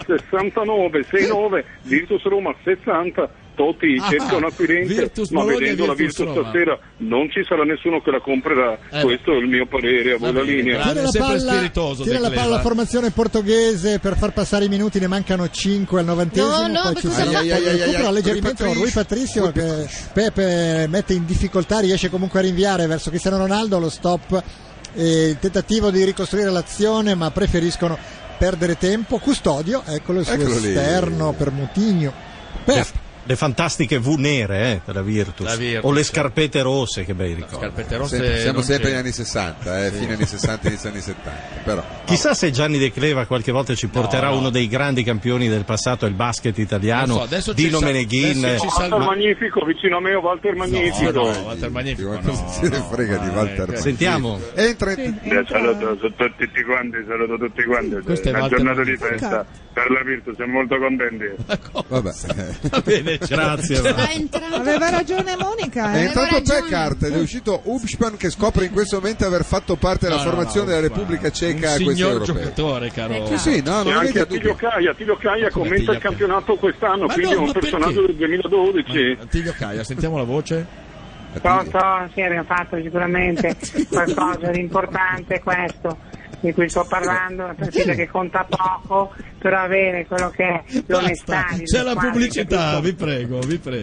Speaker 13: 69, Virtus Roma 60. Totti cercano acquirente, ma vedendo la Virtus stasera non ci sarà nessuno che la comprerà. Questo è il mio parere, a voi la linea.
Speaker 4: Tira la palla la formazione portoghese per far passare i minuti, ne mancano 5 al 90esimo. Poi ci sarà recupero alleggerimento Rui Patricio che Pepe mette in difficoltà, riesce comunque a rinviare verso Cristiano Ronaldo. Lo stop e il tentativo di ricostruire l'azione, ma preferiscono perdere tempo. Custodio, eccolo il suo esterno per Mutigno.
Speaker 5: Le fantastiche V nere per la Virtus. O le scarpette rosse, che bei ricordi.
Speaker 3: Scarpette rosse
Speaker 7: siamo sempre negli anni 60, fine anni 60 inizio anni 70. Però.
Speaker 5: Chissà se Gianni De Cleva qualche volta ci porterà uno dei grandi campioni del passato, il basket italiano, Dino Meneghin.
Speaker 13: Walter Magnifico, vicino a me, Walter Magnifico.
Speaker 3: No, Walter Magnifico.
Speaker 7: Se ne frega di Walter Magnifico.
Speaker 5: Sentiamo.
Speaker 7: Entra.
Speaker 13: Saluto tutti quanti. Una giornata di festa.
Speaker 12: Per la Virtus, siamo molto contenti.
Speaker 7: Vabbè.
Speaker 3: Va bene,
Speaker 5: grazie.
Speaker 8: Aveva ragione Monica.
Speaker 7: È entrato Pekart ed è uscito Ubspan che scopre in questo momento aver fatto parte della formazione della Repubblica Ceca a questi europei.
Speaker 3: Un giocatore, caro.
Speaker 7: Sì, no, non
Speaker 12: anche Attilio Caia commenta il campionato quest'anno, quindi è un personaggio del 2012.
Speaker 3: Attilio Caia, sentiamo la voce.
Speaker 14: Sì, abbiamo fatto sicuramente qualcosa di importante, questo di cui sto parlando, una partita che conta poco, però avere quello che è l'onestà.
Speaker 3: C'è la pubblicità, vi prego.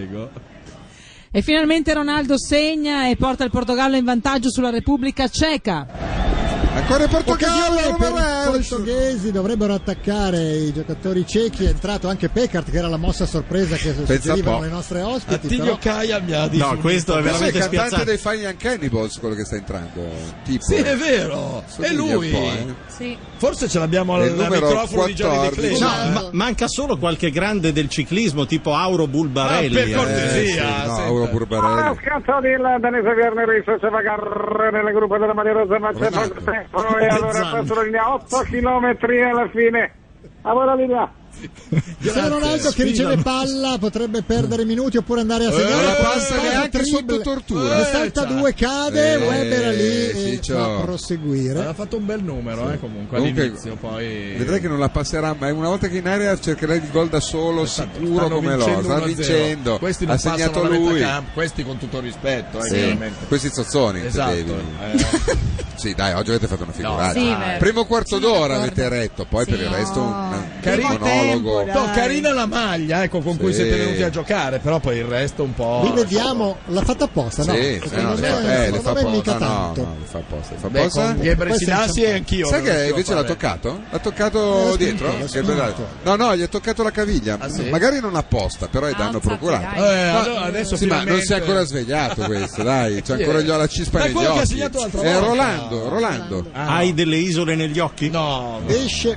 Speaker 6: E finalmente Ronaldo segna e porta il Portogallo in vantaggio sulla Repubblica Ceca.
Speaker 7: Ancora Portogallo,
Speaker 4: per i portoghesi dovrebbero attaccare i giocatori cechi. È entrato anche Pekart, che era la mossa sorpresa che suggerivano le nostre ospiti.
Speaker 3: Attilio Caia mi ha detto.
Speaker 5: No, questo è veramente
Speaker 7: spiazzato. È il cantante dei Fine Young Cannibals quello che sta entrando. Tipo.
Speaker 3: Sì, è vero, è lui.
Speaker 2: Sì.
Speaker 3: Forse ce l'abbiamo al microfono di Gianni De Cleo.
Speaker 5: No, manca solo qualche grande del ciclismo tipo Auro Bulbarelli.
Speaker 3: Per cortesia.
Speaker 7: Auro Bulbarelli.
Speaker 12: Scatto di là, Danese Vierner, se va a garrare nel gruppo della Maria Rosa, ma c'è poco tempo. E allora passo la linea 8 chilometri alla fine. Ora linea.
Speaker 4: Se Ronaldo che riceve palla potrebbe perdere minuti oppure andare a segnare,
Speaker 7: la passa neanche sotto tortura.
Speaker 4: Ne salta due, cade, Weber lì e fa proseguire.
Speaker 3: Ha fatto un bel numero, comunque all'inizio, poi
Speaker 7: vedrai che non la passerà mai. Una volta che in area cercherà il gol da solo, sicuro come loro. Sta vincendo.
Speaker 3: Questi non
Speaker 7: ha segnato lui.
Speaker 3: Questi con tutto il rispetto,
Speaker 7: chiaramente. Questi zozzoni,
Speaker 3: esatto.
Speaker 7: Sì, dai, oggi avete fatto una figurata.
Speaker 2: Sì,
Speaker 7: primo quarto d'ora avete retto, poi per il resto un monologo.
Speaker 3: No, carina la maglia, con cui siete venuti a giocare, però poi il resto un po'.
Speaker 4: Rivediamo, l'ha fatta apposta, no?
Speaker 7: Sì,
Speaker 4: secondo me mica tanto.
Speaker 7: No, le fa apposta. Fa apposta.
Speaker 3: Ghebre Silassi e anch'io.
Speaker 7: Sai che invece l'ha toccato? L'ha toccato dietro? No, gli ha toccato la caviglia. Magari non apposta, però è danno procurato.
Speaker 3: Adesso
Speaker 7: sì, ma non si è ancora svegliato questo, dai, c'è ancora la cispa negli occhi. È Rolando.
Speaker 5: Hai delle isole negli occhi?
Speaker 3: No.
Speaker 4: Esce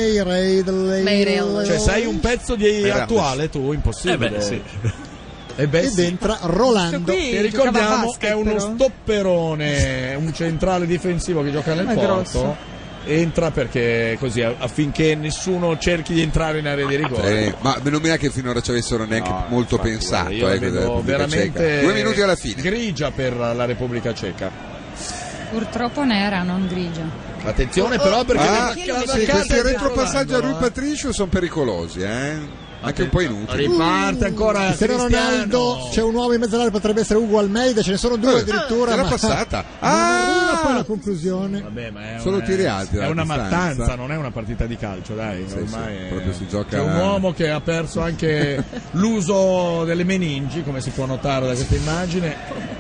Speaker 4: Mayrail.
Speaker 3: Cioè sei un pezzo di attuale tu, impossibile.
Speaker 5: Sì.
Speaker 4: Ed entra Rolando.
Speaker 3: Che ricordiamo è uno stopperone, un centrale difensivo che gioca nel Porto. Entra perché così affinché nessuno cerchi di entrare in area di rigore.
Speaker 7: Ma non mi sa che finora ci avessero neanche molto pensato.
Speaker 3: Io vedo veramente
Speaker 7: 2 minuti alla fine.
Speaker 3: Grigia per la Repubblica Ceca.
Speaker 10: Purtroppo nera, non grigia.
Speaker 3: Attenzione però perché
Speaker 7: questi retropassaggi a Rui Patricio sono pericolosi, anche un po' inutili.
Speaker 3: Riparte ancora
Speaker 4: se Ronaldo, c'è un uomo in mezzo all'area, potrebbe essere Ugo Almeida, ce ne sono due addirittura.
Speaker 7: L'ha passata.
Speaker 4: Non arriva poi la conclusione.
Speaker 3: Vabbè, ma
Speaker 7: solo tiri alti.
Speaker 3: È una mattanza, non è una partita di calcio, dai. Ormai
Speaker 7: proprio si gioca.
Speaker 3: C'è un uomo che ha perso anche l'uso delle meningi, come si può notare da questa immagine.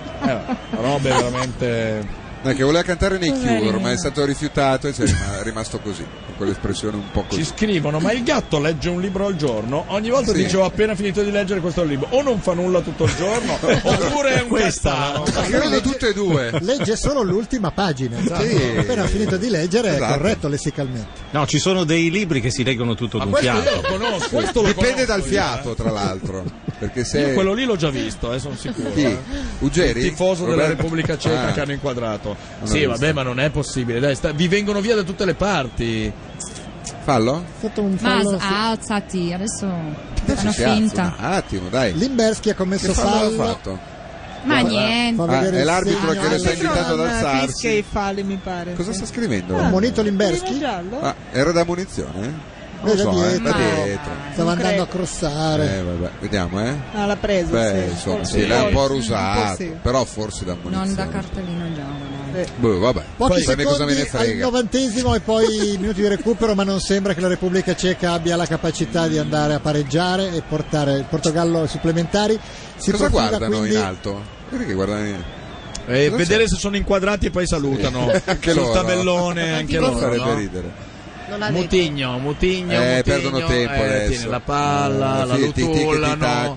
Speaker 3: Robe veramente.
Speaker 7: Che voleva cantare nei Cure, ma è stato rifiutato e è rimasto così, con quell'espressione un po' così.
Speaker 3: Ci scrivono, ma il gatto legge un libro al giorno? Ogni volta dicevo appena finito di leggere questo libro, o non fa nulla tutto il giorno, oppure è un castano.
Speaker 7: Credo tutte e due.
Speaker 4: Legge solo l'ultima pagina, appena finito di leggere è corretto lessicalmente.
Speaker 5: No, ci sono dei libri che si leggono tutto d'un fiato.
Speaker 3: Io lo conosco,
Speaker 7: dipende dal fiato, tra l'altro. Perché se...
Speaker 3: Io quello lì l'ho già visto, sono sicuro.
Speaker 7: Chi? Uggeri?
Speaker 3: Il tifoso della Repubblica Ceca che hanno inquadrato. Sì, vabbè, ma non è possibile. Dai, vi vengono via da tutte le parti.
Speaker 7: Fallo?
Speaker 4: È stato un fallo.
Speaker 10: Ma alzati, adesso fanno finta.
Speaker 7: Un attimo, dai.
Speaker 4: Limberski ha commesso fallo.
Speaker 7: Ha fatto?
Speaker 10: Ma niente.
Speaker 7: È l'arbitro che lo sta invitando ad alzarsi.
Speaker 8: Fischia i falli, mi pare.
Speaker 7: Cosa sta scrivendo?
Speaker 4: Monito Limberski?
Speaker 7: Era da munizione?
Speaker 4: Non so,
Speaker 7: dietro.
Speaker 4: Stava andando a crossare.
Speaker 7: Vabbè, vediamo,
Speaker 8: l'ha preso.
Speaker 7: Insomma, l'ha un po' rusato, però forse da munizione.
Speaker 10: Non da cartellino giallo.
Speaker 7: Vabbè.
Speaker 4: Pochi secondi cosa me ne frega. Al 90° e poi minuti di recupero, ma non sembra che la Repubblica Ceca abbia la capacità di andare a pareggiare e portare il Portogallo ai supplementari.
Speaker 7: Cosa guardano in alto? Perché guardano
Speaker 3: vedere se sono inquadrati e poi salutano.
Speaker 7: Anche
Speaker 3: sul
Speaker 7: loro.
Speaker 3: Tabellone, anche loro.
Speaker 7: Farebbe ridere.
Speaker 3: Mutigno,
Speaker 7: perdono tempo adesso.
Speaker 3: Tiene la palla, la lutullano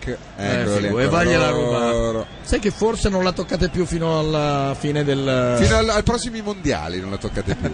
Speaker 3: e vagliela rubare. Sai che forse non la toccate più fino alla fine
Speaker 7: ai prossimi mondiali non la toccate più.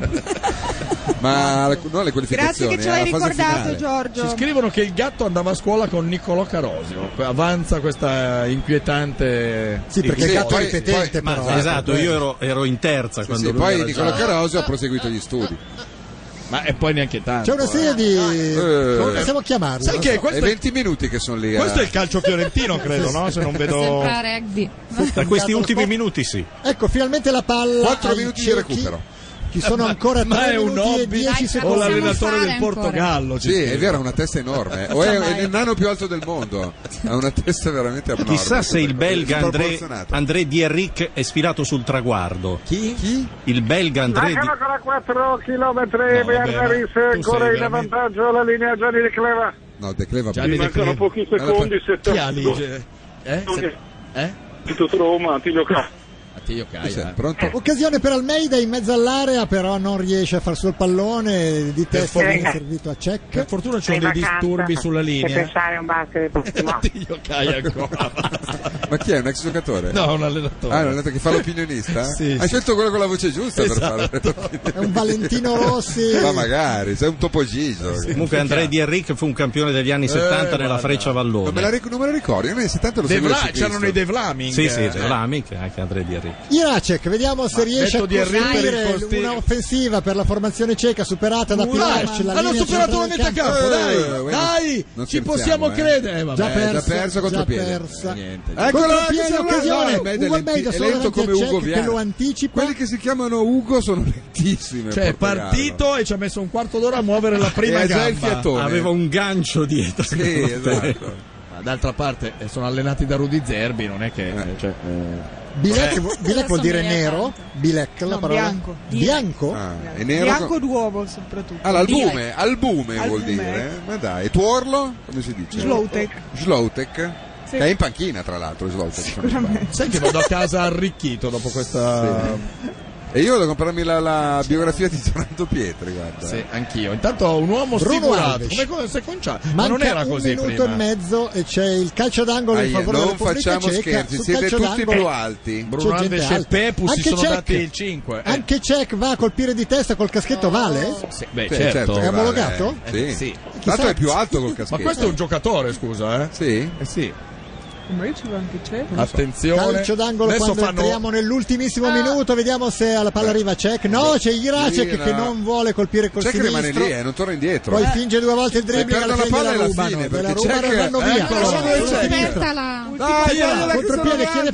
Speaker 7: Ma non alle qualificazioni.
Speaker 8: Grazie che ce l'hai ricordato, Giorgio.
Speaker 3: Ci scrivono che il gatto andava a scuola con Niccolò Carosio. Avanza questa inquietante.
Speaker 4: Sì, perché il gatto è ripetente, però.
Speaker 5: Esatto, io ero in terza quando
Speaker 7: poi Niccolò Carosio ha proseguito gli studi.
Speaker 3: Ma e poi neanche tanto.
Speaker 4: C'è una serie di come possiamo chiamarlo?
Speaker 3: Sai che
Speaker 7: è 20 minuti che sono lì.
Speaker 3: Questo è il calcio fiorentino, credo, no? Se non vedo.
Speaker 10: Sembra rugby.
Speaker 5: Da questi ultimi minuti sì.
Speaker 4: Ecco, finalmente la palla.
Speaker 7: 4 minuti di recupero.
Speaker 4: Ci sono ancora 3 minuti e 10 secondi.
Speaker 3: O l'allenatore del Portogallo.
Speaker 7: Sì, è vero, ha una testa enorme. O è il nano più alto del mondo. Ha una testa veramente abnorme.
Speaker 5: Chissà se il belga André Dierrick è sfilato sul traguardo.
Speaker 4: Chi?
Speaker 5: Il belga André
Speaker 12: Mancano ancora 4 chilometri. Bernardis ancora in vantaggio alla linea Gianni De Cleva.
Speaker 7: No, De Cleva.
Speaker 13: Mancano pochi secondi.
Speaker 3: Chi ha lì?
Speaker 13: Tito Roma, Attilio Caia.
Speaker 7: Pronto?
Speaker 4: Occasione per Almeida in mezzo all'area, però non riesce a far sul pallone, di testa viene servito a Cech.
Speaker 3: Per fortuna c'è dei disturbi sulla linea.
Speaker 14: E pensare a un basket.
Speaker 3: Attilio Caia ancora.
Speaker 7: Ma chi è? Un ex giocatore?
Speaker 3: No, un allenatore.
Speaker 7: Ah, un allenatore che fa l'opinionista?
Speaker 3: Sì.
Speaker 7: Hai scelto quello con la voce giusta per fare.
Speaker 4: È un Valentino Rossi.
Speaker 7: Ma magari, sei un Topo Gigio.
Speaker 5: Comunque André Dierrick fu un campione degli anni 70 nella Freccia Vallone.
Speaker 7: Non me la ricordo, io negli 70 lo seguivo.
Speaker 3: C'erano i De Vlaming.
Speaker 5: Sì, De Vlaming, anche André Dierrick.
Speaker 4: Iracek, vediamo se riesce a costruire una offensiva per la formazione ceca superata da Pilac.
Speaker 3: Hanno superato la metà campo, dai, ci possiamo credere.
Speaker 7: Già perso contro piede.
Speaker 4: Eccola, occasione. Ugo Almeida
Speaker 7: è lento come Ugo
Speaker 4: che lo anticipa.
Speaker 7: Quelli che si chiamano Ugo sono lentissimi.
Speaker 3: Cioè è partito e ci ha messo un quarto d'ora a muovere la prima gamba.
Speaker 5: Aveva un gancio dietro.
Speaker 7: Sì, esatto.
Speaker 3: D'altra parte sono allenati da Rudy Zerbi, non è che
Speaker 4: Bilek vuol dire nero. Bilek la parola bianco.
Speaker 7: È nero
Speaker 8: bianco d'uovo soprattutto.
Speaker 7: Albume vuol dire. Ma dai, tuorlo? Come si dice? Slowtek. Sì. Che è in panchina tra l'altro Slowtek.
Speaker 3: Sai che vado a casa arricchito dopo questa
Speaker 7: E io devo comprarmi la biografia di Tonando Pietri, guarda.
Speaker 3: Sì, anch'io. Intanto un uomo stimolato, come se conciato. Ma non era così
Speaker 4: prima. Un minuto e mezzo e c'è il calcio d'angolo in favore della Repubblica Ceca.
Speaker 7: Non facciamo scherzi, siete tutti più alti.
Speaker 3: Bruno Alves e Pepu si sono dati il 5.
Speaker 4: Anche Cech va a colpire di testa col caschetto, vale?
Speaker 3: Sì, beh, certo.
Speaker 4: È omologato?
Speaker 7: Sì. Tanto è più alto col caschetto.
Speaker 3: Ma questo è un giocatore, scusa,
Speaker 7: Sì?
Speaker 3: Sì.
Speaker 8: Anche
Speaker 3: attenzione,
Speaker 4: calcio d'angolo. Adesso quando entriamo nell'ultimissimo minuto, vediamo se alla palla arriva Cech. No, c'è Iracek che non vuole colpire col sinistro.
Speaker 7: Cech rimane lì, non torna indietro.
Speaker 4: Poi finge 2 volte il dribbling, alla fine la rubano e vanno via. Dai, contropiede, chiede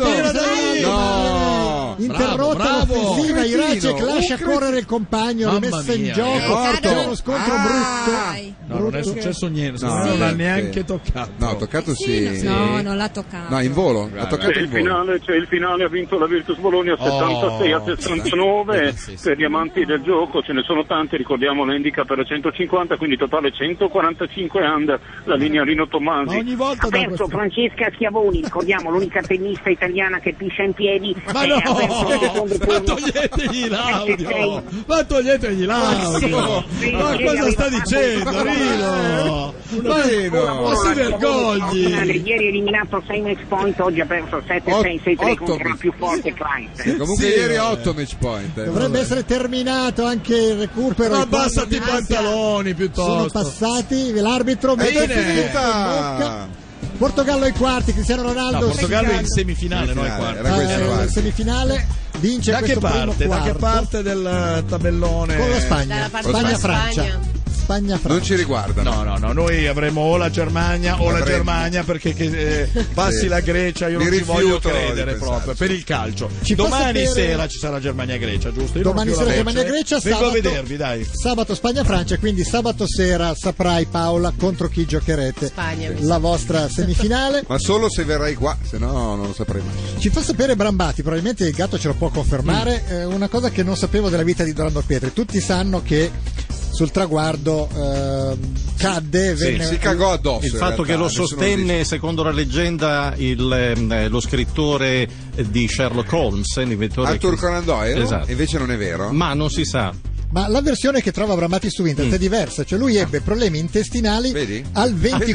Speaker 4: pena. Interrotta l'offensiva, Iracek lascia correre il compagno, rimessa in gioco, c'è uno scontro brutto.
Speaker 3: No, non è successo niente, non l'ha neanche toccato.
Speaker 7: No, toccato sì.
Speaker 10: No, non l'ha toccato.
Speaker 7: No, in volo, ha toccato in volo.
Speaker 13: Il finale ha vinto la Virtus Bologna 76 a 69. Per gli amanti del gioco ce ne sono tanti, ricordiamo la indica per 150, quindi totale 145 under, la linea Rino Tommasi.
Speaker 14: Ogni volta ha perso Francesca Schiavoni, ricordiamo l'unica tennista italiana che piscia in piedi.
Speaker 3: Ma no, ma toglietegli l'audio, ma toglietegli l'audio. Ma cosa sta dicendo Rino? Ma si vergogni.
Speaker 14: Ieri eliminato 6 match point, oggi ha perso 7-6-6-3 contro la più forte Klein.
Speaker 7: Comunque ieri 8 match point.
Speaker 4: Dovrebbe essere terminato anche il recupero.
Speaker 3: Ma abbassati i pantaloni piuttosto.
Speaker 4: Sono passati, l'arbitro mette finita. Portogallo ai quarti, Cristiano Ronaldo.
Speaker 3: No, Portogallo è in semifinale, no ai quarti.
Speaker 4: Era in semifinale. Vince
Speaker 3: da
Speaker 4: questo
Speaker 3: che
Speaker 4: primo
Speaker 3: parte? Da che parte del tabellone?
Speaker 4: Con la Spagna. Spagna-Francia.
Speaker 7: Non ci riguarda.
Speaker 3: No, noi avremo o la Germania o la Germania, perché passi la Grecia io non ci voglio credere proprio per il calcio. Domani sera ci sarà Germania-Grecia, giusto?
Speaker 4: Domani sera Germania-Grecia,
Speaker 3: vengo a vedervi, dai.
Speaker 4: Sabato Spagna-Francia, quindi sabato sera saprai, Paola, contro chi giocherete la vostra semifinale.
Speaker 7: Ma solo se verrai qua, se no non lo saprei mai.
Speaker 4: Ci fa sapere Brambati, probabilmente il gatto ce lo può confermare, una cosa che non sapevo della vita di Tonando Pietri. Tutti sanno che sul traguardo cadde,
Speaker 7: si cagò addosso.
Speaker 5: Il fatto che lo sostenne, secondo la leggenda, lo scrittore di Sherlock Holmes,
Speaker 7: Arthur Conan Doyle.
Speaker 5: Esatto.
Speaker 7: Invece non è vero.
Speaker 5: Ma non si sa.
Speaker 4: Ma la versione che trova Brambati su internet è diversa, cioè lui ebbe problemi intestinali al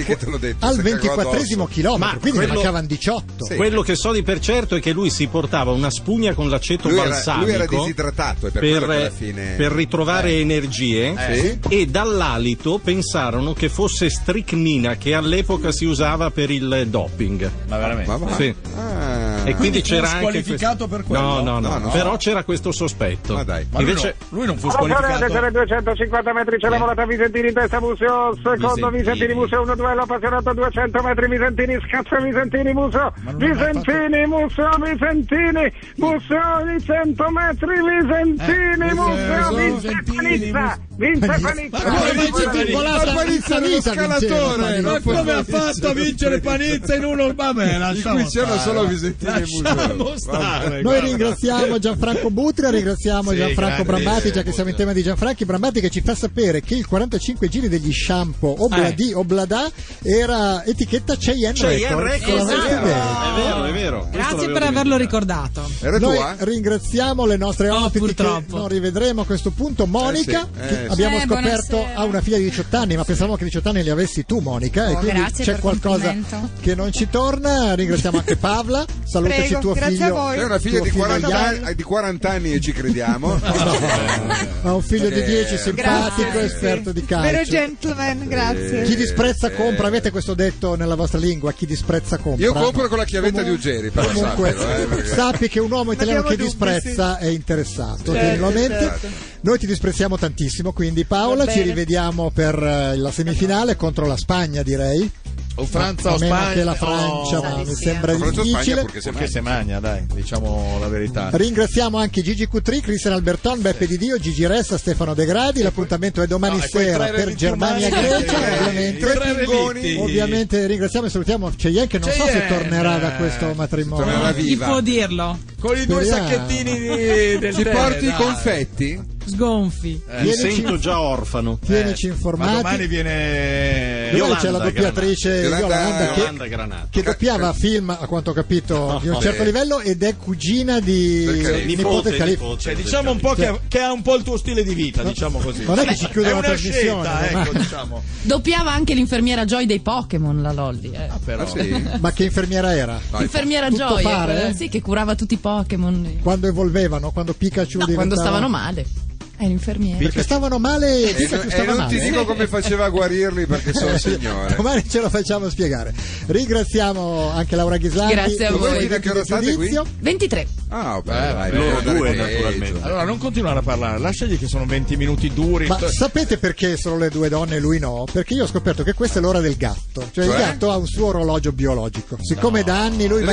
Speaker 4: 24esimo chilometro, quindi ne mancavano 18.
Speaker 5: Sì. Quello che so di per certo è che lui si portava una spugna con l'aceto balsamico.
Speaker 7: Lui era disidratato
Speaker 5: per ritrovare energie e dall'alito pensarono che fosse stricnina, che all'epoca si usava per il doping.
Speaker 3: Ma veramente?
Speaker 5: Sì. E quindi c'era anche
Speaker 3: squalificato per quello.
Speaker 5: No. Però c'era questo sospetto.
Speaker 7: Ma dai.
Speaker 3: Invece lui non fu squalificato.
Speaker 12: C'era 250 metri, c'è lavorata Visentini in testa, Musso secondo, Visentini Musso, uno duello appassionato, 200 metri, Visentini scazza, Visentini Musso, Visentini Musso, Visentini Musso, 100 metri, Visentini Musso, vince Panizza.
Speaker 3: Ma come ha fatto a vincere Panizza in uno? Vabbè,
Speaker 7: qui c'erano solo Visentini Musso.
Speaker 4: Noi ringraziamo Gianfranco Butria, ringraziamo Gianfranco Brambati, già che siamo in tema di Gianfranchi. Brambati che ci fa sapere che il 45 giri degli shampoo Obladi Oblada era etichetta Cheyenne Records.
Speaker 5: È vero.
Speaker 6: Grazie per averlo ricordato.
Speaker 4: Noi ringraziamo le nostre ospiti che non rivedremo a questo punto. Monica, che abbiamo scoperto ha una figlia di 18 anni, ma pensavamo che 18 anni li avessi tu, Monica, e quindi c'è qualcosa che non ci torna. Ringraziamo anche Pavla, salutaci tuo figlio.
Speaker 7: È una figlia di 40 anni e ci crediamo.
Speaker 4: Ha un figlio di 10 simpatico, esperto di calcio.
Speaker 8: Vero gentleman, grazie.
Speaker 4: Chi disprezza compra, avete questo detto nella vostra lingua, chi disprezza compra.
Speaker 7: Io compro con la chiavetta di Ugeri, però
Speaker 4: comunque sappi che un uomo italiano che disprezza è interessato, Noi ti disprezziamo tantissimo, quindi Paola, ci rivediamo per la semifinale contro la Spagna, direi.
Speaker 3: O Francia o Spagna,
Speaker 4: che la Francia, ma mi sembra difficile.
Speaker 3: Perché se magna, dai, diciamo la verità.
Speaker 4: Ringraziamo anche Gigi Cutri, Cristian Alberton, Beppe Di Dio, Gigi Ressa, Stefano De Gradi. L'appuntamento è domani sera per Germania e Grecia, ovviamente. Ovviamente ringraziamo e salutiamo Cheyenne, che non so se tornerà da questo matrimonio.
Speaker 6: Chi può dirlo?
Speaker 3: Con i due sacchettini del
Speaker 7: ci porti i confetti?
Speaker 6: Sgonfi.
Speaker 5: Mi sento già orfano.
Speaker 4: Tienici informati.
Speaker 3: Ma domani viene
Speaker 4: Yolanda, c'è la doppiatrice
Speaker 5: Yolanda Granato,
Speaker 4: che doppiava film, a quanto ho capito, di un certo livello, ed è cugina di nipote del Califfo.
Speaker 3: Cioè, diciamo un po' che ha un po' il tuo stile di vita, diciamo così.
Speaker 4: Non è che ci chiude la trasmissione.
Speaker 3: Scelta, ecco, diciamo.
Speaker 11: Doppiava anche l'infermiera Joy dei Pokémon, la Lolli.
Speaker 3: Però.
Speaker 7: Sì.
Speaker 4: Ma che infermiera era?
Speaker 11: L'infermiera Joy, sì, che curava tutti i Pokémon.
Speaker 4: Quando evolvevano, quando Pikachu diventava...
Speaker 11: quando stavano male. È l'infermiera.
Speaker 4: Perché stavano male
Speaker 7: e non ti dico come faceva a guarirli, perché sono signore.
Speaker 4: Domani ce lo facciamo spiegare. Ringraziamo anche Laura Ghislandi.
Speaker 11: Grazie a voi.
Speaker 7: Che ora state qui?
Speaker 11: 23.
Speaker 7: Ah, beh,
Speaker 5: loro due naturalmente.
Speaker 3: Allora non continuare a parlare, lasciagli che sono 20 minuti duri.
Speaker 4: Ma sapete perché solo le due donne e lui no? Perché io ho scoperto che questa è l'ora del gatto. Cioè il gatto ha un suo orologio biologico. Siccome da anni lui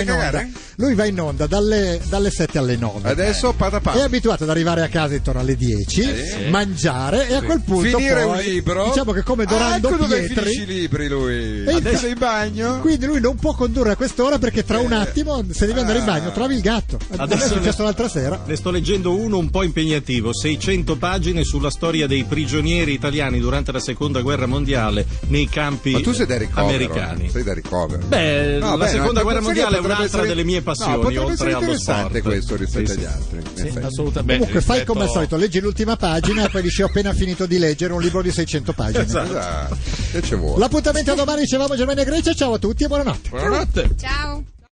Speaker 4: va in onda dalle 7 alle 9.
Speaker 7: Adesso patapà.
Speaker 4: È abituato ad arrivare a casa intorno alle 10, mangiare e a quel punto
Speaker 7: finire
Speaker 4: poi,
Speaker 7: un libro.
Speaker 4: Diciamo che come Dorando
Speaker 7: Pietri.
Speaker 4: Dove
Speaker 7: finisci i libri lui?
Speaker 4: E
Speaker 7: adesso in bagno.
Speaker 4: Quindi lui non può condurre a quest'ora perché tra un attimo, se devi andare in bagno, trovi il gatto. Adesso è successo l'altra sera.
Speaker 5: Ne sto leggendo uno un po' impegnativo, 600 pagine sulla storia dei prigionieri italiani durante la seconda guerra mondiale nei campi americani.
Speaker 7: Sei da ricovero.
Speaker 5: Beh, la seconda guerra mondiale è un'altra delle mie passioni, oltre allo sport.
Speaker 7: Questo rispetto agli altri.
Speaker 3: Assolutamente.
Speaker 4: Comunque fai come al solito, leggi l'ultima pagina e poi dici ho appena finito di leggere un libro di 600 pagine.
Speaker 7: Esatto. Che ci vuole?
Speaker 4: L'appuntamento a domani, dicevamo Germania e Grecia. Ciao a tutti e buonanotte.
Speaker 3: Buonanotte.
Speaker 10: Ciao.